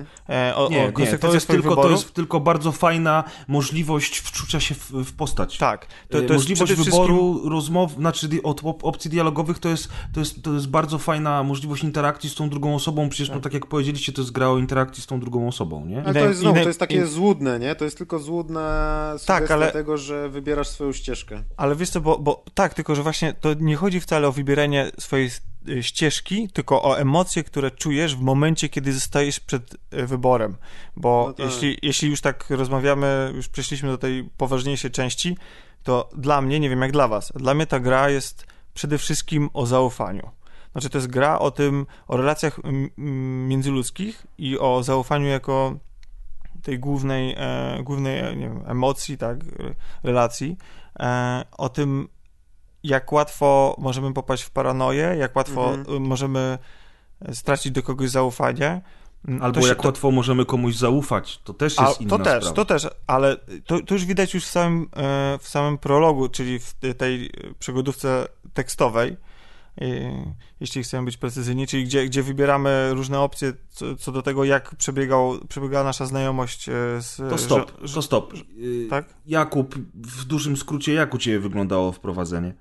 S4: To jest tylko bardzo fajna możliwość wczucia się w postać.
S5: Tak.
S4: To możliwość wyboru rozmów, znaczy opcji dialogowych to jest bardzo fajna możliwość interakcji z tą drugą osobą. Przecież, no tak jak powiedzieliście, to jest gra o interakcji z tą drugą osobą, nie?
S7: Ale to jest takie złudne, nie? To jest tylko złudna sugestia tego, że wybierasz swoją ścieżkę.
S5: Ale wiesz co, bo tak, tylko że właśnie to nie chodzi wcale o wybieranie swojej ścieżki, tylko o emocje, które czujesz w momencie, kiedy zostajesz przed wyborem. Bo no tak. jeśli już tak rozmawiamy, już przeszliśmy do tej poważniejszej części, to dla mnie, nie wiem jak dla was, dla mnie ta gra jest przede wszystkim o zaufaniu. Znaczy to jest gra o relacjach międzyludzkich i o zaufaniu jako tej głównej nie wiem, emocji, tak, relacji, o tym, jak łatwo możemy popaść w paranoję, jak łatwo możemy stracić do kogoś zaufanie.
S4: Albo jak łatwo możemy komuś zaufać. To też jest inna sprawa. To też,
S5: ale to już widać już w samym prologu, czyli w tej przygodówce tekstowej, jeśli chcemy być precyzyjni, czyli gdzie wybieramy różne opcje co do tego, jak przebiegała nasza znajomość z...
S4: To stop.
S5: Tak?
S4: Jakub, w dużym skrócie, jak u ciebie wyglądało wprowadzenie?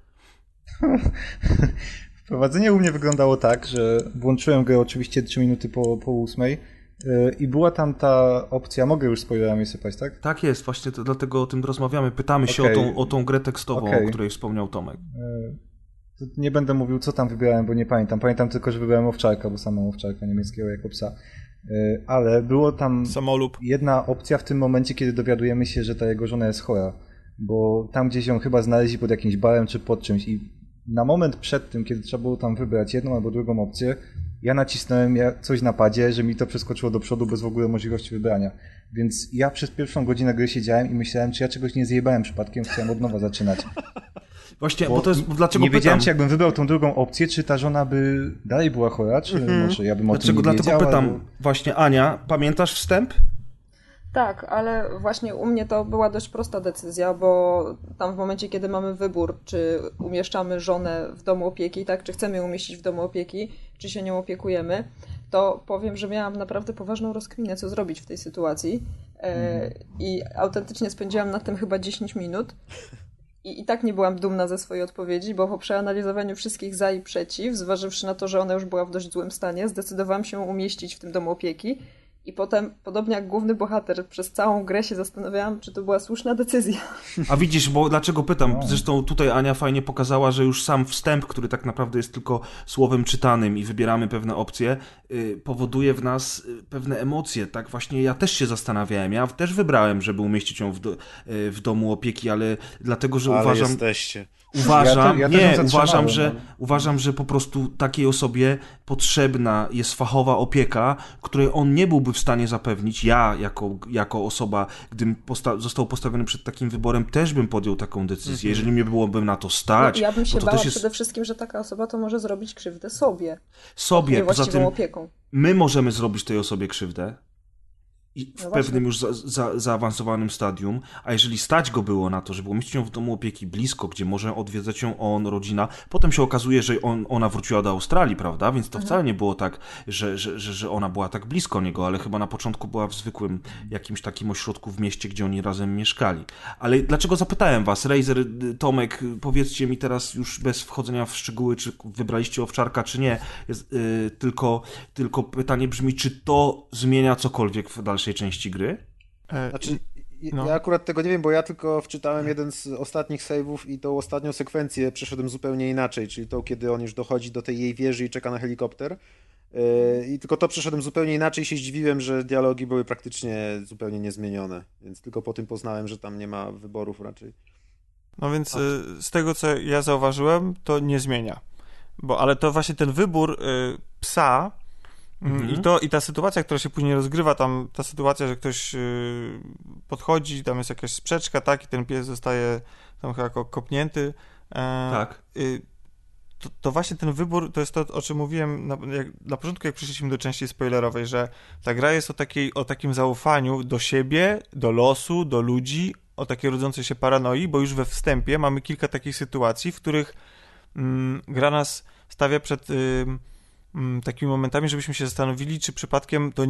S1: Wprowadzenie u mnie wyglądało tak, że włączyłem grę oczywiście 3 minuty po 8 I była tam ta opcja, mogę już spoilerami sypać, tak?
S4: Tak jest, właśnie dlatego o tym rozmawiamy. Pytamy się o tą grę tekstową, o której wspomniał Tomek.
S1: Nie będę mówił, co tam wybierałem, bo nie pamiętam. Pamiętam tylko, że wybrałem owczarka, bo sam mam owczarka niemieckiego jako psa. Ale było tam jedna opcja w tym momencie, kiedy dowiadujemy się, że ta jego żona jest chora. Bo tam gdzieś ją chyba znaleźli pod jakimś barem czy pod czymś. I na moment przed tym, kiedy trzeba było tam wybrać jedną albo drugą opcję, ja nacisnąłem coś na padzie, że mi to przeskoczyło do przodu bez w ogóle możliwości wybrania. Więc ja przez pierwszą godzinę gry siedziałem i myślałem, czy ja czegoś nie zjebałem przypadkiem, chciałem od nowa zaczynać.
S4: Właśnie, bo to jest, dlaczego
S1: nie wiedziałem,
S4: pytam?
S1: czy jakbym wybrał tą drugą opcję, czy ta żona by dalej była chora, czy może ja bym o tym nie
S4: Dlatego
S1: wiedział,
S4: pytam,
S1: albo...
S4: właśnie Ania, pamiętasz wstęp?
S6: Tak, ale właśnie u mnie to była dość prosta decyzja, bo tam w momencie, kiedy mamy wybór, czy umieszczamy żonę w domu opieki, tak, czy chcemy ją umieścić w domu opieki, czy się nią opiekujemy, to powiem, że miałam naprawdę poważną rozkminę, co zrobić w tej sytuacji i autentycznie spędziłam na tym chyba 10 minut. I tak nie byłam dumna ze swojej odpowiedzi, bo po przeanalizowaniu wszystkich za i przeciw, zważywszy na to, że ona już była w dość złym stanie, zdecydowałam się umieścić w tym domu opieki. I potem, podobnie jak główny bohater, przez całą grę się zastanawiałam, czy to była słuszna decyzja.
S4: A widzisz, bo dlaczego pytam? Zresztą tutaj Ania fajnie pokazała, że już sam wstęp, który tak naprawdę jest tylko słowem czytanym i wybieramy pewne opcje, powoduje w nas pewne emocje, tak? Właśnie ja też się zastanawiałem. Ja też wybrałem, żeby umieścić ją w domu opieki, ale dlatego, że uważam...
S7: jesteście.
S4: Uważam, że po prostu takiej osobie potrzebna jest fachowa opieka, której on nie byłby w stanie zapewnić. Ja, jako osoba, gdybym został postawiony przed takim wyborem, też bym podjął taką decyzję. Jeżeli mnie byłoby na to stać...
S6: Ja bym się
S4: to
S6: bała
S4: też jest...
S6: przede wszystkim, że taka osoba to może zrobić krzywdę sobie.
S4: Poza tym
S6: opieką.
S4: My możemy zrobić tej osobie krzywdę. I w pewnym już zaawansowanym stadium, a jeżeli stać go było na to, żeby umieścić ją w domu opieki blisko, gdzie może odwiedzać ją rodzina, potem się okazuje, że ona wróciła do Australii, prawda? Więc to wcale nie było tak, że ona była tak blisko niego, ale chyba na początku była w zwykłym jakimś takim ośrodku w mieście, gdzie oni razem mieszkali. Ale dlaczego zapytałem was, Razer, Tomek, powiedzcie mi teraz już bez wchodzenia w szczegóły, czy wybraliście owczarka, czy nie, tylko pytanie brzmi, czy to zmienia cokolwiek w dalszej części gry?
S7: Znaczy, ja akurat tego nie wiem, bo ja tylko wczytałem jeden z ostatnich save'ów i tą ostatnią sekwencję przeszedłem zupełnie inaczej, czyli tą, kiedy on już dochodzi do tej jej wieży i czeka na helikopter. I tylko to przeszedłem zupełnie inaczej i się zdziwiłem, że dialogi były praktycznie zupełnie niezmienione, więc tylko po tym poznałem, że tam nie ma wyborów raczej.
S5: No więc z tego, co ja zauważyłem, to nie zmienia. Ale to właśnie ten wybór psa i ta sytuacja, która się później rozgrywa, tam ta sytuacja, że ktoś podchodzi, tam jest jakaś sprzeczka, tak, i ten pies zostaje tam chyba kopnięty.
S4: Tak.
S5: To właśnie ten wybór, to jest to, o czym mówiłem na początku, jak przyszliśmy do części spoilerowej, że ta gra jest o takim zaufaniu do siebie, do losu, do ludzi, o takiej rodzącej się paranoi, bo już we wstępie mamy kilka takich sytuacji, w których gra nas stawia przed takimi momentami, żebyśmy się zastanowili, czy przypadkiem to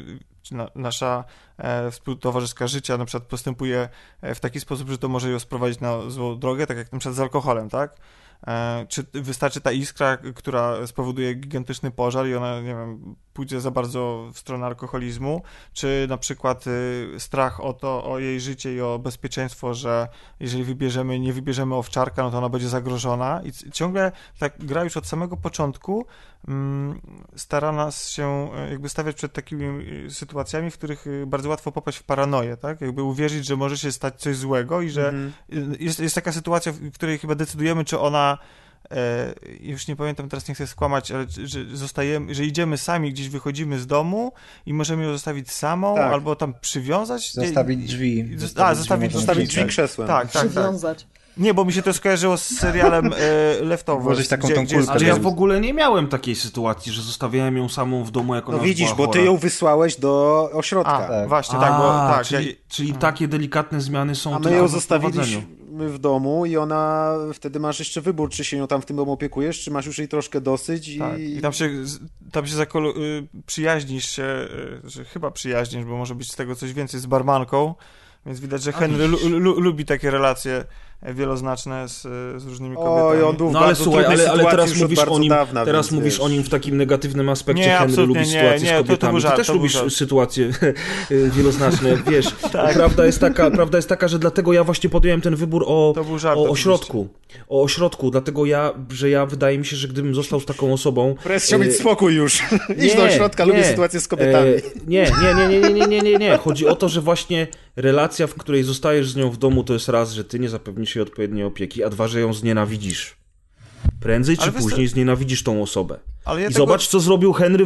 S5: nasza współtowarzyska życia na przykład postępuje w taki sposób, że to może ją sprowadzić na złą drogę, tak jak na przykład z alkoholem, tak? Czy wystarczy ta iskra, która spowoduje gigantyczny pożar i ona, nie wiem, pójdzie za bardzo w stronę alkoholizmu, czy na przykład strach o jej życie i o bezpieczeństwo, że jeżeli nie wybierzemy owczarka, no to ona będzie zagrożona i ciągle tak gra już od samego początku stara nas się jakby stawiać przed takimi sytuacjami, w których bardzo łatwo popaść w paranoję, tak? Jakby uwierzyć, że może się stać coś złego i że jest taka sytuacja, w której chyba decydujemy, czy ona już nie pamiętam, teraz nie chcę skłamać, ale że idziemy sami, gdzieś wychodzimy z domu i możemy ją zostawić samą, albo tam przywiązać.
S1: Zostawić drzwi.
S7: Zostawić drzwi krzesłem.
S5: Tak.
S6: Przywiązać.
S5: Nie, bo mi się to skojarzyło z serialem Leftovers.
S1: Włożyć taką tą kulkę.
S4: Ale ja w ogóle nie miałem takiej sytuacji, że zostawiałem ją samą w domu, jak ona była chora.
S7: Widzisz, bo ty ją wysłałeś do ośrodka.
S5: Tak. Właśnie, tak, bo tak.
S4: Czyli takie delikatne zmiany są.
S7: A my ją zostawiliśmy w domu i ona, wtedy masz jeszcze wybór, czy się ją tam w tym domu opiekujesz, czy masz już jej troszkę dosyć i
S5: tam się przyjaźnisz się, że chyba przyjaźnisz, bo może być z tego coś więcej z barmanką, więc widać, że Henry lubi takie relacje wieloznaczne z różnymi kobietami.
S7: Oj, on był w
S4: No ale
S7: bardzo
S4: słuchaj,
S7: trudnej
S4: ale
S7: sytuacji
S4: teraz
S7: już od
S4: mówisz
S7: bardzo
S4: o nim,
S7: dawna,
S4: teraz
S7: więc
S4: mówisz
S7: wiesz.
S4: o nim w takim negatywnym aspekcie.
S5: Nie,
S4: Henry
S5: absolutnie
S4: lubi
S5: nie,
S4: sytuacje
S5: nie,
S4: z
S5: to był
S4: kobietami.
S5: żart,
S4: Ty też
S5: to był
S4: lubisz
S5: żart.
S4: sytuacje wieloznaczne, wiesz. Prawda jest taka, że dlatego ja właśnie podjąłem ten wybór
S5: To był żart,
S4: o
S5: oczywiście.
S4: ośrodku. O ośrodku, dlatego że wydaje mi się, że gdybym został z taką osobą...
S7: Pres chciał mieć spokój już. Idź do ośrodka, lubię sytuację z kobietami.
S4: Nie. Chodzi o to, że właśnie relacja, w której zostajesz z nią w domu, to jest raz, że ty nie zapewnisz jej odpowiedniej opieki, a dwa, że ją znienawidzisz. Prędzej czy
S5: Ale wiesz co-
S4: później znienawidzisz tą osobę.
S5: Ale ja
S4: I
S5: tego-
S4: zobacz, co zrobił Henry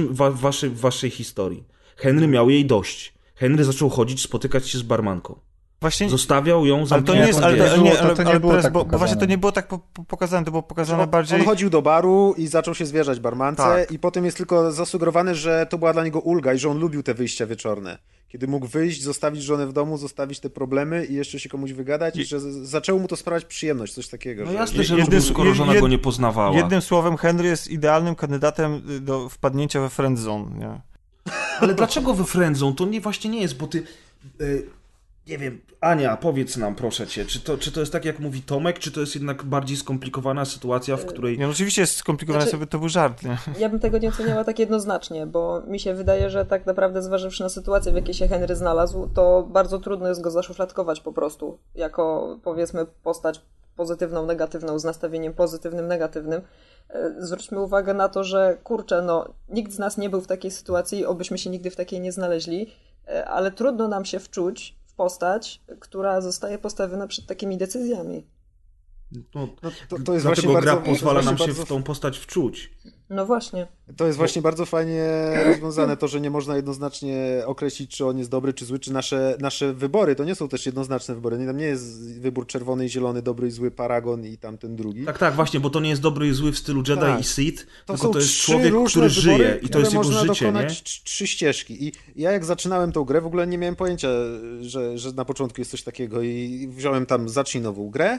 S4: w waszej historii. Henry miał jej dość. Henry zaczął chodzić, spotykać się z barmanką.
S5: Właśnie...
S4: Zostawiał ją
S5: Ale to
S4: zamkniętą.
S5: nie jest, ale,
S1: to
S5: ale,
S1: nie
S5: nie,
S1: było-
S5: ale,
S1: to nie
S5: ale
S1: było
S5: Press,
S1: tak
S5: bo
S1: pokazane.
S5: właśnie to nie było tak pokazane, to było pokazane bardziej...
S7: On chodził do baru i zaczął się zwierzać barmance
S5: Tak.
S7: i potem jest tylko zasugerowane, że to była dla niego ulga i że on lubił te wyjścia wieczorne. Kiedy mógł wyjść, zostawić żonę w domu, zostawić te problemy i jeszcze się komuś wygadać i że zaczęło mu to sprawiać przyjemność, coś takiego.
S4: No
S7: że-
S4: jasne, że
S5: Jednym-
S4: lubił, skoro żona
S5: jed-
S4: go nie poznawała.
S5: Jednym słowem, Henry jest idealnym kandydatem do wpadnięcia we friendzone, nie?
S4: Ale dlaczego we friendzone? To właśnie nie jest, bo ty... nie wiem, Ania, powiedz nam, proszę cię, czy to jest tak, jak mówi Tomek, czy to jest jednak bardziej skomplikowana sytuacja, w której...
S5: Nie, no oczywiście jest skomplikowane,
S6: Znaczy-
S5: sobie to był żart, nie?
S6: Ja bym tego nie oceniała tak jednoznacznie, bo mi się wydaje, że tak naprawdę zważywszy na sytuację, w jakiej się Henry znalazł, to bardzo trudno jest go zaszufladkować po prostu, jako powiedzmy postać pozytywną, negatywną, z nastawieniem pozytywnym, negatywnym. Zwróćmy uwagę na to, że kurczę, no nikt z nas nie był w takiej sytuacji, obyśmy się nigdy w takiej nie znaleźli, ale trudno nam się wczuć w postać, która zostaje postawiona przed takimi decyzjami.
S4: No,
S7: to jest
S4: dlatego
S7: właśnie
S4: gra
S7: bardzo-
S4: pozwala nam
S7: właśnie
S4: się
S7: bardzo-
S4: w tą postać wczuć.
S6: No właśnie.
S7: To jest właśnie bardzo fajnie rozwiązane, to, że nie można jednoznacznie określić, czy on jest dobry, czy zły, czy nasze wybory, to nie są też jednoznaczne wybory. Tam nie jest wybór czerwony i zielony, dobry i zły, Paragon i tamten drugi.
S4: Tak, właśnie, bo to nie jest dobry i zły w stylu Jedi
S7: Tak.
S4: i Sith, tylko
S7: są
S4: to jest
S7: trzy
S4: człowiek,
S7: różne
S4: który
S7: wybory,
S4: żyje i to jest
S7: które
S4: jego
S7: można
S4: życie, nie?
S7: dokonać trzy ścieżki. I ja jak zaczynałem tą grę, w ogóle nie miałem pojęcia, że na początku jest coś takiego i wziąłem tam zacznij nową grę,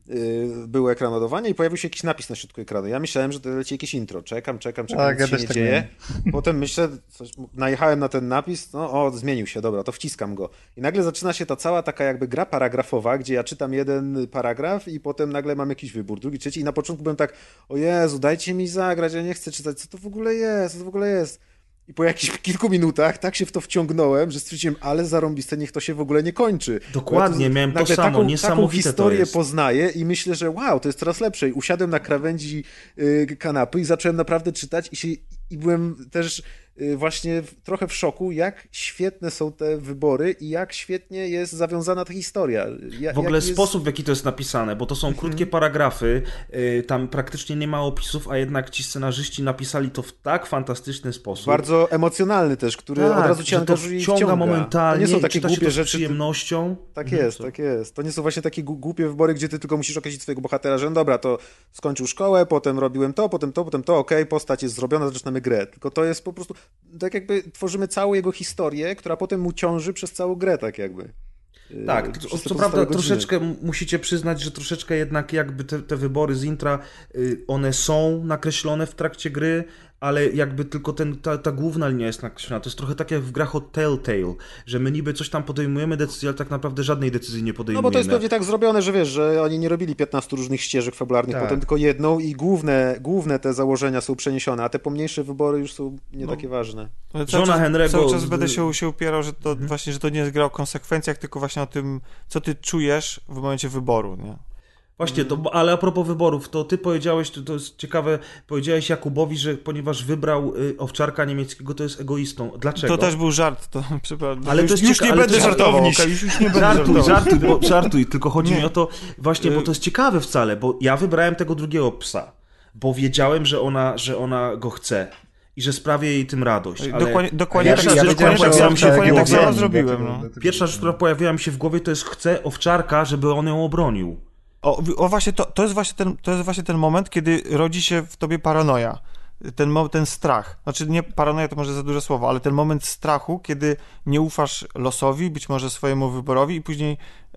S7: było ekran ładowania i pojawił się jakiś napis na środku ekranu. Ja myślałem, że to leci jakieś intro. Czekam,
S1: Tak,
S7: nic
S1: ja
S7: się
S1: też
S7: nie
S1: tak
S7: dzieje. Potem myślę, najechałem na ten napis, zmienił się, dobra, to wciskam go. I nagle zaczyna się ta cała taka jakby gra paragrafowa, gdzie ja czytam jeden paragraf i potem nagle mam jakiś wybór, drugi, trzeci i na początku byłem tak, o Jezu, dajcie mi zagrać, ja nie chcę czytać, co to w ogóle jest. I po jakichś kilku minutach tak się w to wciągnąłem, że stwierdziłem, ale zarąbiste, niech to się w ogóle nie kończy.
S4: Dokładnie,
S7: Bo ja
S4: miałem to
S7: nagle
S4: samo,
S7: taką
S4: niesamowite to
S7: historię
S4: jest.
S7: poznaję i myślę, że wow, to jest coraz lepsze. I usiadłem na krawędzi kanapy i zacząłem naprawdę czytać i byłem też właśnie trochę w szoku, jak świetne są te wybory i jak świetnie jest zawiązana ta historia.
S4: W ogóle sposób, w jaki to jest napisane, bo to są krótkie paragrafy, tam praktycznie nie ma opisów, a jednak ci scenarzyści napisali to w tak fantastyczny sposób.
S7: Bardzo emocjonalny też, który od razu cię
S4: że to
S7: angażuje i
S4: wciąga
S7: wciąga.
S4: momentalnie,
S7: To nie są takie
S4: czyta się
S7: głupie
S4: to z
S7: rzeczy.
S4: przyjemnością.
S7: Tak jest. To nie są właśnie takie głupie wybory, gdzie ty tylko musisz określić swojego bohatera, że no dobra, to skończył szkołę, potem robiłem to, potem to, okej, postać jest zrobiona, zaczynamy grę. Tylko to jest po prostu, tak jakby tworzymy całą jego historię, która potem mu ciąży przez całą grę, tak jakby.
S4: Tak,
S7: Przez te
S4: co
S7: pozostałe
S4: prawda
S7: godziny.
S4: troszeczkę musicie przyznać, że troszeczkę jednak jakby te wybory z intra, one są nakreślone w trakcie gry, ale jakby tylko ta główna linia jest nakreślona. To jest trochę tak jak w grach od Telltale, że my niby coś tam podejmujemy decyzję, ale tak naprawdę żadnej decyzji nie
S7: No
S4: podejmujemy.
S7: bo to jest pewnie tak zrobione, że wiesz, że oni nie robili 15 różnych ścieżek fabularnych,
S4: Tak.
S7: potem tylko jedną i główne te założenia są przeniesione, a te pomniejsze wybory już są nie takie ważne.
S5: Ale
S4: Żona Henry'ego
S5: cały czas będę się upierał, że to właśnie, że to nie jest gra o konsekwencjach, tylko właśnie o tym, co ty czujesz w momencie wyboru, nie?
S4: Właśnie, ale a propos wyborów, to ty powiedziałeś, to jest ciekawe, powiedziałeś Jakubowi, że ponieważ wybrał owczarka niemieckiego, to jest egoistą. Dlaczego?
S5: To też był żart, to przepraszam.
S4: Ale to jest
S5: już nie
S4: ale
S5: będę
S4: to jest
S5: żartował,
S7: żartowniś.
S5: okej, już nie będę
S4: Żartuj, tylko chodzi
S5: Nie.
S4: mi o to, właśnie, bo to jest ciekawe wcale, bo ja wybrałem tego drugiego psa, bo wiedziałem, że ona go chce i że sprawię jej tym radość. Ale
S5: Dokładnie tak
S1: wiedziałem,
S5: samo
S1: że
S5: zrobiłem. No.
S4: pierwsza rzecz, która pojawiła mi się w głowie, to jest chcę owczarka, żeby on ją obronił.
S5: O właśnie, to jest właśnie ten moment, kiedy rodzi się w tobie paranoja. Ten strach. Znaczy nie paranoja to może za duże słowo, ale ten moment strachu, kiedy nie ufasz losowi, być może swojemu wyborowi i później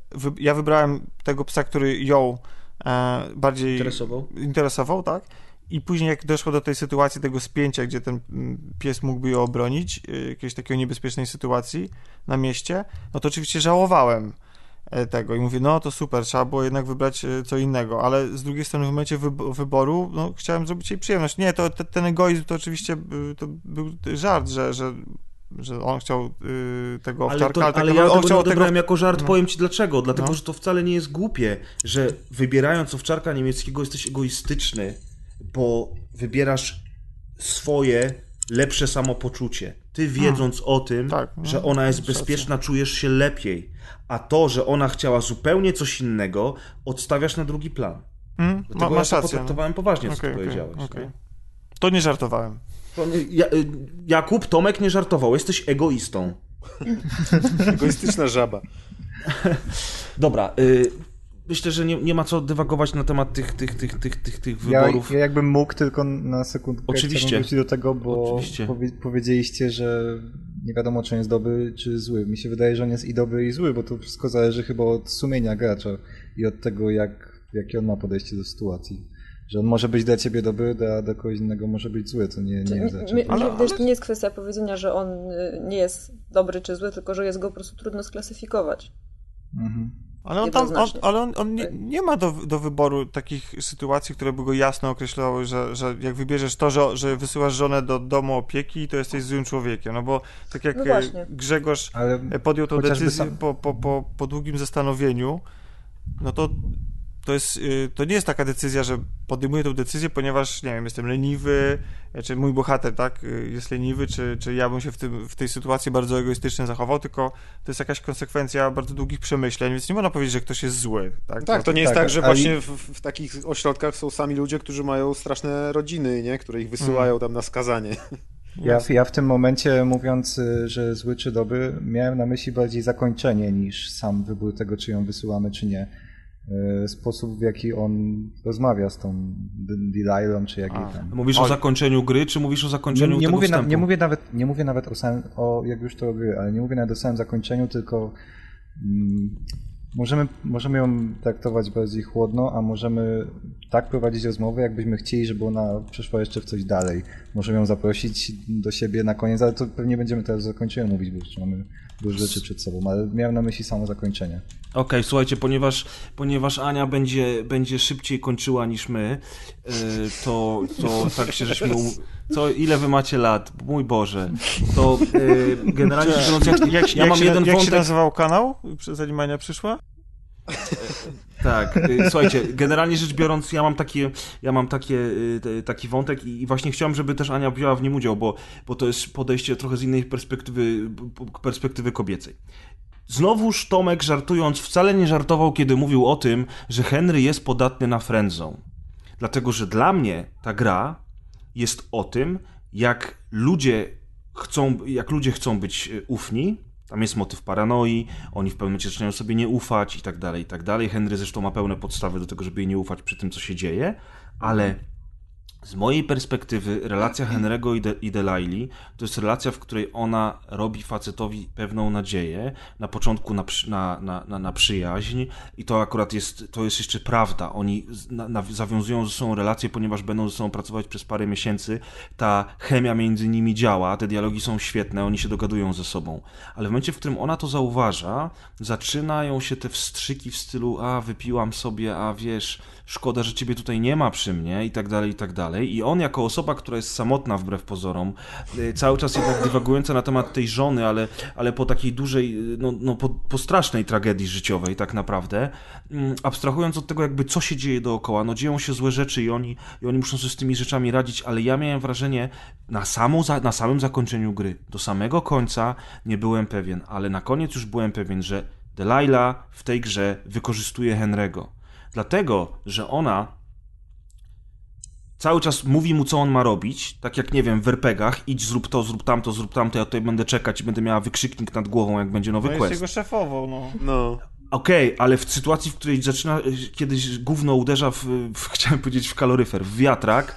S5: ja wybrałem tego psa, który ją bardziej interesował, tak? I później jak doszło do tej sytuacji, tego spięcia, gdzie ten pies mógłby ją obronić, jakiejś takiej niebezpiecznej sytuacji na mieście, no to oczywiście żałowałem. tego i mówię, no to super, trzeba było jednak wybrać co innego, ale z drugiej strony w momencie wyboru, no chciałem zrobić jej przyjemność. Nie, ten egoizm to oczywiście to był żart, że on chciał tego owczarka,
S4: ale ja
S5: on
S4: tego
S5: chciał
S4: nie odebrałem
S5: tego...
S4: jako żart,
S5: no.
S4: powiem ci dlaczego. Dlatego,
S5: No.
S4: że to wcale nie jest głupie, że wybierając owczarka niemieckiego jesteś egoistyczny, bo wybierasz swoje lepsze samopoczucie. Ty wiedząc o tym,
S5: Tak, no,
S4: że ona jest
S5: racja.
S4: bezpieczna, czujesz się lepiej. A to, że ona chciała zupełnie coś innego, odstawiasz na drugi plan. Dlatego
S5: Masz
S4: ja to
S5: rację.
S4: potraktowałem poważnie, co
S5: Okej,
S4: ty powiedziałeś.
S5: okej.
S4: No.
S5: To nie żartowałem.
S4: Jakub, Tomek nie żartował, jesteś egoistą.
S7: Egoistyczna żaba.
S4: Dobra, myślę, że nie ma co dywagować na temat tych wyborów.
S1: Ja jakbym mógł tylko na sekundkę
S4: Oczywiście.
S1: wrócić do tego, bo
S4: Oczywiście.
S1: powiedzieliście, że nie wiadomo, czy on jest dobry, czy zły. Mi się wydaje, że on jest i dobry, i zły, bo to wszystko zależy chyba od sumienia gracza i od tego, jakie on ma podejście do sytuacji. Że on może być dla ciebie dobry, dla kogoś innego może być zły, to nie jest rzecz.
S6: Mi się wydaje, że to nie jest kwestia powiedzenia, że on nie jest dobry czy zły, tylko że jest go po prostu trudno sklasyfikować.
S1: Mhm.
S5: Ale on nie ma do wyboru takich sytuacji, które by go jasno określały, że jak wybierzesz to, że wysyłasz żonę do domu opieki, to jesteś złym człowiekiem. No bo tak jak Grzegorz podjął tą decyzję po długim zastanowieniu, no to nie jest taka decyzja, że podejmuję tę decyzję, ponieważ, nie wiem, jestem leniwy, czy mój bohater, tak, jest leniwy, czy ja bym się w tej sytuacji bardzo egoistycznie zachował, tylko to jest jakaś konsekwencja bardzo długich przemyśleń, więc nie można powiedzieć, że ktoś jest zły. Tak,
S7: to nie jest tak, że właśnie w takich ośrodkach są sami ludzie, którzy mają straszne rodziny, nie? Które ich wysyłają tam na skazanie.
S1: Ja w tym momencie, mówiąc, że zły czy dobry, miałem na myśli bardziej zakończenie niż sam wybór tego, czy ją wysyłamy, czy nie. Sposób, w jaki on rozmawia z tą Delilą, czy jak jej tam.
S4: Mówisz o zakończeniu gry, czy mówisz o zakończeniu tego wstępu?
S1: Nie mówię nawet jak już to gry, ale nie mówię nawet o samym zakończeniu, tylko możemy ją traktować bardziej chłodno, a możemy tak prowadzić rozmowę, jakbyśmy chcieli, żeby ona przeszła jeszcze w coś dalej. Możemy ją zaprosić do siebie na koniec, ale to pewnie będziemy teraz o zakończeniu mówić, bo jeszcze mamy dużo rzeczy przed sobą, ale miałem na myśli samo zakończenie.
S4: Okej, słuchajcie, ponieważ Ania będzie szybciej kończyła niż my, to tak się żeśmy... ile wy macie lat? Mój Boże. To generalnie rzecz biorąc, ja mam jeden wątek...
S5: Jak się nazywał kanał, zanim Ania przyszła?
S4: Tak, słuchajcie, generalnie rzecz biorąc, ja mam taki wątek i właśnie chciałem, żeby też Ania wzięła w nim udział, bo to jest podejście trochę z innej perspektywy kobiecej. Znowuż Tomek, żartując, wcale nie żartował, kiedy mówił o tym, że Henry jest podatny na friendzone. Dlatego, że dla mnie ta gra jest o tym, jak ludzie chcą być ufni. Tam jest motyw paranoi, oni w pewnym momencie zaczynają sobie nie ufać i tak dalej, i tak dalej. Henry zresztą ma pełne podstawy do tego, żeby jej nie ufać przy tym, co się dzieje, ale z mojej perspektywy relacja Henry'ego i Delili to jest relacja, w której ona robi facetowi pewną nadzieję, na początku na przyjaźń i to akurat jest jeszcze prawda. Oni zawiązują ze sobą relację, ponieważ będą ze sobą pracować przez parę miesięcy. Ta chemia między nimi działa, te dialogi są świetne, oni się dogadują ze sobą. Ale w momencie, w którym ona to zauważa, zaczynają się te wstrzyki w stylu wypiłam sobie, wiesz, szkoda, że ciebie tutaj nie ma przy mnie i tak dalej, i tak dalej. I on jako osoba, która jest samotna wbrew pozorom, cały czas jednak dywagująca na temat tej żony, ale po takiej dużej, po strasznej tragedii życiowej tak naprawdę, abstrahując od tego jakby co się dzieje dookoła, dzieją się złe rzeczy i oni muszą sobie z tymi rzeczami radzić, ale ja miałem wrażenie na samym zakończeniu gry, do samego końca nie byłem pewien, ale na koniec już byłem pewien, że Delila w tej grze wykorzystuje Henry'ego. Dlatego, że ona cały czas mówi mu, co on ma robić, tak jak, nie wiem, w RPGach, idź, zrób to, zrób tamto, ja tutaj będę czekać i będę miała wykrzyknik nad głową, jak będzie nowy quest.
S5: Jest jego szefową,
S7: no.
S4: Okej, ale w sytuacji, w której zaczyna kiedyś gówno uderza chciałem powiedzieć w kaloryfer, w wiatrak.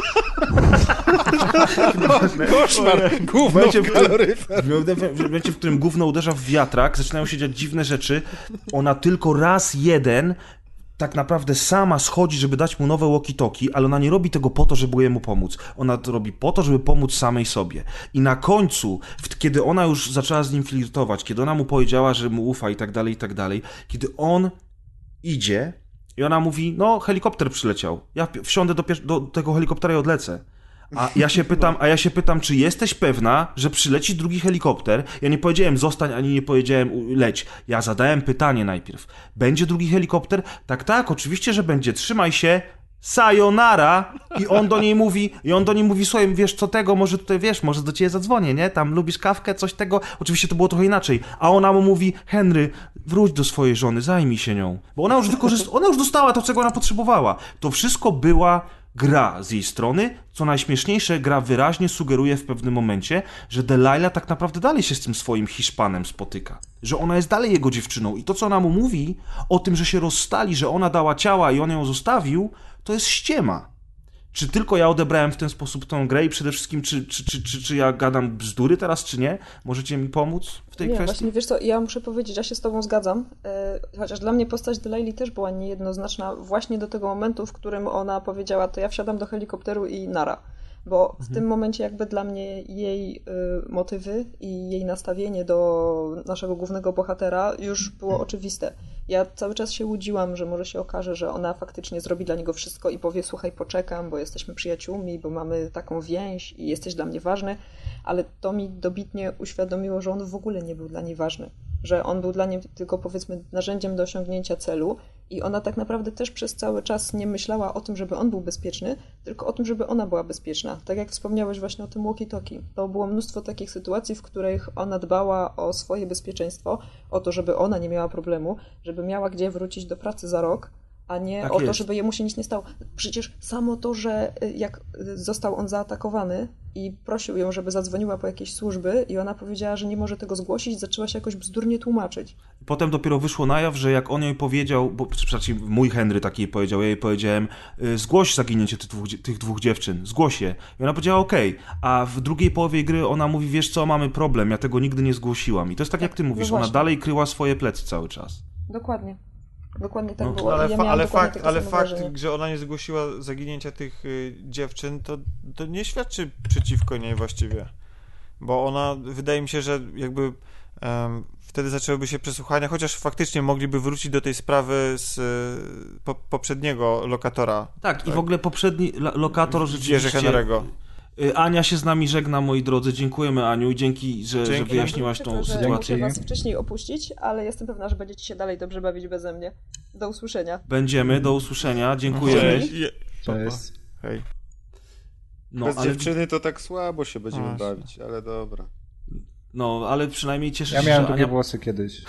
S7: Koszmar, gówno w kaloryfer.
S4: W momencie, w którym gówno uderza w wiatrak, zaczynają się dziać dziwne rzeczy, ona tylko raz jeden tak naprawdę sama schodzi, żeby dać mu nowe walkie-talkie, ale ona nie robi tego po to, żeby jemu pomóc. Ona to robi po to, żeby pomóc samej sobie. I na końcu, kiedy ona już zaczęła z nim flirtować, kiedy ona mu powiedziała, że mu ufa i tak dalej, kiedy on idzie i ona mówi, no helikopter przyleciał, ja wsiądę do tego helikoptera i odlecę. A ja się pytam, czy jesteś pewna, że przyleci drugi helikopter? Ja nie powiedziałem zostań, ani nie powiedziałem leć. Ja zadałem pytanie najpierw. Będzie drugi helikopter? Tak, oczywiście, że będzie. Trzymaj się. Sayonara! I on do niej mówi, słuchaj, wiesz co tego, może tutaj, wiesz, może do ciebie zadzwonię, nie? Tam lubisz kawkę, coś tego? Oczywiście to było trochę inaczej. A ona mu mówi, Henry, wróć do swojej żony, zajmij się nią. Bo ona już dostała to, czego ona potrzebowała. To wszystko była gra z jej strony. Co najśmieszniejsze, gra wyraźnie sugeruje w pewnym momencie, że Delilah tak naprawdę dalej się z tym swoim Hiszpanem spotyka. Że ona jest dalej jego dziewczyną. I to, co ona mu mówi o tym, że się rozstali, że ona dała ciała i on ją zostawił, to jest ściema. Czy tylko ja odebrałem w ten sposób tę grę i przede wszystkim, czy ja gadam bzdury teraz, czy nie? Możecie mi pomóc w tej kwestii?
S6: Właśnie, wiesz co, ja muszę powiedzieć, ja się z tobą zgadzam, chociaż dla mnie postać Delilah też była niejednoznaczna właśnie do tego momentu, w którym ona powiedziała, to ja wsiadam do helikopteru i nara. Bo w tym momencie jakby dla mnie jej motywy i jej nastawienie do naszego głównego bohatera już było oczywiste. Ja cały czas się łudziłam, że może się okaże, że ona faktycznie zrobi dla niego wszystko i powie, słuchaj, poczekam, bo jesteśmy przyjaciółmi, bo mamy taką więź i jesteś dla mnie ważny, ale to mi dobitnie uświadomiło, że on w ogóle nie był dla niej ważny. Że on był dla niej tylko, powiedzmy, narzędziem do osiągnięcia celu i ona tak naprawdę też przez cały czas nie myślała o tym, żeby on był bezpieczny, tylko o tym, żeby ona była bezpieczna. Tak jak wspomniałeś właśnie o tym walkie-talkie. To było mnóstwo takich sytuacji, w których ona dbała o swoje bezpieczeństwo, o to, żeby ona nie miała problemu, żeby miała gdzie wrócić do pracy za rok, a nie
S4: tak
S6: o to,
S4: jest.
S6: żeby jemu się nic nie stało. Przecież samo to, że jak został on zaatakowany i prosił ją, żeby zadzwoniła po jakieś służby i ona powiedziała, że nie może tego zgłosić, zaczęła się jakoś bzdurnie tłumaczyć.
S4: Potem dopiero wyszło na jaw, że jak on jej powiedział, bo przecież mój Henry taki jej powiedział, ja jej powiedziałem, zgłoś zaginięcie tych dwóch dziewczyn, zgłoś je. I ona powiedziała okej. A w drugiej połowie gry ona mówi, wiesz co, mamy problem, ja tego nigdy nie zgłosiłam. I to jest tak jak ty mówisz, ona dalej kryła swoje plecy cały czas.
S6: Dokładnie. Dokładnie tak
S4: No,
S6: było.
S5: Ale fakt, że ona nie zgłosiła zaginięcia tych dziewczyn, to nie świadczy przeciwko niej właściwie. Bo ona, wydaje mi się, że jakby wtedy zaczęłyby się przesłuchania, chociaż faktycznie mogliby wrócić do tej sprawy z poprzedniego lokatora.
S4: Tak, i w ogóle poprzedni lokator rzeczywiście...
S5: Henry'ego.
S4: Ania się z nami żegna, moi drodzy. Dziękujemy, Aniu, i dzięki, że wyjaśniłaś tą sytuację.
S6: Muszę was wcześniej opuścić, ale jestem pewna, że będziecie się dalej dobrze bawić beze mnie. Do usłyszenia.
S4: Będziemy, do usłyszenia. Dziękujemy.
S1: Cześć.
S5: Hej.
S7: No, bez dziewczyny to tak słabo się będziemy bawić, ale dobra.
S4: No, ale przynajmniej cieszę się,
S1: Ja miałem
S4: że
S1: długie
S4: Ania...
S1: włosy kiedyś.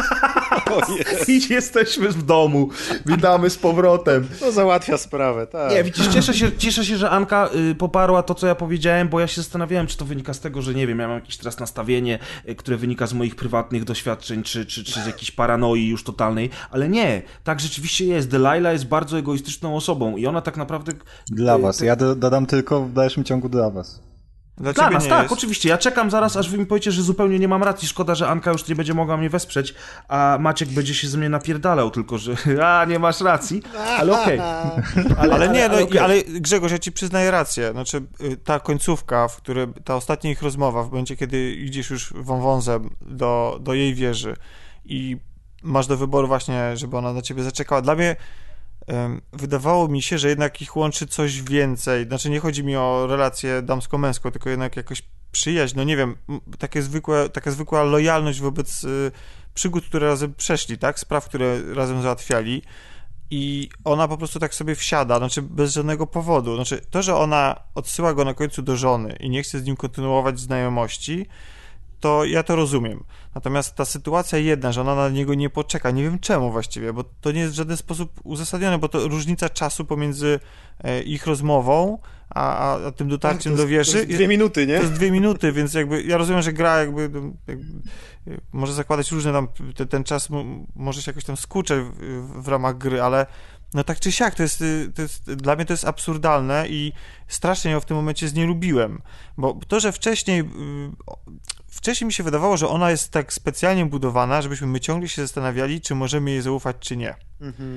S4: I jesteśmy w domu. Witamy z powrotem.
S7: To załatwia sprawę, tak.
S4: Nie, widzisz, cieszę się, że Anka poparła to, co ja powiedziałem, bo ja się zastanawiałem, czy to wynika z tego, że nie wiem, ja mam jakieś teraz nastawienie, które wynika z moich prywatnych doświadczeń, czy z jakiejś paranoi już totalnej, ale nie, tak rzeczywiście jest. Delilah jest bardzo egoistyczną osobą i ona tak naprawdę...
S1: Dla was. Ja dodam tylko w dalszym ciągu dla was.
S4: Dla nas, tak, oczywiście. Ja czekam zaraz, aż wy mi powiecie, że zupełnie nie mam racji. Szkoda, że Anka już nie będzie mogła mnie wesprzeć, a Maciek będzie się ze mnie napierdalał, tylko że nie masz racji, ale okej.
S5: Ale Grzegorz, ja ci przyznaję rację. Znaczy, ta końcówka, w której ta ostatnia ich rozmowa, w momencie, kiedy idziesz już wąwozem do jej wieży i masz do wyboru właśnie, żeby ona na ciebie zaczekała. Dla mnie wydawało mi się, że jednak ich łączy coś więcej. Znaczy nie chodzi mi o relację damsko-męską, tylko jednak jakoś przyjaźń, no nie wiem, taka zwykła lojalność wobec przygód, które razem przeszli, tak? Spraw, które razem załatwiali i ona po prostu tak sobie wsiada, znaczy bez żadnego powodu. Znaczy to, że ona odsyła go na końcu do żony i nie chce z nim kontynuować znajomości, to ja to rozumiem. Natomiast ta sytuacja jedna, że ona na niego nie poczeka, nie wiem czemu właściwie, bo to nie jest w żaden sposób uzasadnione, bo to różnica czasu pomiędzy ich rozmową, a tym dotarciem do wieży...
S7: To jest 2 minuty, nie?
S5: To jest 2 minuty, więc jakby ja rozumiem, że gra jakby może zakładać różne tam, ten czas może się jakoś tam skurcze w ramach gry, ale no tak czy siak, to jest dla mnie to jest absurdalne i strasznie ją w tym momencie znielubiłem, bo to, że wcześniej mi się wydawało, że ona jest tak specjalnie budowana, żebyśmy my ciągle się zastanawiali, czy możemy jej zaufać, czy nie.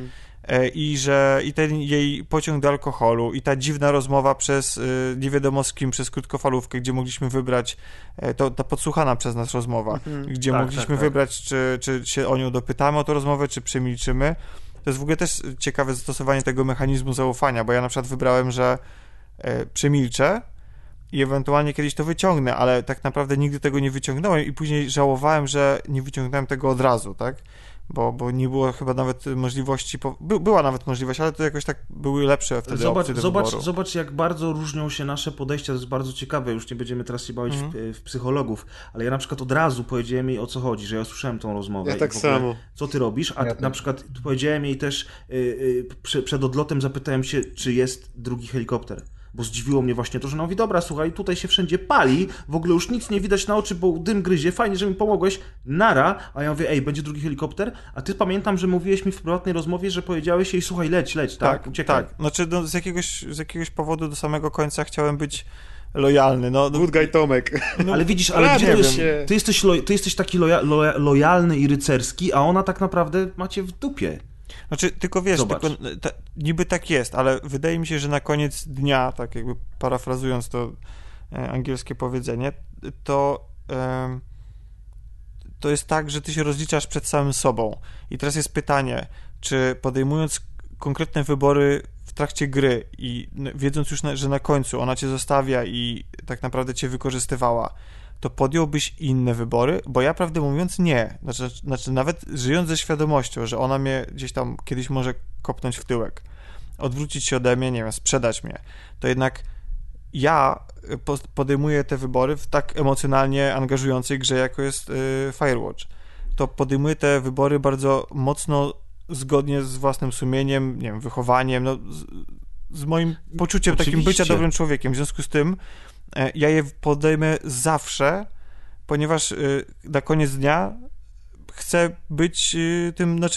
S5: i ten jej pociąg do alkoholu i ta dziwna rozmowa przez nie wiadomo z kim, przez krótkofalówkę, gdzie mogliśmy wybrać, ta podsłuchana przez nas rozmowa, gdzie mogliśmy wybrać, czy się o nią dopytamy o tę rozmowę, czy przemilczymy. To jest w ogóle też ciekawe zastosowanie tego mechanizmu zaufania, bo ja na przykład wybrałem, że przemilczę i ewentualnie kiedyś to wyciągnę, ale tak naprawdę nigdy tego nie wyciągnąłem i później żałowałem, że nie wyciągnąłem tego od razu, tak? Bo nie było chyba nawet możliwości, była nawet możliwość, ale to jakoś tak były lepsze wtedy opcje do wyboru.
S4: Zobacz, jak bardzo różnią się nasze podejścia, to jest bardzo ciekawe, już nie będziemy teraz się bawić w psychologów, ale ja na przykład od razu powiedziałem jej, o co chodzi, że ja słyszałem tą rozmowę.
S7: Ja tak samo.
S4: Co ty robisz? A na przykład powiedziałem jej też, przed odlotem zapytałem się, czy jest drugi helikopter. Bo zdziwiło mnie właśnie to, że ona mówi, dobra, słuchaj, tutaj się wszędzie pali, w ogóle już nic nie widać na oczy, bo dym gryzie, fajnie, że mi pomogłeś, nara, a ja mówię, będzie drugi helikopter, a ty pamiętam, że mówiłeś mi w prywatnej rozmowie, że powiedziałeś jej, słuchaj, leć, tak, uciekaj.
S5: Tak, znaczy z jakiegoś powodu do samego końca chciałem być lojalny.
S7: Good guy Tomek.
S4: Ale widzisz, ty jesteś taki lojalny i rycerski, a ona tak naprawdę macie w dupie.
S5: Znaczy, tylko wiesz, niby tak jest, ale wydaje mi się, że na koniec dnia, tak jakby parafrazując to angielskie powiedzenie, to jest tak, że ty się rozliczasz przed samym sobą. I teraz jest pytanie, czy podejmując konkretne wybory w trakcie gry i wiedząc już, że na końcu ona cię zostawia i tak naprawdę cię wykorzystywała, to podjąłbyś inne wybory? Bo ja, prawdę mówiąc, nie. Znaczy nawet żyjąc ze świadomością, że ona mnie gdzieś tam kiedyś może kopnąć w tyłek, odwrócić się ode mnie, nie wiem, sprzedać mnie, to jednak ja podejmuję te wybory w tak emocjonalnie angażującej grze, jako jest Firewatch. To podejmuję te wybory bardzo mocno zgodnie z własnym sumieniem, nie wiem, wychowaniem, z moim poczuciem takim bycia dobrym człowiekiem. W związku z tym ja je podejmę zawsze, ponieważ na koniec dnia chcę być tym, znaczy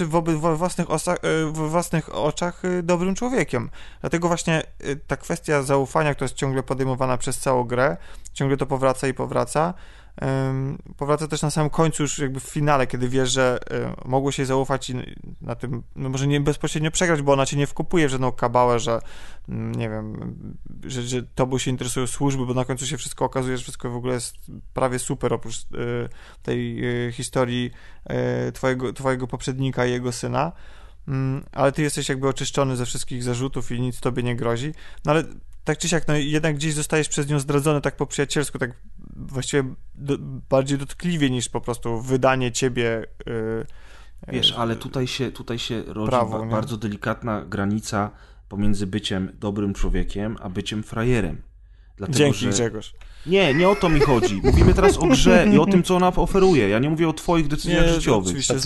S5: w własnych oczach dobrym człowiekiem. Dlatego właśnie ta kwestia zaufania, która jest ciągle podejmowana przez całą grę, ciągle to powraca i powraca. Powraca też na samym końcu, już jakby w finale, kiedy wiesz, że mogło się zaufać i na tym, no może nie bezpośrednio przegrać, bo ona cię nie wkopuje w żadną kabałę, że nie wiem, że tobą się interesują służby, bo na końcu się wszystko okazuje, że wszystko w ogóle jest prawie super, oprócz tej historii twojego poprzednika i jego syna, ale ty jesteś jakby oczyszczony ze wszystkich zarzutów i nic tobie nie grozi, no ale tak czy siak, no jednak gdzieś zostajesz przez nią zdradzony tak po przyjacielsku, tak właściwie bardziej dotkliwie niż po prostu wydanie ciebie.
S4: Wiesz, ale tutaj się rodzi bardzo delikatna granica pomiędzy byciem dobrym człowiekiem, a byciem frajerem. Dlatego,
S5: Dzięki, Grzegorz.
S4: Nie o to mi chodzi. Mówimy teraz o grze i o tym, co ona oferuje. Ja nie mówię o twoich decyzjach życiowych.
S5: Oczywiście,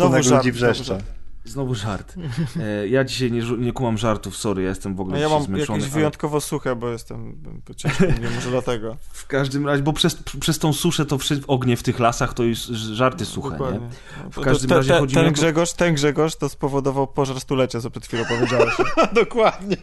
S4: Znowu żart. Ja dzisiaj nie kumam żartów, sorry, ja jestem w ogóle
S5: ja mam
S4: zmęczony.
S5: Jakieś wyjątkowo suche, bo jestem ciężko, nie może dlatego.
S4: W każdym razie, bo przez tą suszę to ognie w tych lasach to już żarty suche,
S5: dokładnie.
S4: Nie? W każdym razie chodzi
S5: ten Grzegorz to spowodował pożar stulecia, co przed chwilą powiedziałeś.
S7: Dokładnie.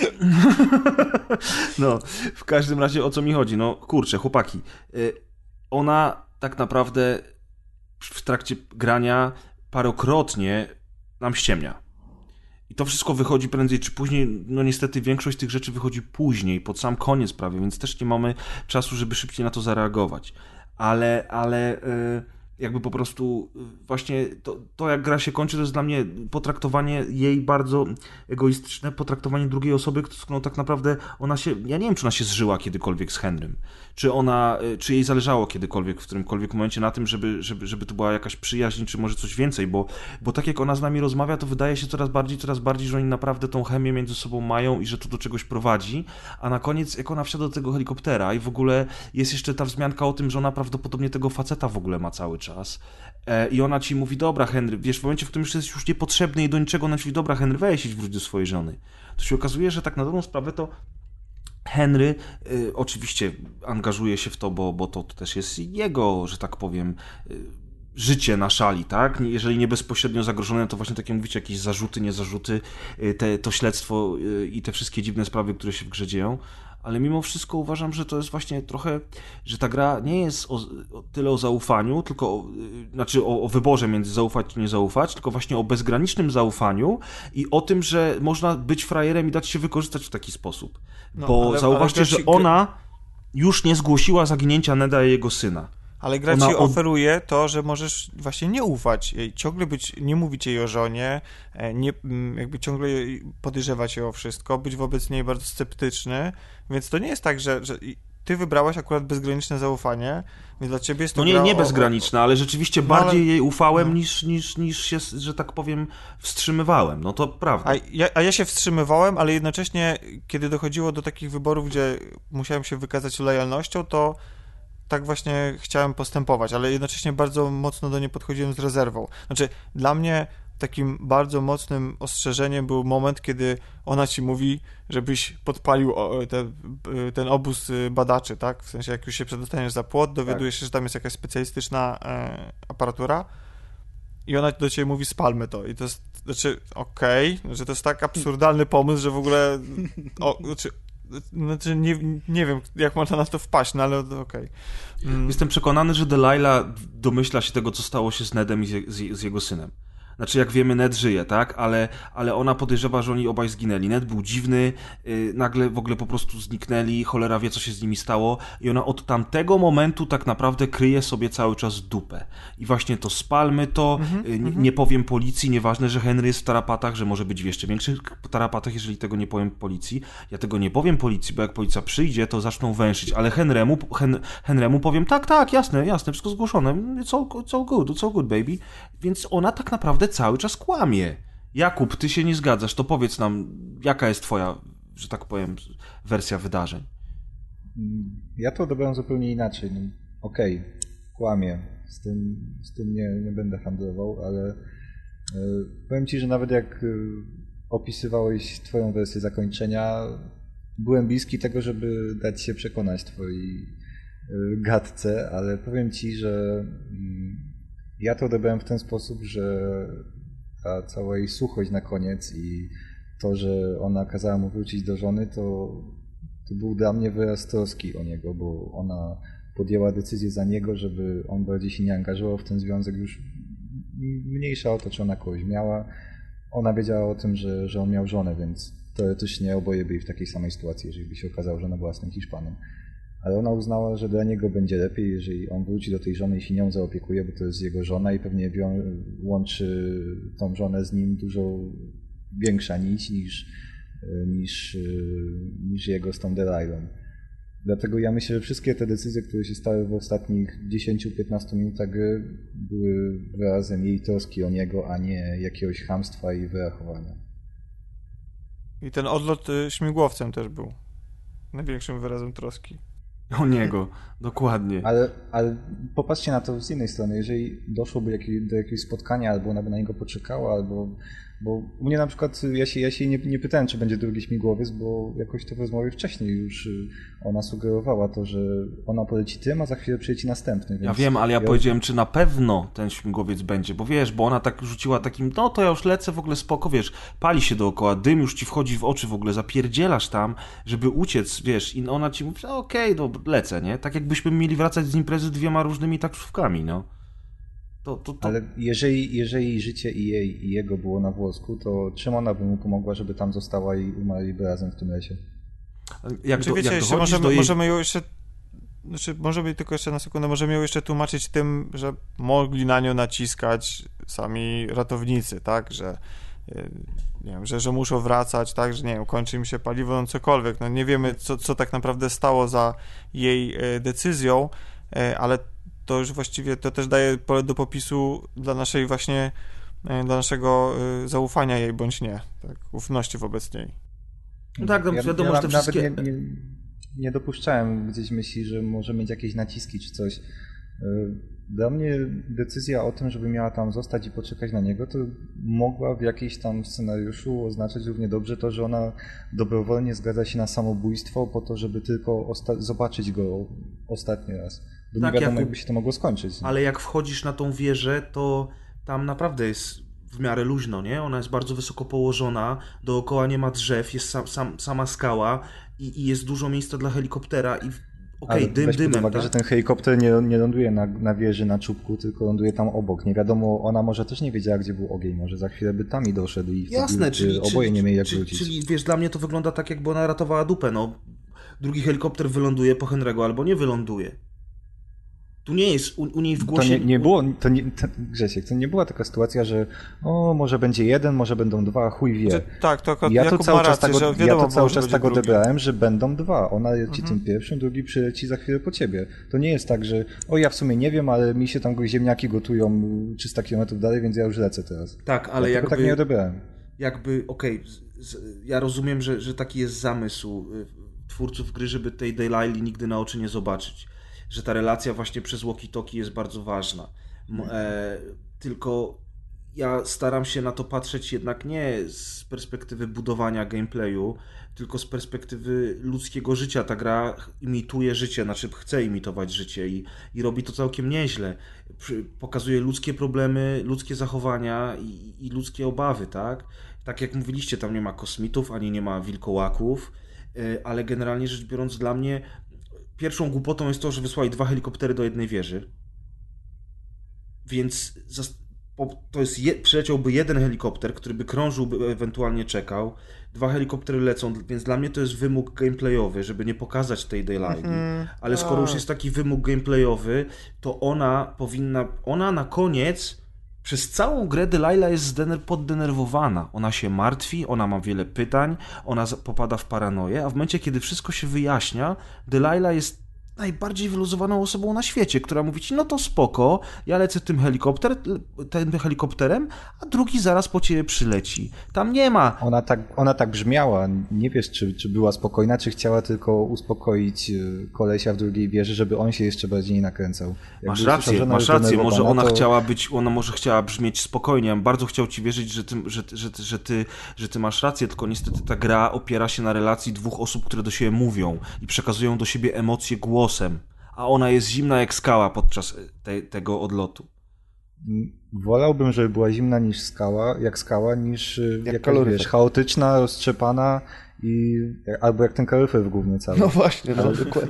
S4: No, w każdym razie o co mi chodzi? No kurczę, chłopaki, ona tak naprawdę w trakcie grania parokrotnie nam ściemnia. I to wszystko wychodzi prędzej czy później, no niestety większość tych rzeczy wychodzi później, pod sam koniec prawie, więc też nie mamy czasu, żeby szybciej na to zareagować. Ale jakby po prostu właśnie to jak gra się kończy, to jest dla mnie potraktowanie jej bardzo egoistyczne, potraktowanie drugiej osoby, z którą tak naprawdę ona się, ja nie wiem, czy ona się zżyła kiedykolwiek z Henrym, czy jej zależało kiedykolwiek, w którymkolwiek momencie na tym, żeby to była jakaś przyjaźń, czy może coś więcej, bo tak jak ona z nami rozmawia, to wydaje się coraz bardziej, że oni naprawdę tą chemię między sobą mają i że to do czegoś prowadzi, a na koniec, jak ona wsiada do tego helikoptera i w ogóle jest jeszcze ta wzmianka o tym, że ona prawdopodobnie tego faceta w ogóle ma cały czas. I ona ci mówi, dobra Henry, wiesz, w momencie, w którym jesteś już niepotrzebny i do niczego, ona ci mówi, dobra Henry, weź i wróć do swojej żony. To się okazuje, że tak na dobrą sprawę to Henry oczywiście angażuje się w to, bo to też jest jego, że tak powiem, życie na szali, tak? Jeżeli nie bezpośrednio zagrożone, to właśnie tak jak mówicie, jakieś zarzuty, niezarzuty, to śledztwo i te wszystkie dziwne sprawy, które się w grze dzieją. Ale mimo wszystko uważam, że to jest właśnie trochę, że ta gra nie jest tyle o zaufaniu, tylko o wyborze między zaufać czy nie zaufać, tylko właśnie o bezgranicznym zaufaniu i o tym, że można być frajerem i dać się wykorzystać w taki sposób. Bo zauważcie, że ona już nie zgłosiła zaginięcia Neda i jego syna.
S5: Ale gra ci oferuje to, że możesz właśnie nie ufać jej, ciągle nie mówić jej o żonie, jakby ciągle podejrzewać ją o wszystko, być wobec niej bardzo sceptyczny, więc to nie jest tak, że ty wybrałaś akurat bezgraniczne zaufanie, więc dla ciebie jest to
S4: nie bezgraniczne, ale rzeczywiście bardziej jej ufałem niż się, że tak powiem, wstrzymywałem. No to prawda.
S5: A ja się wstrzymywałem, ale jednocześnie, kiedy dochodziło do takich wyborów, gdzie musiałem się wykazać lojalnością, to tak właśnie chciałem postępować, ale jednocześnie bardzo mocno do niej podchodziłem z rezerwą. Znaczy, dla mnie takim bardzo mocnym ostrzeżeniem był moment, kiedy ona ci mówi, żebyś podpalił ten obóz badaczy, tak? W sensie, jak już się przedostaniesz za płot, dowiadujesz się, że tam jest jakaś specjalistyczna aparatura i ona do ciebie mówi, spalmy to. I to jest, że to jest tak absurdalny pomysł, że w ogóle... nie wiem, jak można na to wpaść, no ale okej.
S4: Jestem przekonany, że Delilah domyśla się tego, co stało się z Nedem i z jego synem. Znaczy, jak wiemy, Ned żyje, tak? Ale ona podejrzewa, że oni obaj zginęli. Ned był dziwny, nagle w ogóle po prostu zniknęli, cholera wie, co się z nimi stało i ona od tamtego momentu tak naprawdę kryje sobie cały czas dupę. I właśnie to spalmy to, nie powiem policji, nieważne, że Henry jest w tarapatach, że może być w jeszcze większych tarapatach, jeżeli tego nie powiem policji. Ja tego nie powiem policji, bo jak policja przyjdzie, to zaczną węszyć, ale Henry'emu powiem, tak, jasne, wszystko zgłoszone, it's all good, baby. Więc ona tak naprawdę cały czas kłamie. Jakub, ty się nie zgadzasz, to powiedz nam, jaka jest twoja, że tak powiem, wersja wydarzeń?
S1: Ja to odebrałem zupełnie inaczej. No, okej, kłamie. Z tym nie będę handlował, ale powiem ci, że nawet jak opisywałeś twoją wersję zakończenia, byłem bliski tego, żeby dać się przekonać twojej gadce, ale powiem ci, że ja to odebrałem w ten sposób, że ta cała jej suchość na koniec i to, że ona kazała mu wrócić do żony, to był dla mnie wyraz troski o niego, bo ona podjęła decyzję za niego, żeby on bardziej się nie angażował w ten związek, już mniejsza o to, czy ona kogoś miała. Ona wiedziała o tym, że on miał żonę, więc teoretycznie oboje byli w takiej samej sytuacji, jeżeli by się okazało, że ona była z tym Hiszpanem. Ale ona uznała, że dla niego będzie lepiej, jeżeli on wróci do tej żony i się nią zaopiekuje, bo to jest jego żona i pewnie łączy tą żonę z nim dużo większa niż jego z tą Delilą. Dlatego ja myślę, że wszystkie te decyzje, które się stały w ostatnich 10-15 minutach gry, były wyrazem jej troski o niego, a nie jakiegoś chamstwa i wyrachowania.
S5: I ten odlot śmigłowcem też był największym wyrazem troski.
S4: O niego, dokładnie.
S1: Ale popatrzcie na to z innej strony, jeżeli doszłoby do jakiegoś spotkania, albo ona by na niego poczekała, bo u mnie na przykład, ja się nie pytałem, czy będzie drugi śmigłowiec, bo jakoś to w rozmowie wcześniej już ona sugerowała to, że ona poleci tym, a za chwilę przyleci następny. Więc
S4: ja wiem, ale ja powiedziałem, czy na pewno ten śmigłowiec będzie, bo wiesz, bo ona tak rzuciła takim, no to ja już lecę, w ogóle spoko, wiesz, pali się dookoła, dym już ci wchodzi w oczy, w ogóle zapierdzielasz tam, żeby uciec, wiesz, i ona ci mówi, okej, no lecę, nie? Tak jakbyśmy mieli wracać z imprezy 2 różnymi taksówkami, no. To.
S1: Ale jeżeli życie i jego było na włosku, to czym ona by mu pomogła, żeby tam została i umarliby razem w tym lesie?
S5: Możemy ją jeszcze... Znaczy, możemy tylko jeszcze na sekundę, możemy ją jeszcze tłumaczyć tym, że mogli na nią naciskać sami ratownicy, tak, że nie wiem, że muszą wracać, tak, że nie wiem, kończy im się paliwo, no cokolwiek, no nie wiemy, co tak naprawdę stało za jej decyzją, ale to już właściwie to też daje pole do popisu dla naszej właśnie, dla naszego zaufania jej, bądź nie, tak, ufności wobec niej.
S4: No tak, wiadomo, że te wszystkie...
S1: Nie dopuszczałem gdzieś myśli, że może mieć jakieś naciski czy coś. Dla mnie decyzja o tym, żeby miała tam zostać i poczekać na niego, to mogła w jakimś tam scenariuszu oznaczać równie dobrze to, że ona dobrowolnie zgadza się na samobójstwo po to, żeby tylko zobaczyć go ostatni raz. Bo
S8: Tak,
S1: nie wiadomo,
S8: Jakub,
S1: jakby się to mogło skończyć.
S8: ale jak wchodzisz na tą wieżę, to tam naprawdę jest w miarę luźno, nie? Ona jest bardzo wysoko położona, dookoła nie ma drzew, jest sama skała i jest dużo miejsca dla helikoptera i
S1: Ale
S8: dym
S1: weź pod
S8: dymem,
S1: uwagę,
S8: tak?
S1: że ten helikopter nie ląduje na wieży, na czubku, tylko ląduje tam obok. Nie wiadomo, ona może też nie wiedziała, gdzie był ogień, może za chwilę by tam i doszedł i
S8: Jasne,
S1: wtedy oboje nie mieli jak wrócić.
S8: Czyli wiesz, dla mnie to wygląda tak, jakby ona ratowała dupę, no. Drugi helikopter wyląduje po Henry'ego albo nie wyląduje. Tu nie jest u niej w głosie...
S1: Grzesiek, to nie była taka sytuacja, że może będzie jeden, może będą dwa, chuj wie.
S5: Tak, to akurat
S1: Ja to
S5: Jakub
S1: cały
S5: ma
S1: czas
S5: rację, że
S1: ja
S5: wiadomo
S1: to cały
S5: było, że
S1: czas
S5: będzie
S1: tak
S5: drugi.
S1: odebrałem, że będą dwa. Ona leci tym pierwszym, drugi przyleci za chwilę po ciebie. To nie jest tak, że ja w sumie nie wiem, ale mi się tam ziemniaki gotują 300 km dalej, więc ja już lecę teraz.
S8: Tak, ale
S1: ja tak nie odebrałem.
S8: Ja rozumiem, że taki jest zamysł twórców gry, żeby tej Delilah nigdy na oczy nie zobaczyć. Że ta relacja właśnie przez walkie-talkie jest bardzo ważna. Tylko ja staram się na to patrzeć jednak nie z perspektywy budowania gameplayu, tylko z perspektywy ludzkiego życia. Ta gra imituje życie, znaczy chce imitować życie i robi to całkiem nieźle. Pokazuje ludzkie problemy, ludzkie zachowania i ludzkie obawy, tak? Tak jak mówiliście, tam nie ma kosmitów, ani nie ma wilkołaków, ale generalnie rzecz biorąc dla mnie pierwszą głupotą jest to, że wysłali 2 helikoptery do jednej wieży. Więc przyleciałby jeden helikopter, który by krążył, by ewentualnie czekał. 2 helikoptery lecą, więc dla mnie to jest wymóg gameplayowy, żeby nie pokazać tej Delilah. Ale skoro już jest taki wymóg gameplayowy, to ona na koniec przez całą grę Delilah jest poddenerwowana. Ona się martwi, ona ma wiele pytań, ona popada w paranoję, a w momencie, kiedy wszystko się wyjaśnia, Delilah jest najbardziej wyluzowaną osobą na świecie, która mówi ci, no to spoko, ja lecę tym helikopterem, a drugi zaraz po ciebie przyleci. Tam nie ma...
S1: Ona tak brzmiała. Nie wiesz, czy była spokojna, czy chciała tylko uspokoić kolesia w drugiej wieży, żeby on się jeszcze bardziej nie nakręcał.
S8: Masz rację. Może ona może chciała brzmieć spokojnie. Ja bym bardzo chciał ci wierzyć, że ty masz rację, tylko niestety ta gra opiera się na relacji 2 osób, które do siebie mówią i przekazują do siebie emocje głosem, a ona jest zimna jak skała podczas tego odlotu.
S1: Wolałbym, żeby była zimna jak skała, niż jakaś, wiesz, chaotyczna, roztrzepana albo jak ten kaloryfer w głównie cały.
S9: No właśnie, dokładnie.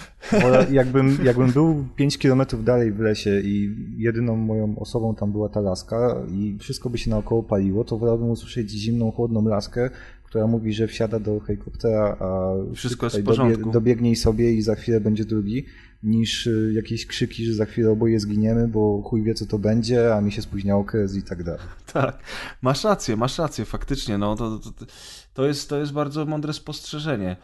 S1: Jakbym był 5 km dalej w lesie i jedyną moją osobą tam była ta laska i wszystko by się naokoło paliło, to wolałbym usłyszeć zimną, chłodną laskę, która mówi, że wsiada do helikoptera, a
S8: wszystko jest w porządku.
S1: Dobiegnij sobie i za chwilę będzie drugi, niż jakieś krzyki, że za chwilę oboje zginiemy, bo chuj wie co to będzie, a mi się spóźniał okres i tak dalej.
S8: Tak, masz rację, faktycznie, no to jest bardzo mądre spostrzeżenie.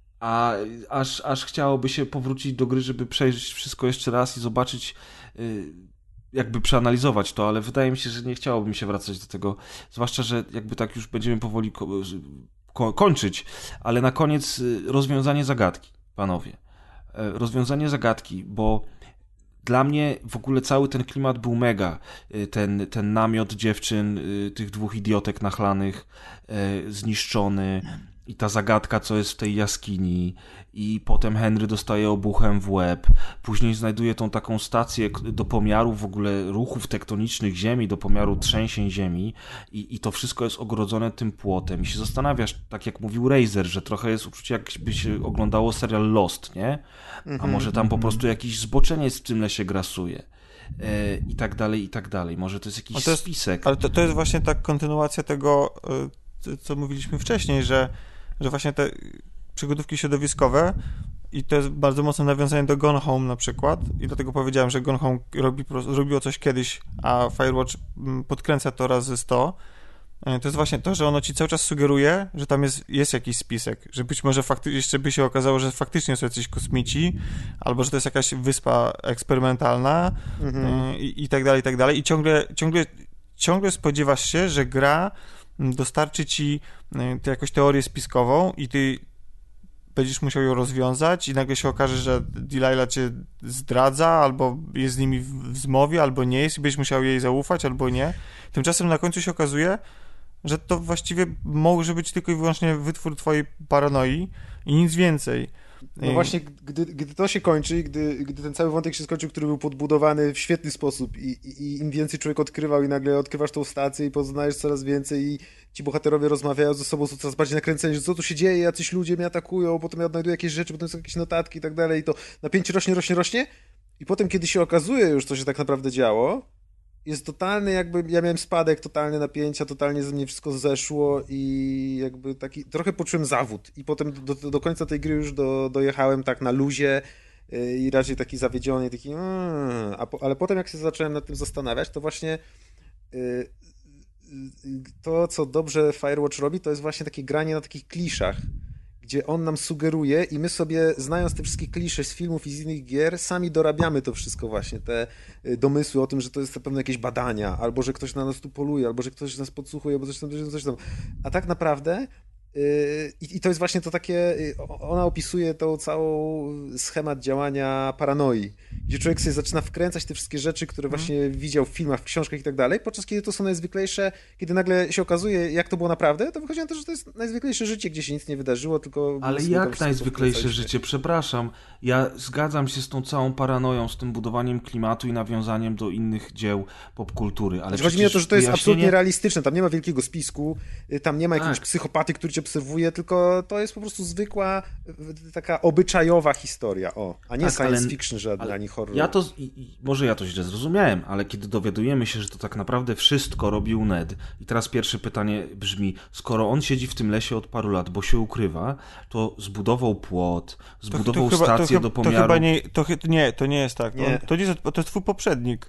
S8: Aż chciałoby się powrócić do gry, żeby przejrzeć wszystko jeszcze raz i zobaczyć, jakby przeanalizować to, ale wydaje mi się, że nie chciałoby mi się wracać do tego, zwłaszcza, że jakby tak już będziemy powoli kończyć, ale na koniec rozwiązanie zagadki, panowie. Rozwiązanie zagadki, bo dla mnie w ogóle cały ten klimat był mega. Ten namiot dziewczyn, tych 2 idiotek nachlanych, zniszczony i ta zagadka, co jest w tej jaskini i potem Henry dostaje obuchem w łeb. Później znajduje tą taką stację do pomiaru w ogóle ruchów tektonicznych ziemi, do pomiaru trzęsień ziemi i to wszystko jest ogrodzone tym płotem. I się zastanawiasz, tak jak mówił Razer, że trochę jest uczucie, jakby się oglądało serial Lost, nie? A może tam po prostu jakiś zboczeniec w tym lesie grasuje. I tak dalej. Może to jest jakiś spisek.
S5: Ale to jest właśnie tak kontynuacja tego, co mówiliśmy wcześniej, że właśnie te przygodówki środowiskowe i to jest bardzo mocne nawiązanie do Gone Home na przykład i dlatego powiedziałem, że Gone Home robiło coś kiedyś, a Firewatch podkręca to razy 100. To jest właśnie to, że ono ci cały czas sugeruje, że tam jest jakiś spisek, że być może jeszcze by się okazało, że faktycznie są jacyś kosmici, albo że to jest jakaś wyspa eksperymentalna i tak dalej, i tak dalej. I ciągle spodziewasz się, że gra dostarczy ci jakąś teorię spiskową i ty będziesz musiał ją rozwiązać i nagle się okaże, że Delilah cię zdradza, albo jest z nimi w zmowie, albo nie jest i będziesz musiał jej zaufać, albo nie. Tymczasem na końcu się okazuje, że to właściwie może być tylko i wyłącznie wytwór twojej paranoi i nic więcej.
S7: No właśnie, gdy to się kończy, gdy ten cały wątek się skończył, który był podbudowany w świetny sposób i im więcej człowiek odkrywał i nagle odkrywasz tą stację i poznajesz coraz więcej i ci bohaterowie rozmawiają ze sobą, są coraz bardziej nakręceni, że co tu się dzieje, jacyś ludzie mnie atakują, potem ja odnajduję jakieś rzeczy, potem są jakieś notatki i tak dalej i to napięcie rośnie i potem, kiedy się okazuje już, co się tak naprawdę działo, jest totalny jakby, ja miałem spadek totalny napięcia, totalnie ze mnie wszystko zeszło i jakby taki, trochę poczułem zawód i potem do końca tej gry już dojechałem tak na luzie i raczej taki zawiedziony, taki ale potem jak się zacząłem nad tym zastanawiać, to właśnie to, co dobrze Firewatch robi, to jest właśnie takie granie na takich kliszach, gdzie on nam sugeruje i my sobie, znając te wszystkie klisze z filmów i z innych gier, sami dorabiamy to wszystko właśnie, te domysły o tym, że to jest na pewno jakieś badania, albo że ktoś na nas tu poluje, albo że ktoś nas podsłuchuje, albo coś tam. A tak naprawdę i to jest właśnie to takie, ona opisuje tą całą schemat działania paranoi, gdzie człowiek sobie zaczyna wkręcać te wszystkie rzeczy, które właśnie widział w filmach, w książkach i tak dalej, podczas kiedy to są najzwyklejsze, kiedy nagle się okazuje, jak to było naprawdę, to wychodzi na to, że to jest najzwyklejsze życie, gdzie się nic nie wydarzyło, tylko...
S8: Ale jak najzwyklejsze życie? Przepraszam, ja zgadzam się z tą całą paranoją, z tym budowaniem klimatu i nawiązaniem do innych dzieł popkultury, ale
S7: chodzi mi o to, że to jest absolutnie realistyczne, tam nie ma wielkiego spisku, tam nie ma jakiegoś psychopaty, który cię obserwuje, tylko to jest po prostu zwykła, taka obyczajowa historia, a nie science fiction żadny, ani horror.
S8: Może ja to źle zrozumiałem, ale kiedy dowiadujemy się, że to tak naprawdę wszystko robił Ned i teraz pierwsze pytanie brzmi, skoro on siedzi w tym lesie od paru lat, bo się ukrywa, to zbudował płot, zbudował stację do pomiaru...
S5: To chyba nie, to nie jest tak. Nie. To jest twój poprzednik.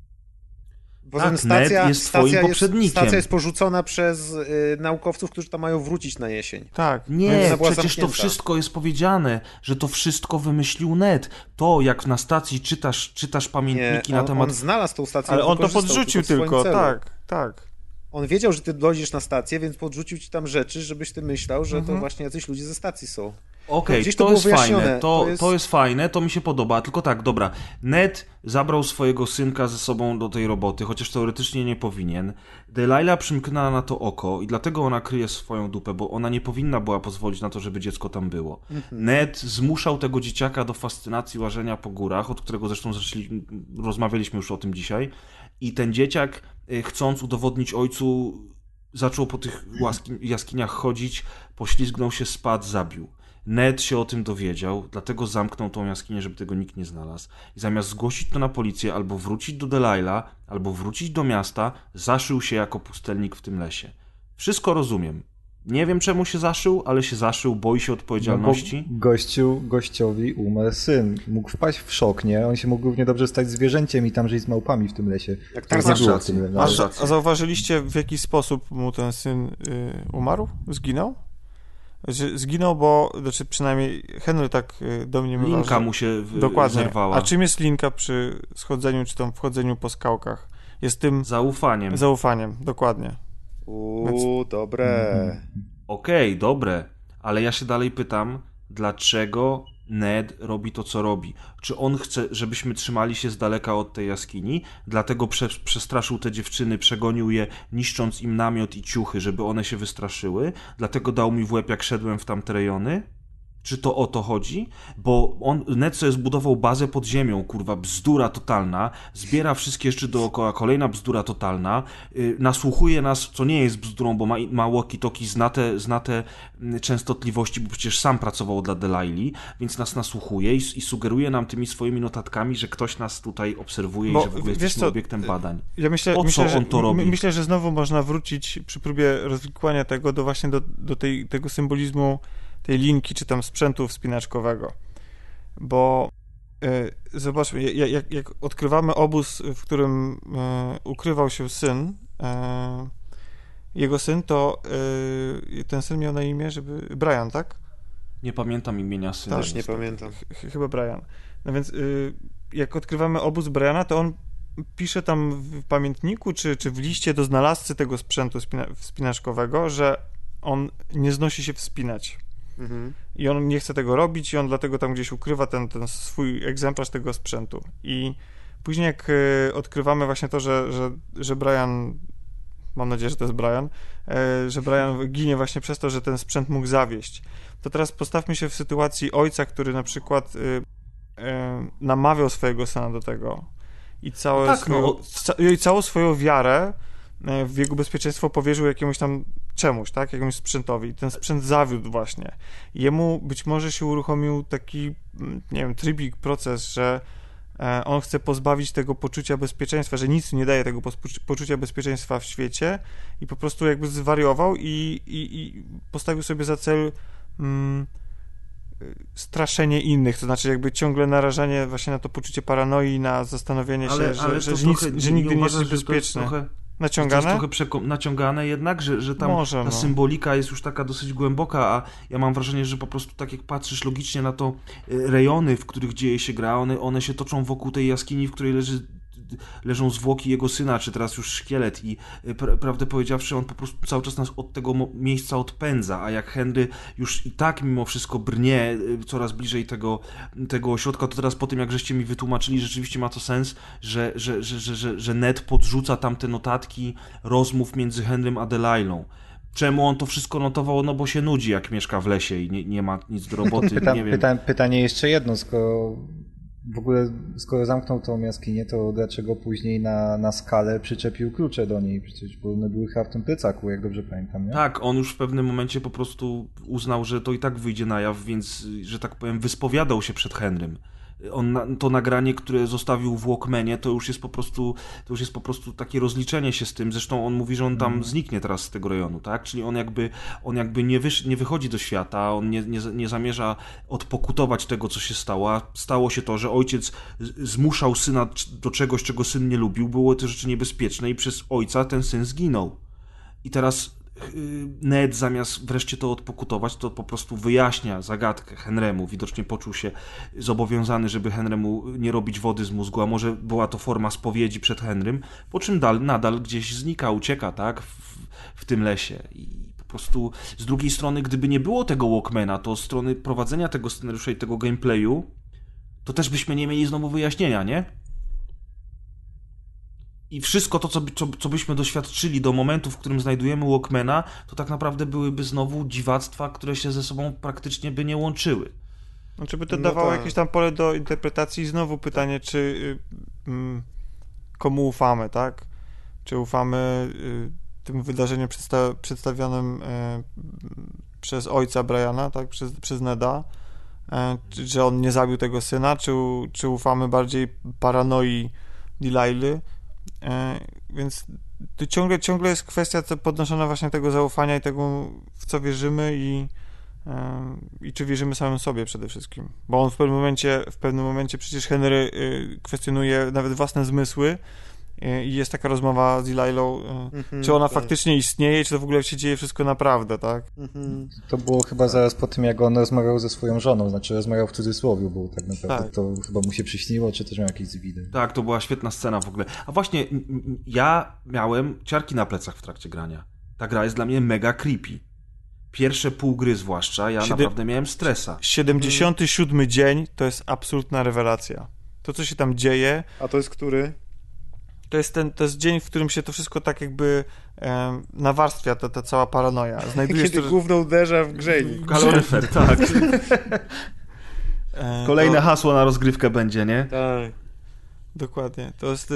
S7: Bo
S8: tak, Ned jest twoim poprzednikiem.
S7: Stacja jest porzucona przez naukowców, którzy tam mają wrócić na jesień.
S5: Tak.
S8: Nie, przecież to wszystko jest powiedziane, że to wszystko wymyślił Ned. To, jak na stacji czytasz pamiętniki na temat...
S7: on znalazł tą stację.
S5: Ale on to podrzucił tylko, tak.
S7: On wiedział, że ty dojdziesz na stację, więc podrzucił ci tam rzeczy, żebyś ty myślał, że to właśnie jacyś ludzie ze stacji są.
S8: Okej, to jest fajne, to jest fajne, to mi się podoba, tylko tak, dobra, Ned zabrał swojego synka ze sobą do tej roboty, chociaż teoretycznie nie powinien. Delilah przymknęła na to oko i dlatego ona kryje swoją dupę, bo ona nie powinna była pozwolić na to, żeby dziecko tam było. Ned zmuszał tego dzieciaka do fascynacji łażenia po górach, od którego zresztą rozmawialiśmy już o tym dzisiaj, i ten dzieciak, chcąc udowodnić ojcu, zaczął po tych jaskiniach chodzić, poślizgnął się, spadł, zabił. Ned się o tym dowiedział, dlatego zamknął tą jaskinię, żeby tego nikt nie znalazł. I zamiast zgłosić to na policję, albo wrócić do Delilah, albo wrócić do miasta, zaszył się jako pustelnik w tym lesie. Wszystko rozumiem. Nie wiem, czemu się zaszył, ale się zaszył, boi się odpowiedzialności.
S1: Gościowi umarł syn. Mógł wpaść w szok, nie? On się mógł równie dobrze stać zwierzęciem i tam żyć z małpami w tym lesie.
S7: Jak tak było.
S5: A zauważyliście, w jaki sposób mu ten syn umarł? Zginął? Zginął, bo, znaczy przynajmniej Henry tak do mnie mówił.
S8: Linka mu się zerwała.
S5: A czym jest linka przy schodzeniu, czy tam wchodzeniu po skałkach? Jest tym... Zaufaniem, dokładnie.
S7: Dobre.
S8: Okej, dobre. Ale ja się dalej pytam, dlaczego Ned robi to, co robi? Czy on chce, żebyśmy trzymali się z daleka od tej jaskini, dlatego przestraszył te dziewczyny, przegonił je, niszcząc im namiot i ciuchy, żeby one się wystraszyły? Dlatego dał mi w łeb, jak szedłem w tamte rejony? Czy to o to chodzi? Bo Ned sobie zbudował bazę pod ziemią, kurwa, bzdura totalna, zbiera wszystkie rzeczy dookoła, kolejna bzdura totalna, nasłuchuje nas, co nie jest bzdurą, bo ma walkie-talkie, zna te częstotliwości, bo przecież sam pracował dla Delili, więc nas nasłuchuje i sugeruje nam tymi swoimi notatkami, że ktoś nas tutaj obserwuje i że w ogóle jesteśmy obiektem badań.
S5: Ja myślę,
S8: on to robi?
S5: Myślę, że znowu można wrócić przy próbie rozwikłania tego właśnie do tego symbolizmu tej linki, czy tam sprzętu wspinaczkowego. Bo zobaczmy, jak odkrywamy obóz, w którym ukrywał się syn, jego syn, to ten syn miał na imię, Brian, tak?
S8: Nie pamiętam imienia syna.
S7: Też nie pamiętam.
S5: Chyba Brian. No więc jak odkrywamy obóz Briana, to on pisze tam w pamiętniku, czy w liście do znalazcy tego sprzętu wspinaczkowego, że on nie znosi się wspinać. I on nie chce tego robić i on dlatego tam gdzieś ukrywa ten swój egzemplarz tego sprzętu. I później jak odkrywamy właśnie to, że Brian mam nadzieję, że to jest Brian, że Brian ginie właśnie przez to, że ten sprzęt mógł zawieść. To teraz postawmy się w sytuacji ojca, który na przykład namawiał swojego syna do tego i całą swoją wiarę w jego bezpieczeństwo powierzył jakiemuś tam czemuś, tak? Jakiemuś sprzętowi. Ten sprzęt zawiódł właśnie. Jemu być może się uruchomił taki, nie wiem, trybik, proces, że on chce pozbawić tego poczucia bezpieczeństwa, że nic nie daje tego poczucia bezpieczeństwa w świecie i po prostu jakby zwariował i postawił sobie za cel straszenie innych, to znaczy jakby ciągle narażanie właśnie na to poczucie paranoi, na zastanowienie się, że nigdy nie jest bezpieczne. Naciągane?
S4: To jest trochę naciągane jednak, że tam
S5: może,
S4: ta symbolika jest już taka dosyć głęboka, a ja mam wrażenie, że po prostu tak jak patrzysz logicznie na to rejony, w których dzieje się gra, one się toczą wokół tej jaskini, w której leżą zwłoki jego syna, czy teraz już szkielet i prawdę powiedziawszy, on po prostu cały czas nas od tego miejsca odpędza, a jak Henry już i tak mimo wszystko brnie coraz bliżej tego ośrodka, to teraz po tym, jak żeście mi wytłumaczyli, rzeczywiście ma to sens, że Ned podrzuca tam te notatki rozmów między Henrym a Delilą. Czemu on to wszystko notował? No bo się nudzi, jak mieszka w lesie i nie ma nic do roboty. Nie wiem.
S1: Pytanie jeszcze jedno, skoro zamknął tą jaskinię, to dlaczego później na skalę przyczepił klucze do niej? Przecież bo one były chyba w tym plecaku, jak dobrze pamiętam, nie?
S4: Tak, on już w pewnym momencie po prostu uznał, że to i tak wyjdzie na jaw, więc, że tak powiem, wyspowiadał się przed Henrym. To nagranie, które zostawił w Walkmanie, to już jest po prostu takie rozliczenie się z tym. Zresztą on mówi, że on tam zniknie teraz z tego rejonu, tak? Czyli on jakby nie wychodzi do świata, on nie zamierza odpokutować tego, co się stało. A stało się to, że ojciec zmuszał syna do czegoś, czego syn nie lubił. Było to rzeczy niebezpieczne i przez ojca ten syn zginął. I teraz Ned zamiast wreszcie to odpokutować, to po prostu wyjaśnia zagadkę Henrymu. Widocznie poczuł się zobowiązany, żeby Henrymu nie robić wody z mózgu, a może była to forma spowiedzi przed Henrym, po czym nadal gdzieś znika, ucieka, tak, w tym lesie. I po prostu z drugiej strony, gdyby nie było tego Walkmana, to z strony prowadzenia tego scenariusza i tego gameplayu, to też byśmy nie mieli znowu wyjaśnienia, nie? I wszystko to, co byśmy doświadczyli do momentu, w którym znajdujemy Walkmana, to tak naprawdę byłyby znowu dziwactwa, które się ze sobą praktycznie by nie łączyły.
S5: Znaczy by to dawało jakieś tam pole do interpretacji i znowu pytanie, czy komu ufamy, tak? Czy ufamy tym wydarzeniom przedstawionym przez ojca Briana, tak? Przez Neda, że on nie zabił tego syna, czy ufamy bardziej paranoi Delily. Więc to ciągle jest kwestia podnoszona właśnie tego zaufania i tego, w co wierzymy i czy wierzymy samym sobie przede wszystkim. Bo on w pewnym momencie przecież Henry kwestionuje nawet własne zmysły i jest taka rozmowa z Delilą, czy ona faktycznie istnieje, czy to w ogóle się dzieje wszystko naprawdę, tak?
S1: To było chyba zaraz po tym, jak on rozmawiał ze swoją żoną, znaczy rozmawiał w cudzysłowie, bo tak naprawdę to chyba mu się przyśniło, czy też miał jakieś zwidy.
S4: Tak, to była świetna scena w ogóle. A właśnie, ja miałem ciarki na plecach w trakcie grania. Ta gra jest dla mnie mega creepy. Pierwsze pół gry zwłaszcza, ja naprawdę miałem stresa.
S5: 77 dzień to jest absolutna rewelacja. To, co się tam dzieje...
S7: A to jest który?
S5: To jest dzień, w którym się to wszystko tak jakby nawarstwia, ta cała paranoja.
S7: Kiedy gówno uderza w grzejnik.
S4: Kaloryfer, tak. Kolejne hasło na rozgrywkę będzie, nie?
S5: Tak. Dokładnie.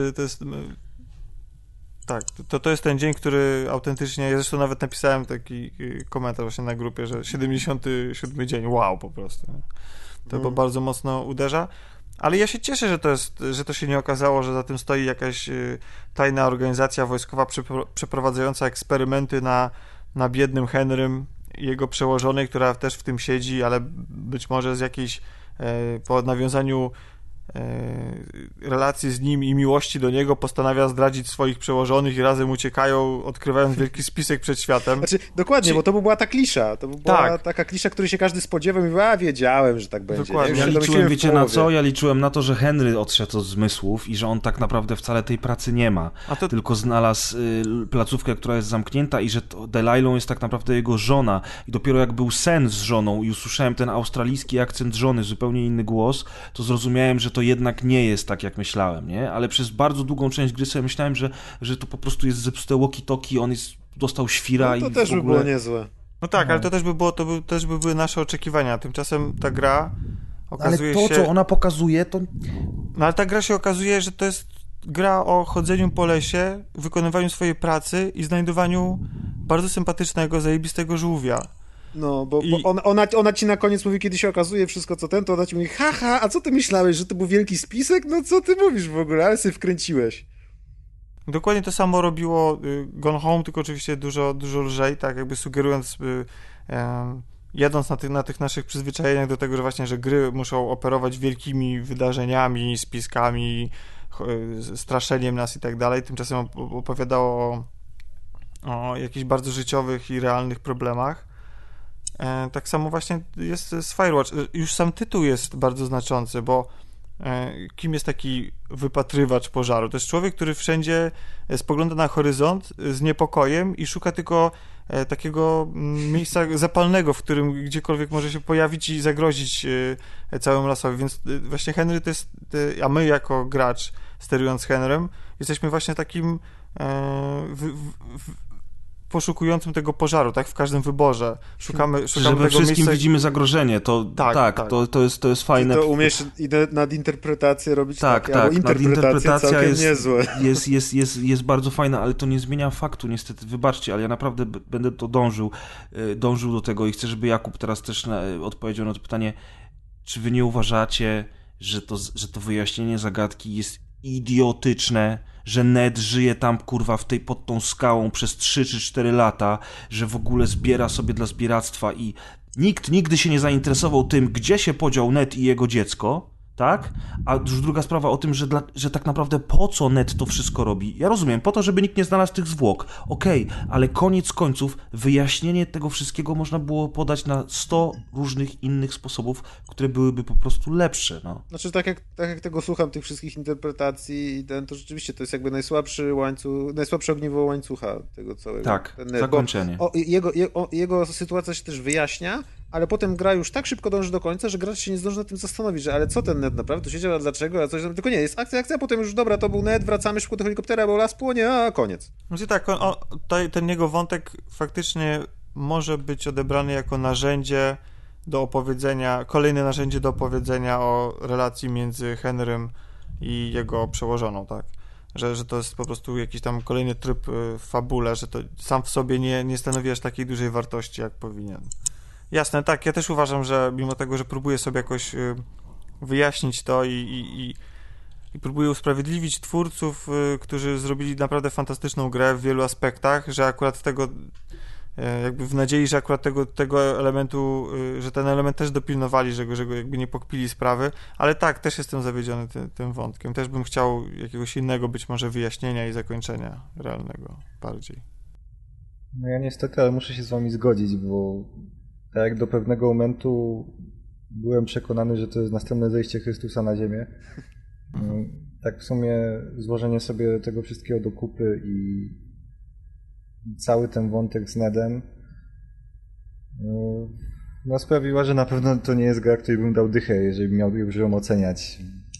S5: To jest ten dzień, który autentycznie, ja zresztą nawet napisałem taki komentarz właśnie na grupie, że 77 dzień, wow, po prostu. To bardzo mocno uderza. Ale ja się cieszę, że to się nie okazało, że za tym stoi jakaś tajna organizacja wojskowa przeprowadzająca eksperymenty na biednym Henrym i jego przełożonej, która też w tym siedzi, ale być może z jakiejś po nawiązaniu relacji z nim i miłości do niego postanawia zdradzić swoich przełożonych i razem uciekają, odkrywając wielki spisek przed światem.
S7: Znaczy, dokładnie, bo to by była ta klisza. To by była taka klisza, której się każdy spodziewał i mówi, wiedziałem, że tak będzie.
S5: Dokładnie.
S4: Ja liczyłem, wiecie na co? Ja liczyłem na to, że Henry odszedł od zmysłów i że on tak naprawdę wcale tej pracy nie ma. Tylko znalazł placówkę, która jest zamknięta i że Delilą jest tak naprawdę jego żona. I dopiero jak był sen z żoną i usłyszałem ten australijski akcent żony, zupełnie inny głos, to zrozumiałem, że to
S8: jednak nie jest tak, jak myślałem, nie? Ale przez bardzo długą część gry sobie myślałem, że to po prostu jest zepsute walkie-talkie, on dostał świra
S7: No to
S8: i
S7: też
S8: w ogóle...
S7: by było niezłe.
S5: No tak, ale to też by były nasze oczekiwania. Tymczasem ta gra
S8: Ale
S5: okazuje
S8: to,
S5: się...
S8: co ona pokazuje, to...
S5: No ale ta gra się okazuje, że to jest gra o chodzeniu po lesie, wykonywaniu swojej pracy i znajdowaniu bardzo sympatycznego, zajebistego żółwia.
S7: No, bo ona ci na koniec mówi, kiedy się okazuje wszystko co ten, to ona ci mówi, haha, a co ty myślałeś, że to był wielki spisek? No co ty mówisz w ogóle, ale sobie wkręciłeś.
S5: Dokładnie to samo robiło Gone Home, tylko oczywiście dużo, dużo lżej, tak jakby sugerując, jadąc na tych naszych przyzwyczajeniach do tego, że właśnie, że gry muszą operować wielkimi wydarzeniami, spiskami, straszeniem nas i tak dalej. Tymczasem opowiadało o jakichś bardzo życiowych i realnych problemach. Tak samo właśnie jest z Firewatch. Już sam tytuł jest bardzo znaczący, bo kim jest taki wypatrywacz pożaru? To jest człowiek, który wszędzie spogląda na horyzont z niepokojem i szuka tylko takiego miejsca zapalnego, w którym gdziekolwiek może się pojawić i zagrozić całemu lasowi. Więc właśnie Henry to jest, a my jako gracz sterując Henrym, jesteśmy właśnie takim poszukującym tego pożaru, tak? W każdym wyborze. Szukamy
S8: Że we
S5: tego
S8: wszystkim
S5: miejsca...
S8: widzimy zagrożenie, to tak. To jest fajne.
S7: Ty to umiesz nadinterpretację robić
S8: tak,
S7: albo interpretacja całkiem niezłe.
S8: Jest bardzo fajna, ale to nie zmienia faktu, niestety, wybaczcie, ale ja naprawdę będę to dążył do tego i chcę, żeby Jakub teraz też odpowiedział na to pytanie, czy wy nie uważacie, że to wyjaśnienie zagadki jest idiotyczne, że Ned żyje tam, kurwa, pod tą skałą przez 3 czy 4 lata, że w ogóle zbiera sobie dla zbieractwa i nikt nigdy się nie zainteresował tym, gdzie się podział Ned i jego dziecko, tak? A już druga sprawa o tym, że tak naprawdę po co Ned to wszystko robi? Ja rozumiem, po to, żeby nikt nie znalazł tych zwłok. Okej, ale koniec końców wyjaśnienie tego wszystkiego można było podać na 100 różnych innych sposobów, które byłyby po prostu lepsze, no.
S7: Znaczy, tak jak tego słucham, tych wszystkich interpretacji, to rzeczywiście to jest jakby najsłabsze ogniwo łańcucha tego całego.
S8: Tak, zakończenie.
S7: Jego sytuacja się też wyjaśnia, ale potem gra już tak szybko dąży do końca, że gracz się nie zdąży nad tym zastanowić, że ale co ten Ned naprawdę tu siedział, a dlaczego, a coś tam, tylko nie, jest akcja, a potem już dobra, to był Ned, wracamy szybko do helikoptera, bo las płonie, a koniec.
S5: Znaczy tak, ten jego wątek faktycznie może być odebrany jako narzędzie do opowiedzenia, kolejne narzędzie do opowiedzenia o relacji między Henrym i jego przełożoną, tak? Że to jest po prostu jakiś tam kolejny tryb w fabule, że to sam w sobie nie stanowi aż takiej dużej wartości, jak powinien. Jasne, tak, ja też uważam, że mimo tego, że próbuję sobie jakoś wyjaśnić to i próbuję usprawiedliwić twórców, którzy zrobili naprawdę fantastyczną grę w wielu aspektach, że akurat tego, jakby w nadziei, że akurat tego elementu, że ten element też dopilnowali, że go jakby nie pokpili sprawy, ale tak, też jestem zawiedziony tym wątkiem. Też bym chciał jakiegoś innego być może wyjaśnienia i zakończenia realnego bardziej.
S1: No ja niestety, ale muszę się z wami zgodzić, bo tak jak do pewnego momentu byłem przekonany, że to jest następne zejście Chrystusa na ziemię. Tak w sumie złożenie sobie tego wszystkiego do kupy i cały ten wątek z Nedem no sprawiła, że na pewno to nie jest gra, której bym dał dychę, jeżeli bym miał ją oceniać.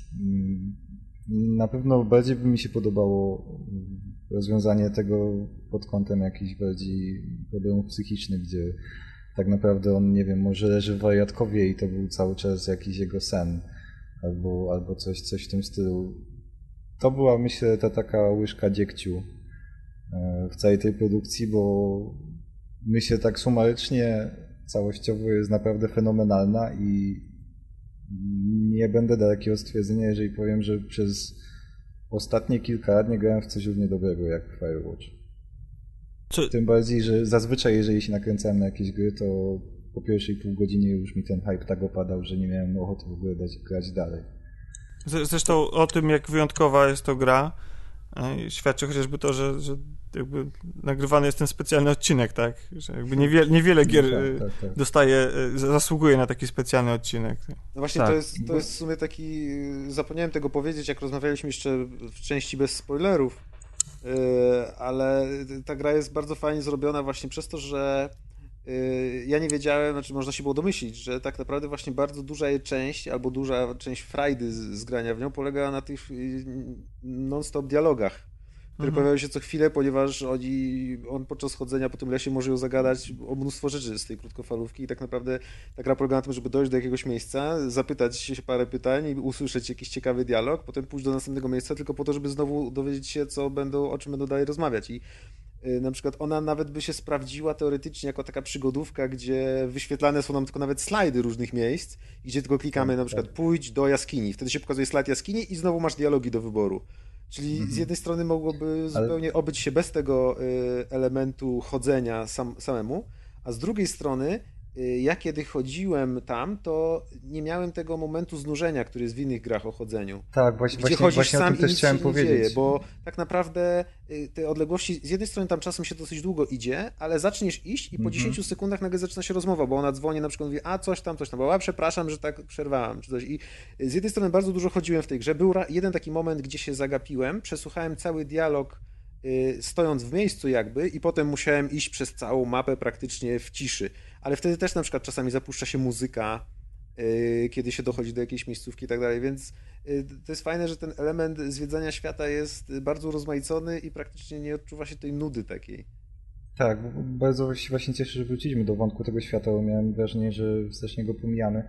S1: Na pewno bardziej by mi się podobało rozwiązanie tego pod kątem jakichś bardziej problemów psychicznych, gdzie tak naprawdę on, nie wiem, może leży w wariatkowie i to był cały czas jakiś jego sen albo coś w tym stylu. To była, myślę, ta taka łyżka dziegciu w całej tej produkcji, bo myślę tak sumarycznie, całościowo jest naprawdę fenomenalna i nie będę dalekiego stwierdzenia, jeżeli powiem, że przez ostatnie kilka lat nie grałem w coś równie dobrego jak Firewatch. Tym bardziej, że zazwyczaj jeżeli się nakręcałem na jakieś gry, to po pierwszej pół godzinie już mi ten hype tak opadał, że nie miałem ochoty w ogóle grać dalej.
S5: Zresztą o tym, jak wyjątkowa jest to gra, świadczy chociażby to, że jakby nagrywany jest ten specjalny odcinek, tak? Że jakby niewiele gier tak. Zasługuje na taki specjalny odcinek.
S7: No właśnie,
S8: tak.
S7: To jest w sumie taki... Zapomniałem tego powiedzieć, jak rozmawialiśmy jeszcze w części bez spoilerów, ale ta gra jest bardzo fajnie zrobiona właśnie przez to, że ja nie wiedziałem, znaczy można się było domyślić, że tak naprawdę właśnie bardzo duża jej część, albo duża część frajdy z grania w nią polega na tych non-stop dialogach, które pojawiają się co chwilę, ponieważ on podczas chodzenia po tym lesie może ją zagadać o mnóstwo rzeczy z tej krótkofalówki i tak naprawdę ta gra polega na tym, żeby dojść do jakiegoś miejsca, zapytać się parę pytań i usłyszeć jakiś ciekawy dialog, potem pójść do następnego miejsca tylko po to, żeby znowu dowiedzieć się, o czym będą dalej rozmawiać. I na przykład ona nawet by się sprawdziła teoretycznie jako taka przygodówka, gdzie wyświetlane są nam tylko nawet slajdy różnych miejsc, gdzie tylko klikamy na przykład pójdź do jaskini, wtedy się pokazuje slajd jaskini i znowu masz dialogi do wyboru. Czyli z jednej strony mogłoby zupełnie obyć się bez tego elementu chodzenia samemu, a z drugiej strony ja kiedy chodziłem tam, to nie miałem tego momentu znużenia, który jest w innych grach o chodzeniu.
S1: Tak,
S7: gdzie chodzisz
S1: właśnie
S7: sam
S1: o tym
S7: i
S1: też
S7: nic
S1: chciałem
S7: się nie
S1: powiedzieć.
S7: dzieje, bo tak naprawdę te odległości, z jednej strony tam czasem się dosyć długo idzie, ale zaczniesz iść i po 10 sekundach nagle zaczyna się rozmowa, bo ona dzwoni, na przykład mówi, a coś tam, bo przepraszam, że tak przerwałam, czy coś. I z jednej strony bardzo dużo chodziłem w tej grze. Był jeden taki moment, gdzie się zagapiłem, przesłuchałem cały dialog stojąc w miejscu jakby i potem musiałem iść przez całą mapę praktycznie w ciszy. Ale wtedy też na przykład czasami zapuszcza się muzyka, kiedy się dochodzi do jakiejś miejscówki i tak dalej, więc to jest fajne, że ten element zwiedzania świata jest bardzo urozmaicony i praktycznie nie odczuwa się tej nudy takiej.
S1: Tak, bardzo się właśnie cieszę, że wróciliśmy do wątku tego świata, bo miałem wrażenie, że strasznie go pomijamy.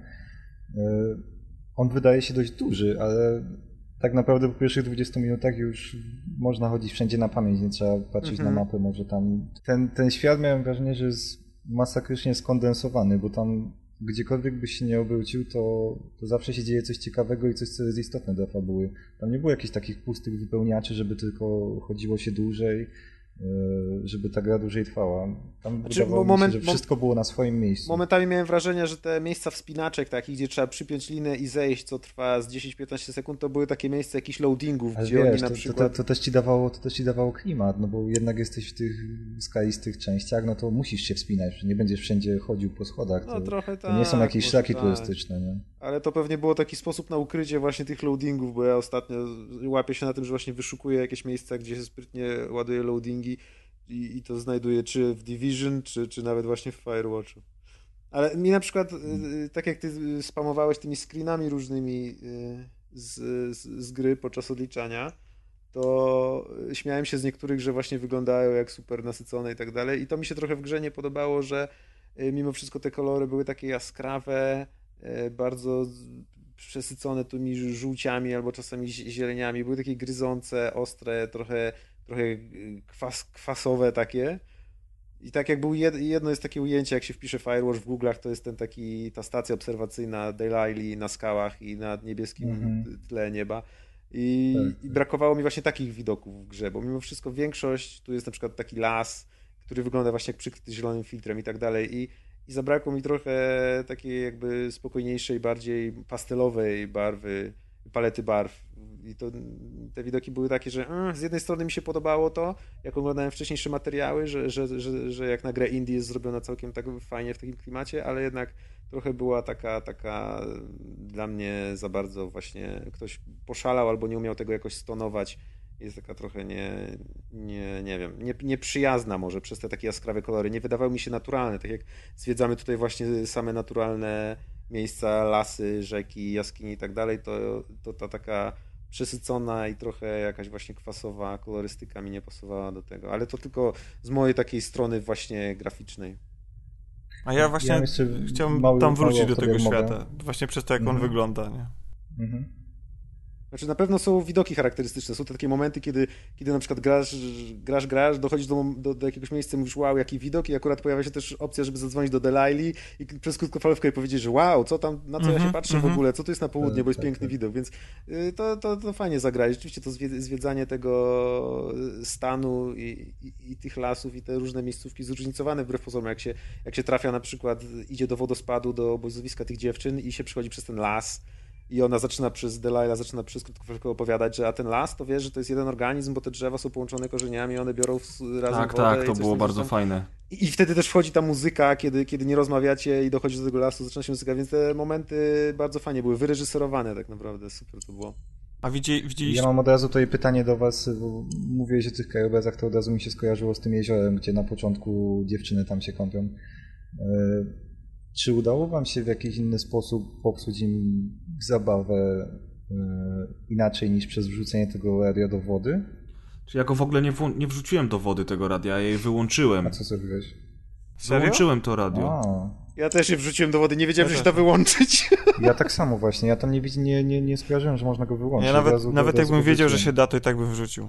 S1: On wydaje się dość duży, ale tak naprawdę po pierwszych 20 minutach już można chodzić wszędzie na pamięć, nie trzeba patrzeć na mapę, może tam... Ten świat miałem wrażenie, że jest masakrycznie skondensowany, bo tam gdziekolwiek byś się nie obrócił, to zawsze się dzieje coś ciekawego i coś, co jest istotne dla fabuły. Tam nie było jakichś takich pustych wypełniaczy, żeby tylko chodziło się dłużej, żeby ta gra dłużej trwała. Tam wydawało mi się, że wszystko było na swoim miejscu.
S7: Momentami miałem wrażenie, że te miejsca wspinaczek takich, gdzie trzeba przypiąć linę i zejść, co trwa z 10-15 sekund, to były takie miejsca jakichś loadingów,
S1: ale
S7: gdzie
S1: wiesz,
S7: oni na przykład...
S1: To też ci dawało klimat, no bo jednak jesteś w tych skalistych częściach, no to musisz się wspinać, nie będziesz wszędzie chodził po schodach.
S7: No trochę tak.
S1: To nie są jakieś szlaki
S7: tak.
S1: turystyczne, nie?
S7: Ale to pewnie było taki sposób na ukrycie właśnie tych loadingów, bo ja ostatnio łapię się na tym, że właśnie wyszukuję jakieś miejsca, gdzie się sprytnie ładuje loadingi i to znajduję czy w Division, czy nawet właśnie w Firewatchu. Ale mi na przykład, tak jak ty spamowałeś tymi screenami różnymi z gry podczas odliczania, to śmiałem się z niektórych, że właśnie wyglądają jak super nasycone i tak dalej. I to mi się trochę w grze nie podobało, że mimo wszystko te kolory były takie jaskrawe, bardzo przesycone tymi żółciami albo czasami zieleniami. Były takie gryzące, ostre, trochę kwasowe takie. I tak jak był jedno jest takie ujęcie, jak się wpisze Firewatch w Google'ach, to jest ta stacja obserwacyjna Delaili na skałach i nad niebieskim tle nieba. I brakowało mi właśnie takich widoków w grze, bo mimo wszystko większość, tu jest na przykład taki las, który wygląda właśnie jak przykryty zielonym filtrem i tak dalej. I zabrakło mi trochę takiej jakby spokojniejszej, bardziej pastelowej barwy, palety barw. I te widoki były takie, że z jednej strony mi się podobało to, jak oglądałem wcześniejsze materiały, że jak na grę indie jest zrobiona całkiem tak fajnie w takim klimacie, ale jednak trochę była taka dla mnie za bardzo właśnie ktoś poszalał albo nie umiał tego jakoś stonować. Jest taka trochę nie wiem, nieprzyjazna może przez te takie jaskrawe kolory. Nie wydawały mi się naturalne, tak jak zwiedzamy tutaj właśnie same naturalne miejsca, lasy, rzeki, jaskini i tak dalej, to ta taka przesycona i trochę jakaś właśnie kwasowa kolorystyka mi nie pasowała do tego, ale to tylko z mojej takiej strony właśnie graficznej.
S5: A ja właśnie chciałem tam wrócić do tego świata, właśnie przez to, jak on wygląda, nie?
S7: Znaczy na pewno są widoki charakterystyczne, są to takie momenty, kiedy na przykład grasz, dochodzisz do jakiegoś miejsca, mówisz wow, jaki widok i akurat pojawia się też opcja, żeby zadzwonić do Delaili i przez krótkofalówkę powiedzieć, że wow, co tam, na co ja się patrzę w ogóle, co tu jest na południe, bo jest piękny widok, więc to fajnie zagrać. Rzeczywiście to zwiedzanie tego stanu i tych lasów i te różne miejscówki zróżnicowane wbrew pozorom, jak się trafia na przykład, idzie do wodospadu, do obozowiska tych dziewczyn i się przychodzi przez ten las, i ona Delilah zaczyna przez krótko opowiadać, że a ten las, to wiesz, że to jest jeden organizm, bo te drzewa są połączone korzeniami, one biorą razem wodę.
S8: Tak, to było bardzo fajne.
S7: I wtedy też wchodzi ta muzyka, kiedy nie rozmawiacie i dochodzi do tego lasu, zaczyna się muzyka, więc te momenty bardzo fajnie były, wyreżyserowane tak naprawdę, super to było.
S5: A widzieliście...
S1: Ja mam od razu tutaj pytanie do was, bo mówiłeś o tych krajobrazach, to od razu mi się skojarzyło z tym jeziorem, gdzie na początku dziewczyny tam się kąpią. Czy udało wam się w jakiś inny sposób popsuć im zabawę inaczej niż przez wrzucenie tego radia do wody?
S4: Czy ja go w ogóle nie wrzuciłem do wody tego radia, ja je wyłączyłem.
S1: A co zrobiłeś?
S5: Serio?
S4: Wyłączyłem to radio.
S7: Ja też je wrzuciłem do wody, nie wiedziałem, że się da wyłączyć.
S1: Ja tak samo właśnie, ja tam nie skojarzyłem, że można go wyłączyć.
S5: Ja nawet jakbym wiedział, że się da, to i tak bym wrzucił.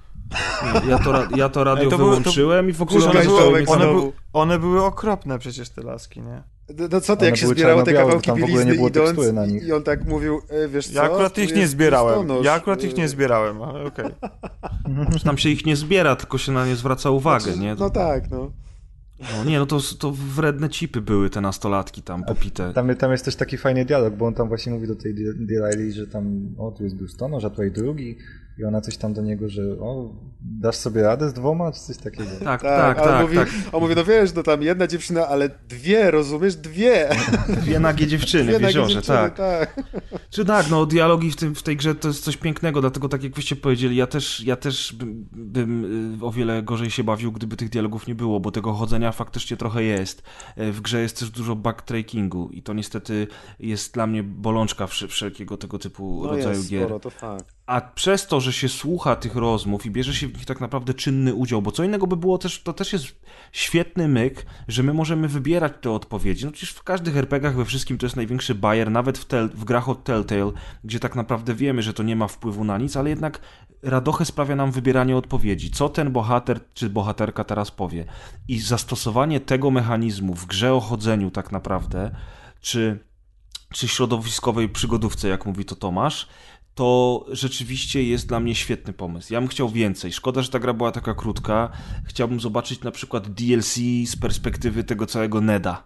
S4: Ja to radio wyłączyłem i w ogóle
S5: one były okropne przecież te laski, nie?
S7: No co ty, jak się zbierało te kawałki bielizny idąc
S1: na nich.
S7: i on tak mówił, wiesz co?
S5: Ja akurat ich nie zbierałem. Ale okej.
S4: Tam się ich nie zbiera, tylko się na nie zwraca uwagę, nie?
S7: No tak, no.
S4: No to wredne cipy były te nastolatki tam popite.
S1: Tam jest też taki fajny dialog, bo on tam właśnie mówi do tej Delilah, że tam, tu jest biustonosz, a tutaj drugi. I ona coś tam do niego, że dasz sobie radę z 2, czy coś takiego.
S4: Tak.
S7: On mówi, no wiesz, no tam jedna dziewczyna, ale 2, rozumiesz? 2.
S4: Dwie nagie dziewczyny w jeziorze, tak. Czy tak, no dialogi w tej grze to jest coś pięknego, dlatego tak jak wyście powiedzieli, ja też bym o wiele gorzej się bawił, gdyby tych dialogów nie było, bo tego chodzenia faktycznie trochę jest. W grze jest też dużo backtrackingu i to niestety jest dla mnie bolączka wszelkiego tego typu rodzaju gier.
S7: Sporo, to fakt.
S4: A przez to, że się słucha tych rozmów i bierze się w nich tak naprawdę czynny udział, bo co innego by było też, to też jest świetny myk, że my możemy wybierać te odpowiedzi. No przecież w każdych RPGach, we wszystkim to jest największy bajer, nawet w grach od Telltale, gdzie tak naprawdę wiemy, że to nie ma wpływu na nic, ale jednak radochę sprawia nam wybieranie odpowiedzi. Co ten bohater czy bohaterka teraz powie? I zastosowanie tego mechanizmu w grze o chodzeniu tak naprawdę, czy środowiskowej przygodówce, jak mówi to Tomasz, to rzeczywiście jest dla mnie świetny pomysł. Ja bym chciał więcej. Szkoda, że ta gra była taka krótka. Chciałbym zobaczyć na przykład DLC z perspektywy tego całego Neda.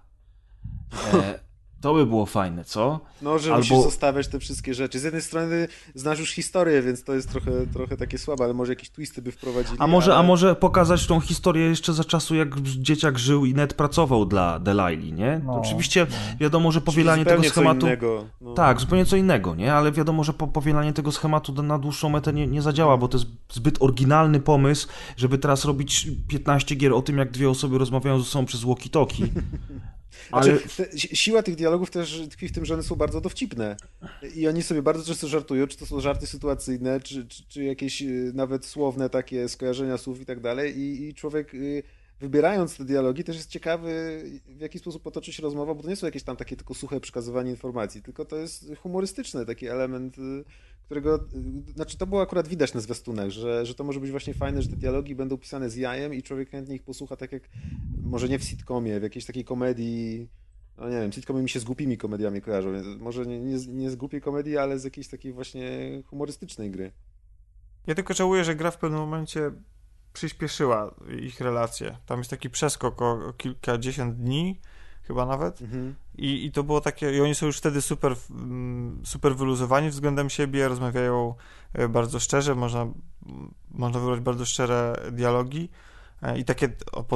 S4: To by było fajne, co?
S7: No, że musisz zostawiać te wszystkie rzeczy. Z jednej strony znasz już historię, więc to jest trochę takie słabe, ale może jakieś twisty by wprowadzili.
S4: A może pokazać tą historię jeszcze za czasu, jak dzieciak żył i Ned pracował dla Delilah, nie? To oczywiście wiadomo, że powielanie tego schematu... Tak, zupełnie co innego, nie? Ale wiadomo, że powielanie tego schematu na dłuższą metę nie zadziała, bo to jest zbyt oryginalny pomysł, żeby teraz robić 15 gier o tym, jak 2 osoby rozmawiają ze sobą przez walkie-talkie.
S7: Ale siła tych dialogów też tkwi w tym, że one są bardzo dowcipne i oni sobie bardzo często żartują, czy to są żarty sytuacyjne, czy jakieś nawet słowne takie skojarzenia słów i tak dalej i człowiek wybierając te dialogi też jest ciekawy, w jaki sposób potoczy się rozmowa, bo to nie są jakieś tam takie tylko suche przekazywanie informacji, tylko to jest humorystyczny taki element, którego, znaczy to było akurat widać na zwiastunach, że to może być właśnie fajne, że te dialogi będą pisane z jajem i człowiek chętnie ich posłucha tak jak, może nie w sitcomie, w jakiejś takiej komedii, no nie wiem, sitcomy mi się z głupimi komediami kojarzą, więc może nie z głupiej komedii, ale z jakiejś takiej właśnie humorystycznej gry.
S5: Ja tylko żałuję, że gra w pewnym momencie przyspieszyła ich relacje. Tam jest taki przeskok o kilkadziesiąt dni, chyba nawet. I to było takie, i oni są już wtedy super wyluzowani względem siebie, rozmawiają bardzo szczerze, można wybrać bardzo szczere dialogi i takie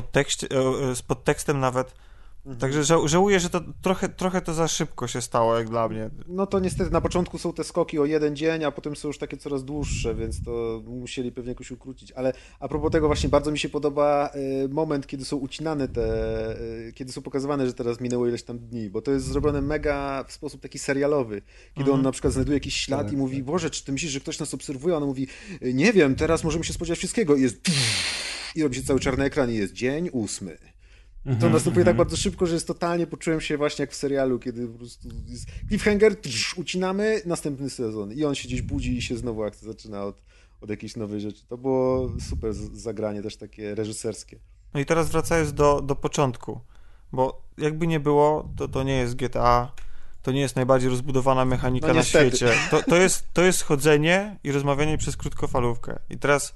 S5: z podtekstem nawet. Także żałuję, że to trochę to za szybko się stało, jak dla mnie.
S7: No to niestety na początku są te skoki o 1 dzień, a potem są już takie coraz dłuższe, więc to musieli pewnie jakoś ukrócić. Ale a propos tego właśnie bardzo mi się podoba moment, kiedy są ucinane kiedy są pokazywane, że teraz minęło ileś tam dni, bo to jest zrobione mega w sposób taki serialowy. Kiedy on na przykład znajduje jakiś ślad i mówi, Boże, czy ty myślisz, że ktoś nas obserwuje? Ona mówi, nie wiem, teraz możemy się spodziewać wszystkiego. I robi się cały czarny ekran i jest dzień 8. To następuje tak bardzo szybko, że jest totalnie, poczułem się właśnie jak w serialu, kiedy po prostu jest cliffhanger, ucinamy, następny sezon i on się gdzieś budzi i się znowu akcja zaczyna od jakiejś nowej rzeczy. To było super zagranie też takie reżyserskie.
S5: No i teraz wracając do początku, bo jakby nie było, to nie jest GTA, to nie jest najbardziej rozbudowana mechanika na świecie. To jest chodzenie i rozmawianie przez krótkofalówkę. I teraz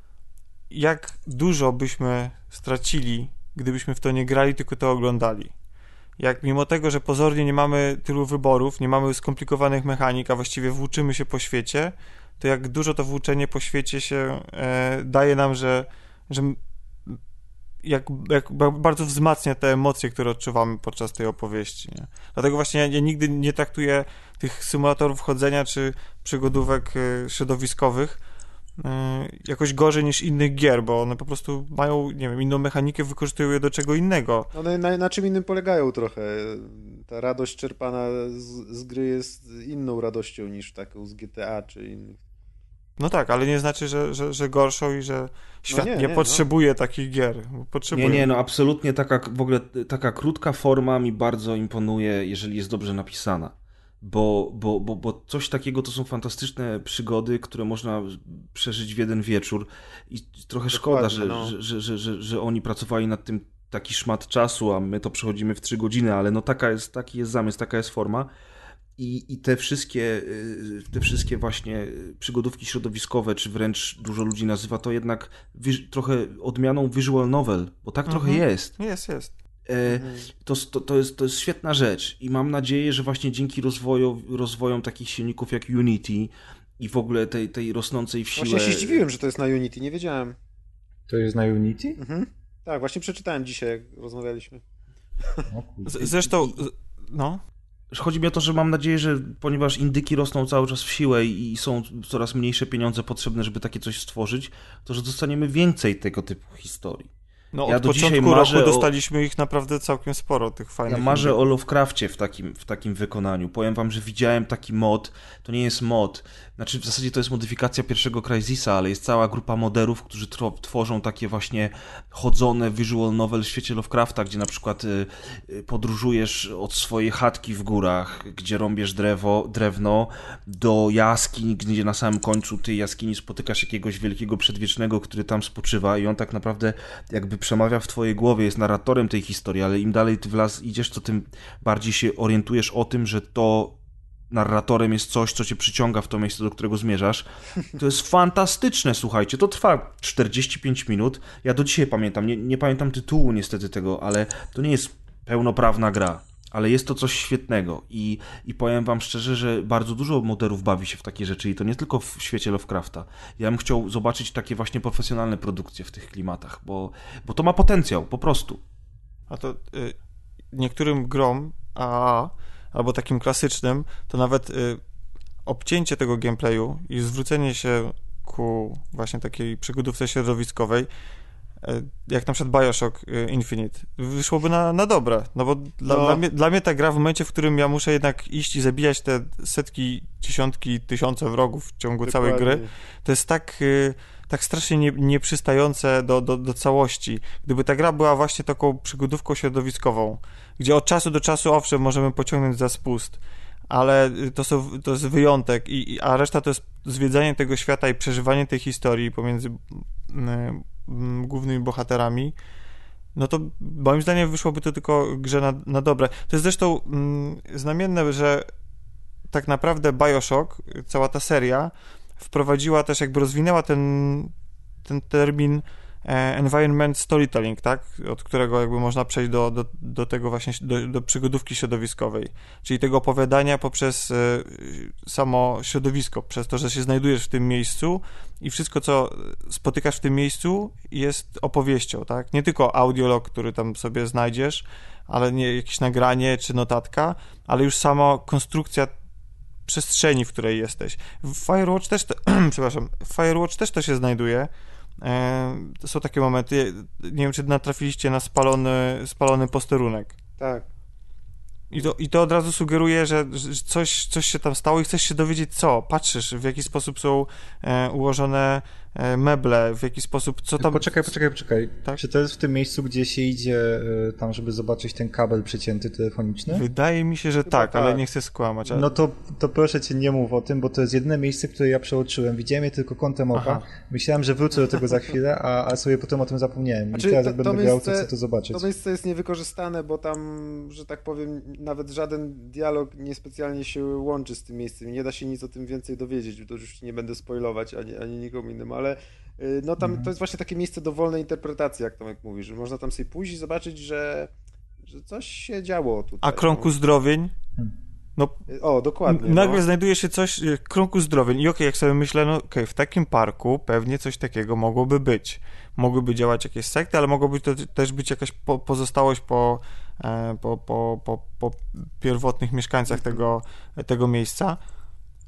S5: jak dużo byśmy stracili, gdybyśmy w to nie grali, tylko to oglądali. Jak mimo tego, że pozornie nie mamy tylu wyborów, nie mamy skomplikowanych mechanik, a właściwie włóczymy się po świecie, to jak dużo to włóczenie po świecie się daje nam, że jak bardzo wzmacnia te emocje, które odczuwamy podczas tej opowieści. Nie? Dlatego właśnie ja nigdy nie traktuję tych symulatorów chodzenia czy przygodówek środowiskowych jakoś gorzej niż innych gier, bo one po prostu mają, nie wiem, inną mechanikę, wykorzystują je do czego innego.
S7: One na czym innym polegają trochę. Ta radość czerpana z gry jest inną radością niż taką z GTA czy innych.
S5: No tak, ale nie znaczy, że gorszą i że świat nie potrzebuje takich gier. Potrzebuje.
S8: Nie, no absolutnie taka krótka forma mi bardzo imponuje, jeżeli jest dobrze napisana. Bo coś takiego to są fantastyczne przygody, które można przeżyć w jeden wieczór i trochę szkoda, że oni pracowali nad tym taki szmat czasu, a my to przechodzimy w 3 godziny, ale no taki jest zamysł, taka jest forma. I te wszystkie właśnie przygodówki środowiskowe, czy wręcz dużo ludzi nazywa to jednak trochę odmianą visual novel, bo tak trochę jest.
S5: Jest.
S8: To jest świetna rzecz i mam nadzieję, że właśnie dzięki rozwojom takich silników jak Unity i w ogóle tej rosnącej w siłę...
S7: Właśnie się zdziwiłem, że to jest na Unity, nie wiedziałem.
S1: To jest na Unity?
S7: Mhm. Tak, właśnie przeczytałem dzisiaj, jak rozmawialiśmy.
S5: Zresztą, no...
S8: Chodzi mi o to, że mam nadzieję, że ponieważ indyki rosną cały czas w siłę i są coraz mniejsze pieniądze potrzebne, żeby takie coś stworzyć, to że dostaniemy więcej tego typu historii.
S5: No od początku roku dostaliśmy ich naprawdę całkiem sporo, tych fajnych.
S8: Ja marzę o Lovecrafcie w takim wykonaniu. Powiem wam, że widziałem taki mod, to nie jest mod, znaczy w zasadzie to jest modyfikacja pierwszego Crysisa, ale jest cała grupa moderów, którzy tworzą takie właśnie chodzone visual novel w świecie Lovecrafta, gdzie na przykład podróżujesz od swojej chatki w górach, gdzie rąbiesz drewno, do jaskiń, gdzie na samym końcu tej jaskini spotykasz jakiegoś wielkiego przedwiecznego, który tam spoczywa i on tak naprawdę jakby przemawia w twojej głowie, jest narratorem tej historii, ale im dalej ty w las idziesz, to tym bardziej się orientujesz o tym, że to narratorem jest coś, co cię przyciąga w to miejsce, do którego zmierzasz. To jest fantastyczne, słuchajcie. To trwa 45 minut. Ja do dzisiaj pamiętam, nie pamiętam tytułu niestety tego, ale to nie jest pełnoprawna gra. Ale jest to coś świetnego i powiem wam szczerze, że bardzo dużo moderów bawi się w takie rzeczy i to nie tylko w świecie Lovecrafta. Ja bym chciał zobaczyć takie właśnie profesjonalne produkcje w tych klimatach, bo to ma potencjał, po prostu.
S5: A to niektórym grom albo takim klasycznym, to nawet obcięcie tego gameplayu i zwrócenie się ku właśnie takiej przygodówce środowiskowej, jak na przykład Bioshock Infinite, wyszłoby na dobre, no bo dla mnie ta gra w momencie, w którym ja muszę jednak iść i zabijać te setki, dziesiątki, tysiące wrogów w ciągu całej gry, to jest tak strasznie nieprzystające do całości. Gdyby ta gra była właśnie taką przygodówką środowiskową, gdzie od czasu do czasu, owszem, możemy pociągnąć za spust, ale to jest wyjątek, a reszta to jest zwiedzanie tego świata i przeżywanie tej historii pomiędzy głównymi bohaterami, no to moim zdaniem wyszłoby to tylko grze na dobre. To jest zresztą znamienne, że tak naprawdę Bioshock, cała ta seria wprowadziła też, jakby rozwinęła ten termin environment storytelling, tak? Od którego jakby można przejść do tego właśnie, do przygodówki środowiskowej, czyli tego opowiadania poprzez samo środowisko, przez to, że się znajdujesz w tym miejscu i wszystko, co spotykasz w tym miejscu jest opowieścią, tak? Nie tylko audiolog, który tam sobie znajdziesz, ale nie jakieś nagranie czy notatka, ale już sama konstrukcja przestrzeni, w której jesteś. W Firewatch też to się znajduje. To są takie momenty, nie wiem, czy natrafiliście na spalony posterunek.
S7: Tak.
S5: I to od razu sugeruje, że coś się tam stało i chcesz się dowiedzieć co. Patrzysz, w jaki sposób są ułożone meble, w jaki sposób, co tam...
S1: Poczekaj.
S5: Tak?
S1: Czy to jest w tym miejscu, gdzie się idzie tam, żeby zobaczyć ten kabel przecięty telefoniczny?
S5: Wydaje mi się, że tak, ale nie chcę skłamać. Ale...
S1: No to proszę cię, nie mów o tym, bo to jest jedyne miejsce, które ja przeoczyłem. Widziałem je tylko kątem oka.
S5: Aha.
S1: Myślałem, że wrócę do tego za chwilę, a sobie potem o tym zapomniałem.
S7: Znaczy,
S1: I teraz jak będę grał, to chcę to zobaczyć.
S7: To miejsce jest niewykorzystane, bo tam, że tak powiem, nawet żaden dialog niespecjalnie się łączy z tym miejscem. Nie da się nic o tym więcej dowiedzieć, to już nie będę spoilować ani nikomu innemu, ale no tam to jest właśnie takie miejsce do wolnej interpretacji, jak Tomek mówi, że można tam sobie pójść i zobaczyć, że coś się działo tutaj.
S5: A krąg uzdrowień? No,
S7: o, dokładnie.
S5: Nagle znajduje się coś, krąg uzdrowień i jak sobie myślę, w takim parku pewnie coś takiego mogłoby być. Mogłyby działać jakieś sekty, ale mogłoby to też być jakaś pozostałość po pierwotnych mieszkańcach tego miejsca.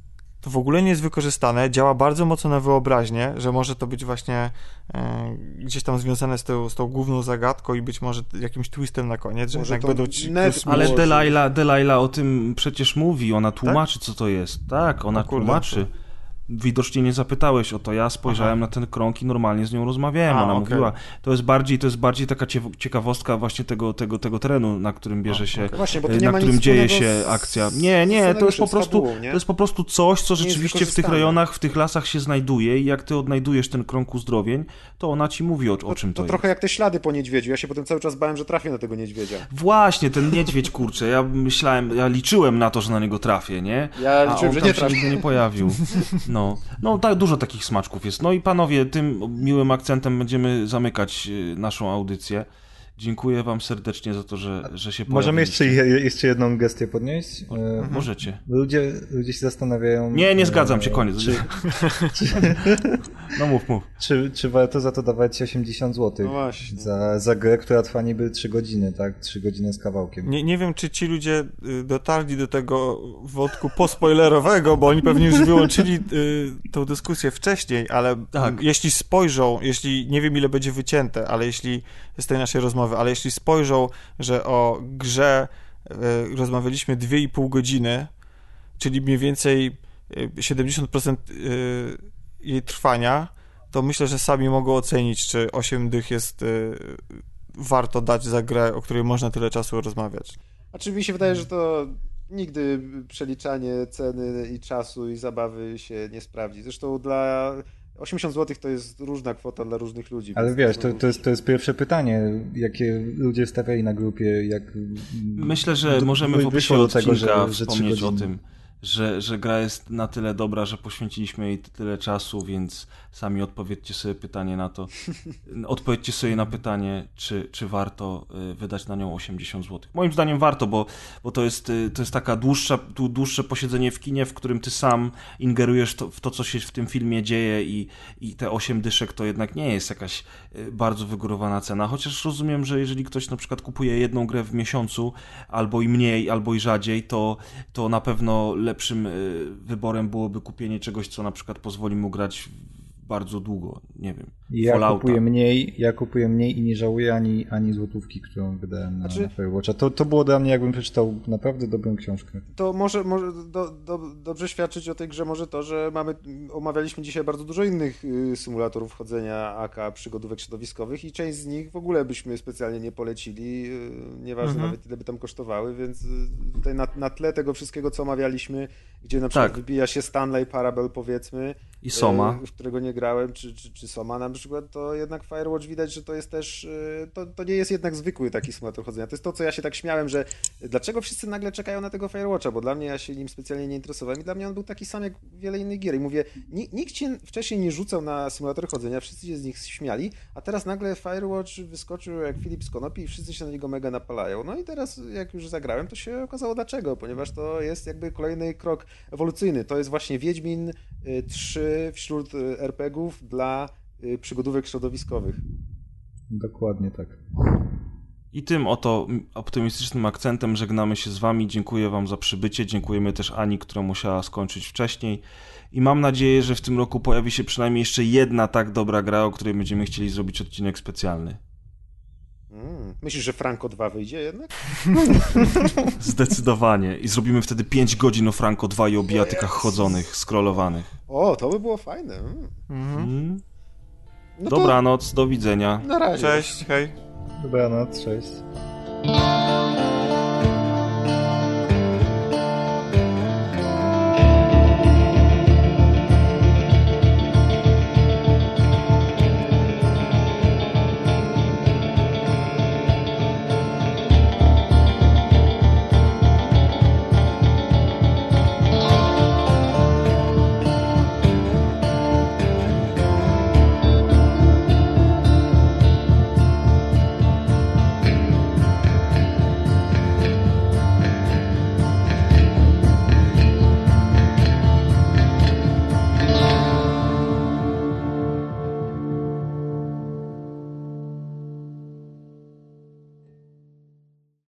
S5: to w ogóle nie jest wykorzystane, działa bardzo mocno na wyobraźnię, że może to być właśnie gdzieś tam związane z tą główną zagadką i być może jakimś twistem na koniec, że
S7: Może
S5: jednak
S7: to
S5: będą ci...
S4: Ale Delilah o tym przecież mówi, ona tłumaczy, co to jest. Tak, ona tłumaczy. Widocznie nie zapytałeś o to, ja spojrzałem na ten krąg i normalnie z nią rozmawiałem, ona mówiła, to jest bardziej taka ciekawostka właśnie tego terenu, na którym bierze się,
S7: Właśnie, bo to
S4: na którym dzieje się akcja. Nie, to jest po prostu coś, co rzeczywiście w tych rejonach, w tych lasach się znajduje i jak ty odnajdujesz ten krąg uzdrowień, to ona ci mówi o czym to jest.
S7: To trochę jak te ślady po niedźwiedziu, ja się potem cały czas bałem, że trafię na tego niedźwiedzia.
S4: Właśnie, ten niedźwiedź, kurczę, ja liczyłem na to, że na niego trafię, nie?
S7: Ja liczyłem, że nie
S4: trafię. Nigdy nie pojawił. No tak, dużo takich smaczków jest. No i panowie, tym miłym akcentem będziemy zamykać naszą audycję. Dziękuję wam serdecznie za to, że się pojawiliście.
S1: Możemy jeszcze jedną gestię podnieść?
S4: Możecie.
S1: Ludzie się zastanawiają...
S4: Nie zgadzam się, koniec. No mów.
S1: Czy warto za to dawać 80 zł?
S7: No właśnie.
S1: Za grę, która trwa niby 3 godziny, tak? 3 godziny z kawałkiem.
S5: Nie wiem, czy ci ludzie dotarli do tego wątku pospoilerowego, bo oni pewnie już wyłączyli tą dyskusję wcześniej, ale tak. Jeśli nie wiem, ile będzie wycięte, ale jeśli z tej naszej rozmowy, ale jeśli spojrzą, że o grze rozmawialiśmy 2,5 godziny, czyli mniej więcej 70% jej trwania, to myślę, że sami mogą ocenić, czy 8 dych jest warto dać za grę, o której można tyle czasu rozmawiać.
S7: Znaczy mi się wydaje, że to nigdy przeliczanie ceny i czasu i zabawy się nie sprawdzi. Zresztą dla 80 zł to jest różna kwota dla różnych ludzi.
S1: Ale wiesz, to jest pierwsze pytanie, jakie ludzie stawiali na grupie, jak...
S4: Myślę, że możemy w opisie odcinka wspomnieć o tym, że gra jest na tyle dobra, że poświęciliśmy jej tyle czasu, więc sami odpowiedzcie sobie na pytanie, czy warto wydać na nią 80 zł. Moim zdaniem warto, bo to jest taka dłuższe posiedzenie w kinie, w którym ty sam ingerujesz w to, co się w tym filmie dzieje i te 8 dyszek to jednak nie jest jakaś bardzo wygórowana cena, chociaż rozumiem, że jeżeli ktoś na przykład kupuje jedną grę w miesiącu, albo i mniej, albo i rzadziej, to na pewno lepszym wyborem byłoby kupienie czegoś, co na przykład pozwoli mu grać bardzo długo, nie wiem.
S1: Ja kupuję mniej i nie żałuję ani złotówki, którą wydałem na Firewatcha. To było dla mnie, jakbym przeczytał naprawdę dobrą książkę.
S7: To może dobrze świadczyć o tej grze może to, że omawialiśmy dzisiaj bardzo dużo innych symulatorów chodzenia AK, przygodówek środowiskowych i część z nich w ogóle byśmy specjalnie nie polecili, nieważne nawet ile by tam kosztowały, więc tutaj na tle tego wszystkiego, co omawialiśmy, gdzie na przykład wybija się Stanley Parable, powiedzmy,
S4: i Soma,
S7: w którego nie grałem, czy Soma na przykład, to jednak Firewatch widać, że to jest też, to nie jest jednak zwykły taki symulator chodzenia. To jest to, co ja się tak śmiałem, że dlaczego wszyscy nagle czekają na tego Firewatcha, bo dla mnie, ja się nim specjalnie nie interesowałem i dla mnie on był taki sam jak wiele innych gier. I mówię, nikt się wcześniej nie rzucał na symulator chodzenia, wszyscy się z nich śmiali, a teraz nagle Firewatch wyskoczył jak Filip z konopi i wszyscy się na niego mega napalają. No i teraz, jak już zagrałem, to się okazało dlaczego, ponieważ to jest jakby kolejny krok ewolucyjny. To jest właśnie Wiedźmin 3 wśród RPG-ów dla przygodówek środowiskowych.
S1: Dokładnie tak.
S4: I tym oto optymistycznym akcentem żegnamy się z wami. Dziękuję wam za przybycie. Dziękujemy też Ani, która musiała skończyć wcześniej. I mam nadzieję, że w tym roku pojawi się przynajmniej jeszcze jedna tak dobra gra, o której będziemy chcieli zrobić odcinek specjalny.
S7: Myślisz, że Franco 2 wyjdzie jednak?
S4: Zdecydowanie. I zrobimy wtedy 5 godzin o Franco 2 i o bijatykach chodzonych, scrollowanych.
S7: O, to by było fajne.
S4: No dobranoc, do widzenia.
S7: Na razie.
S5: Cześć, hej.
S1: Dobranoc, cześć.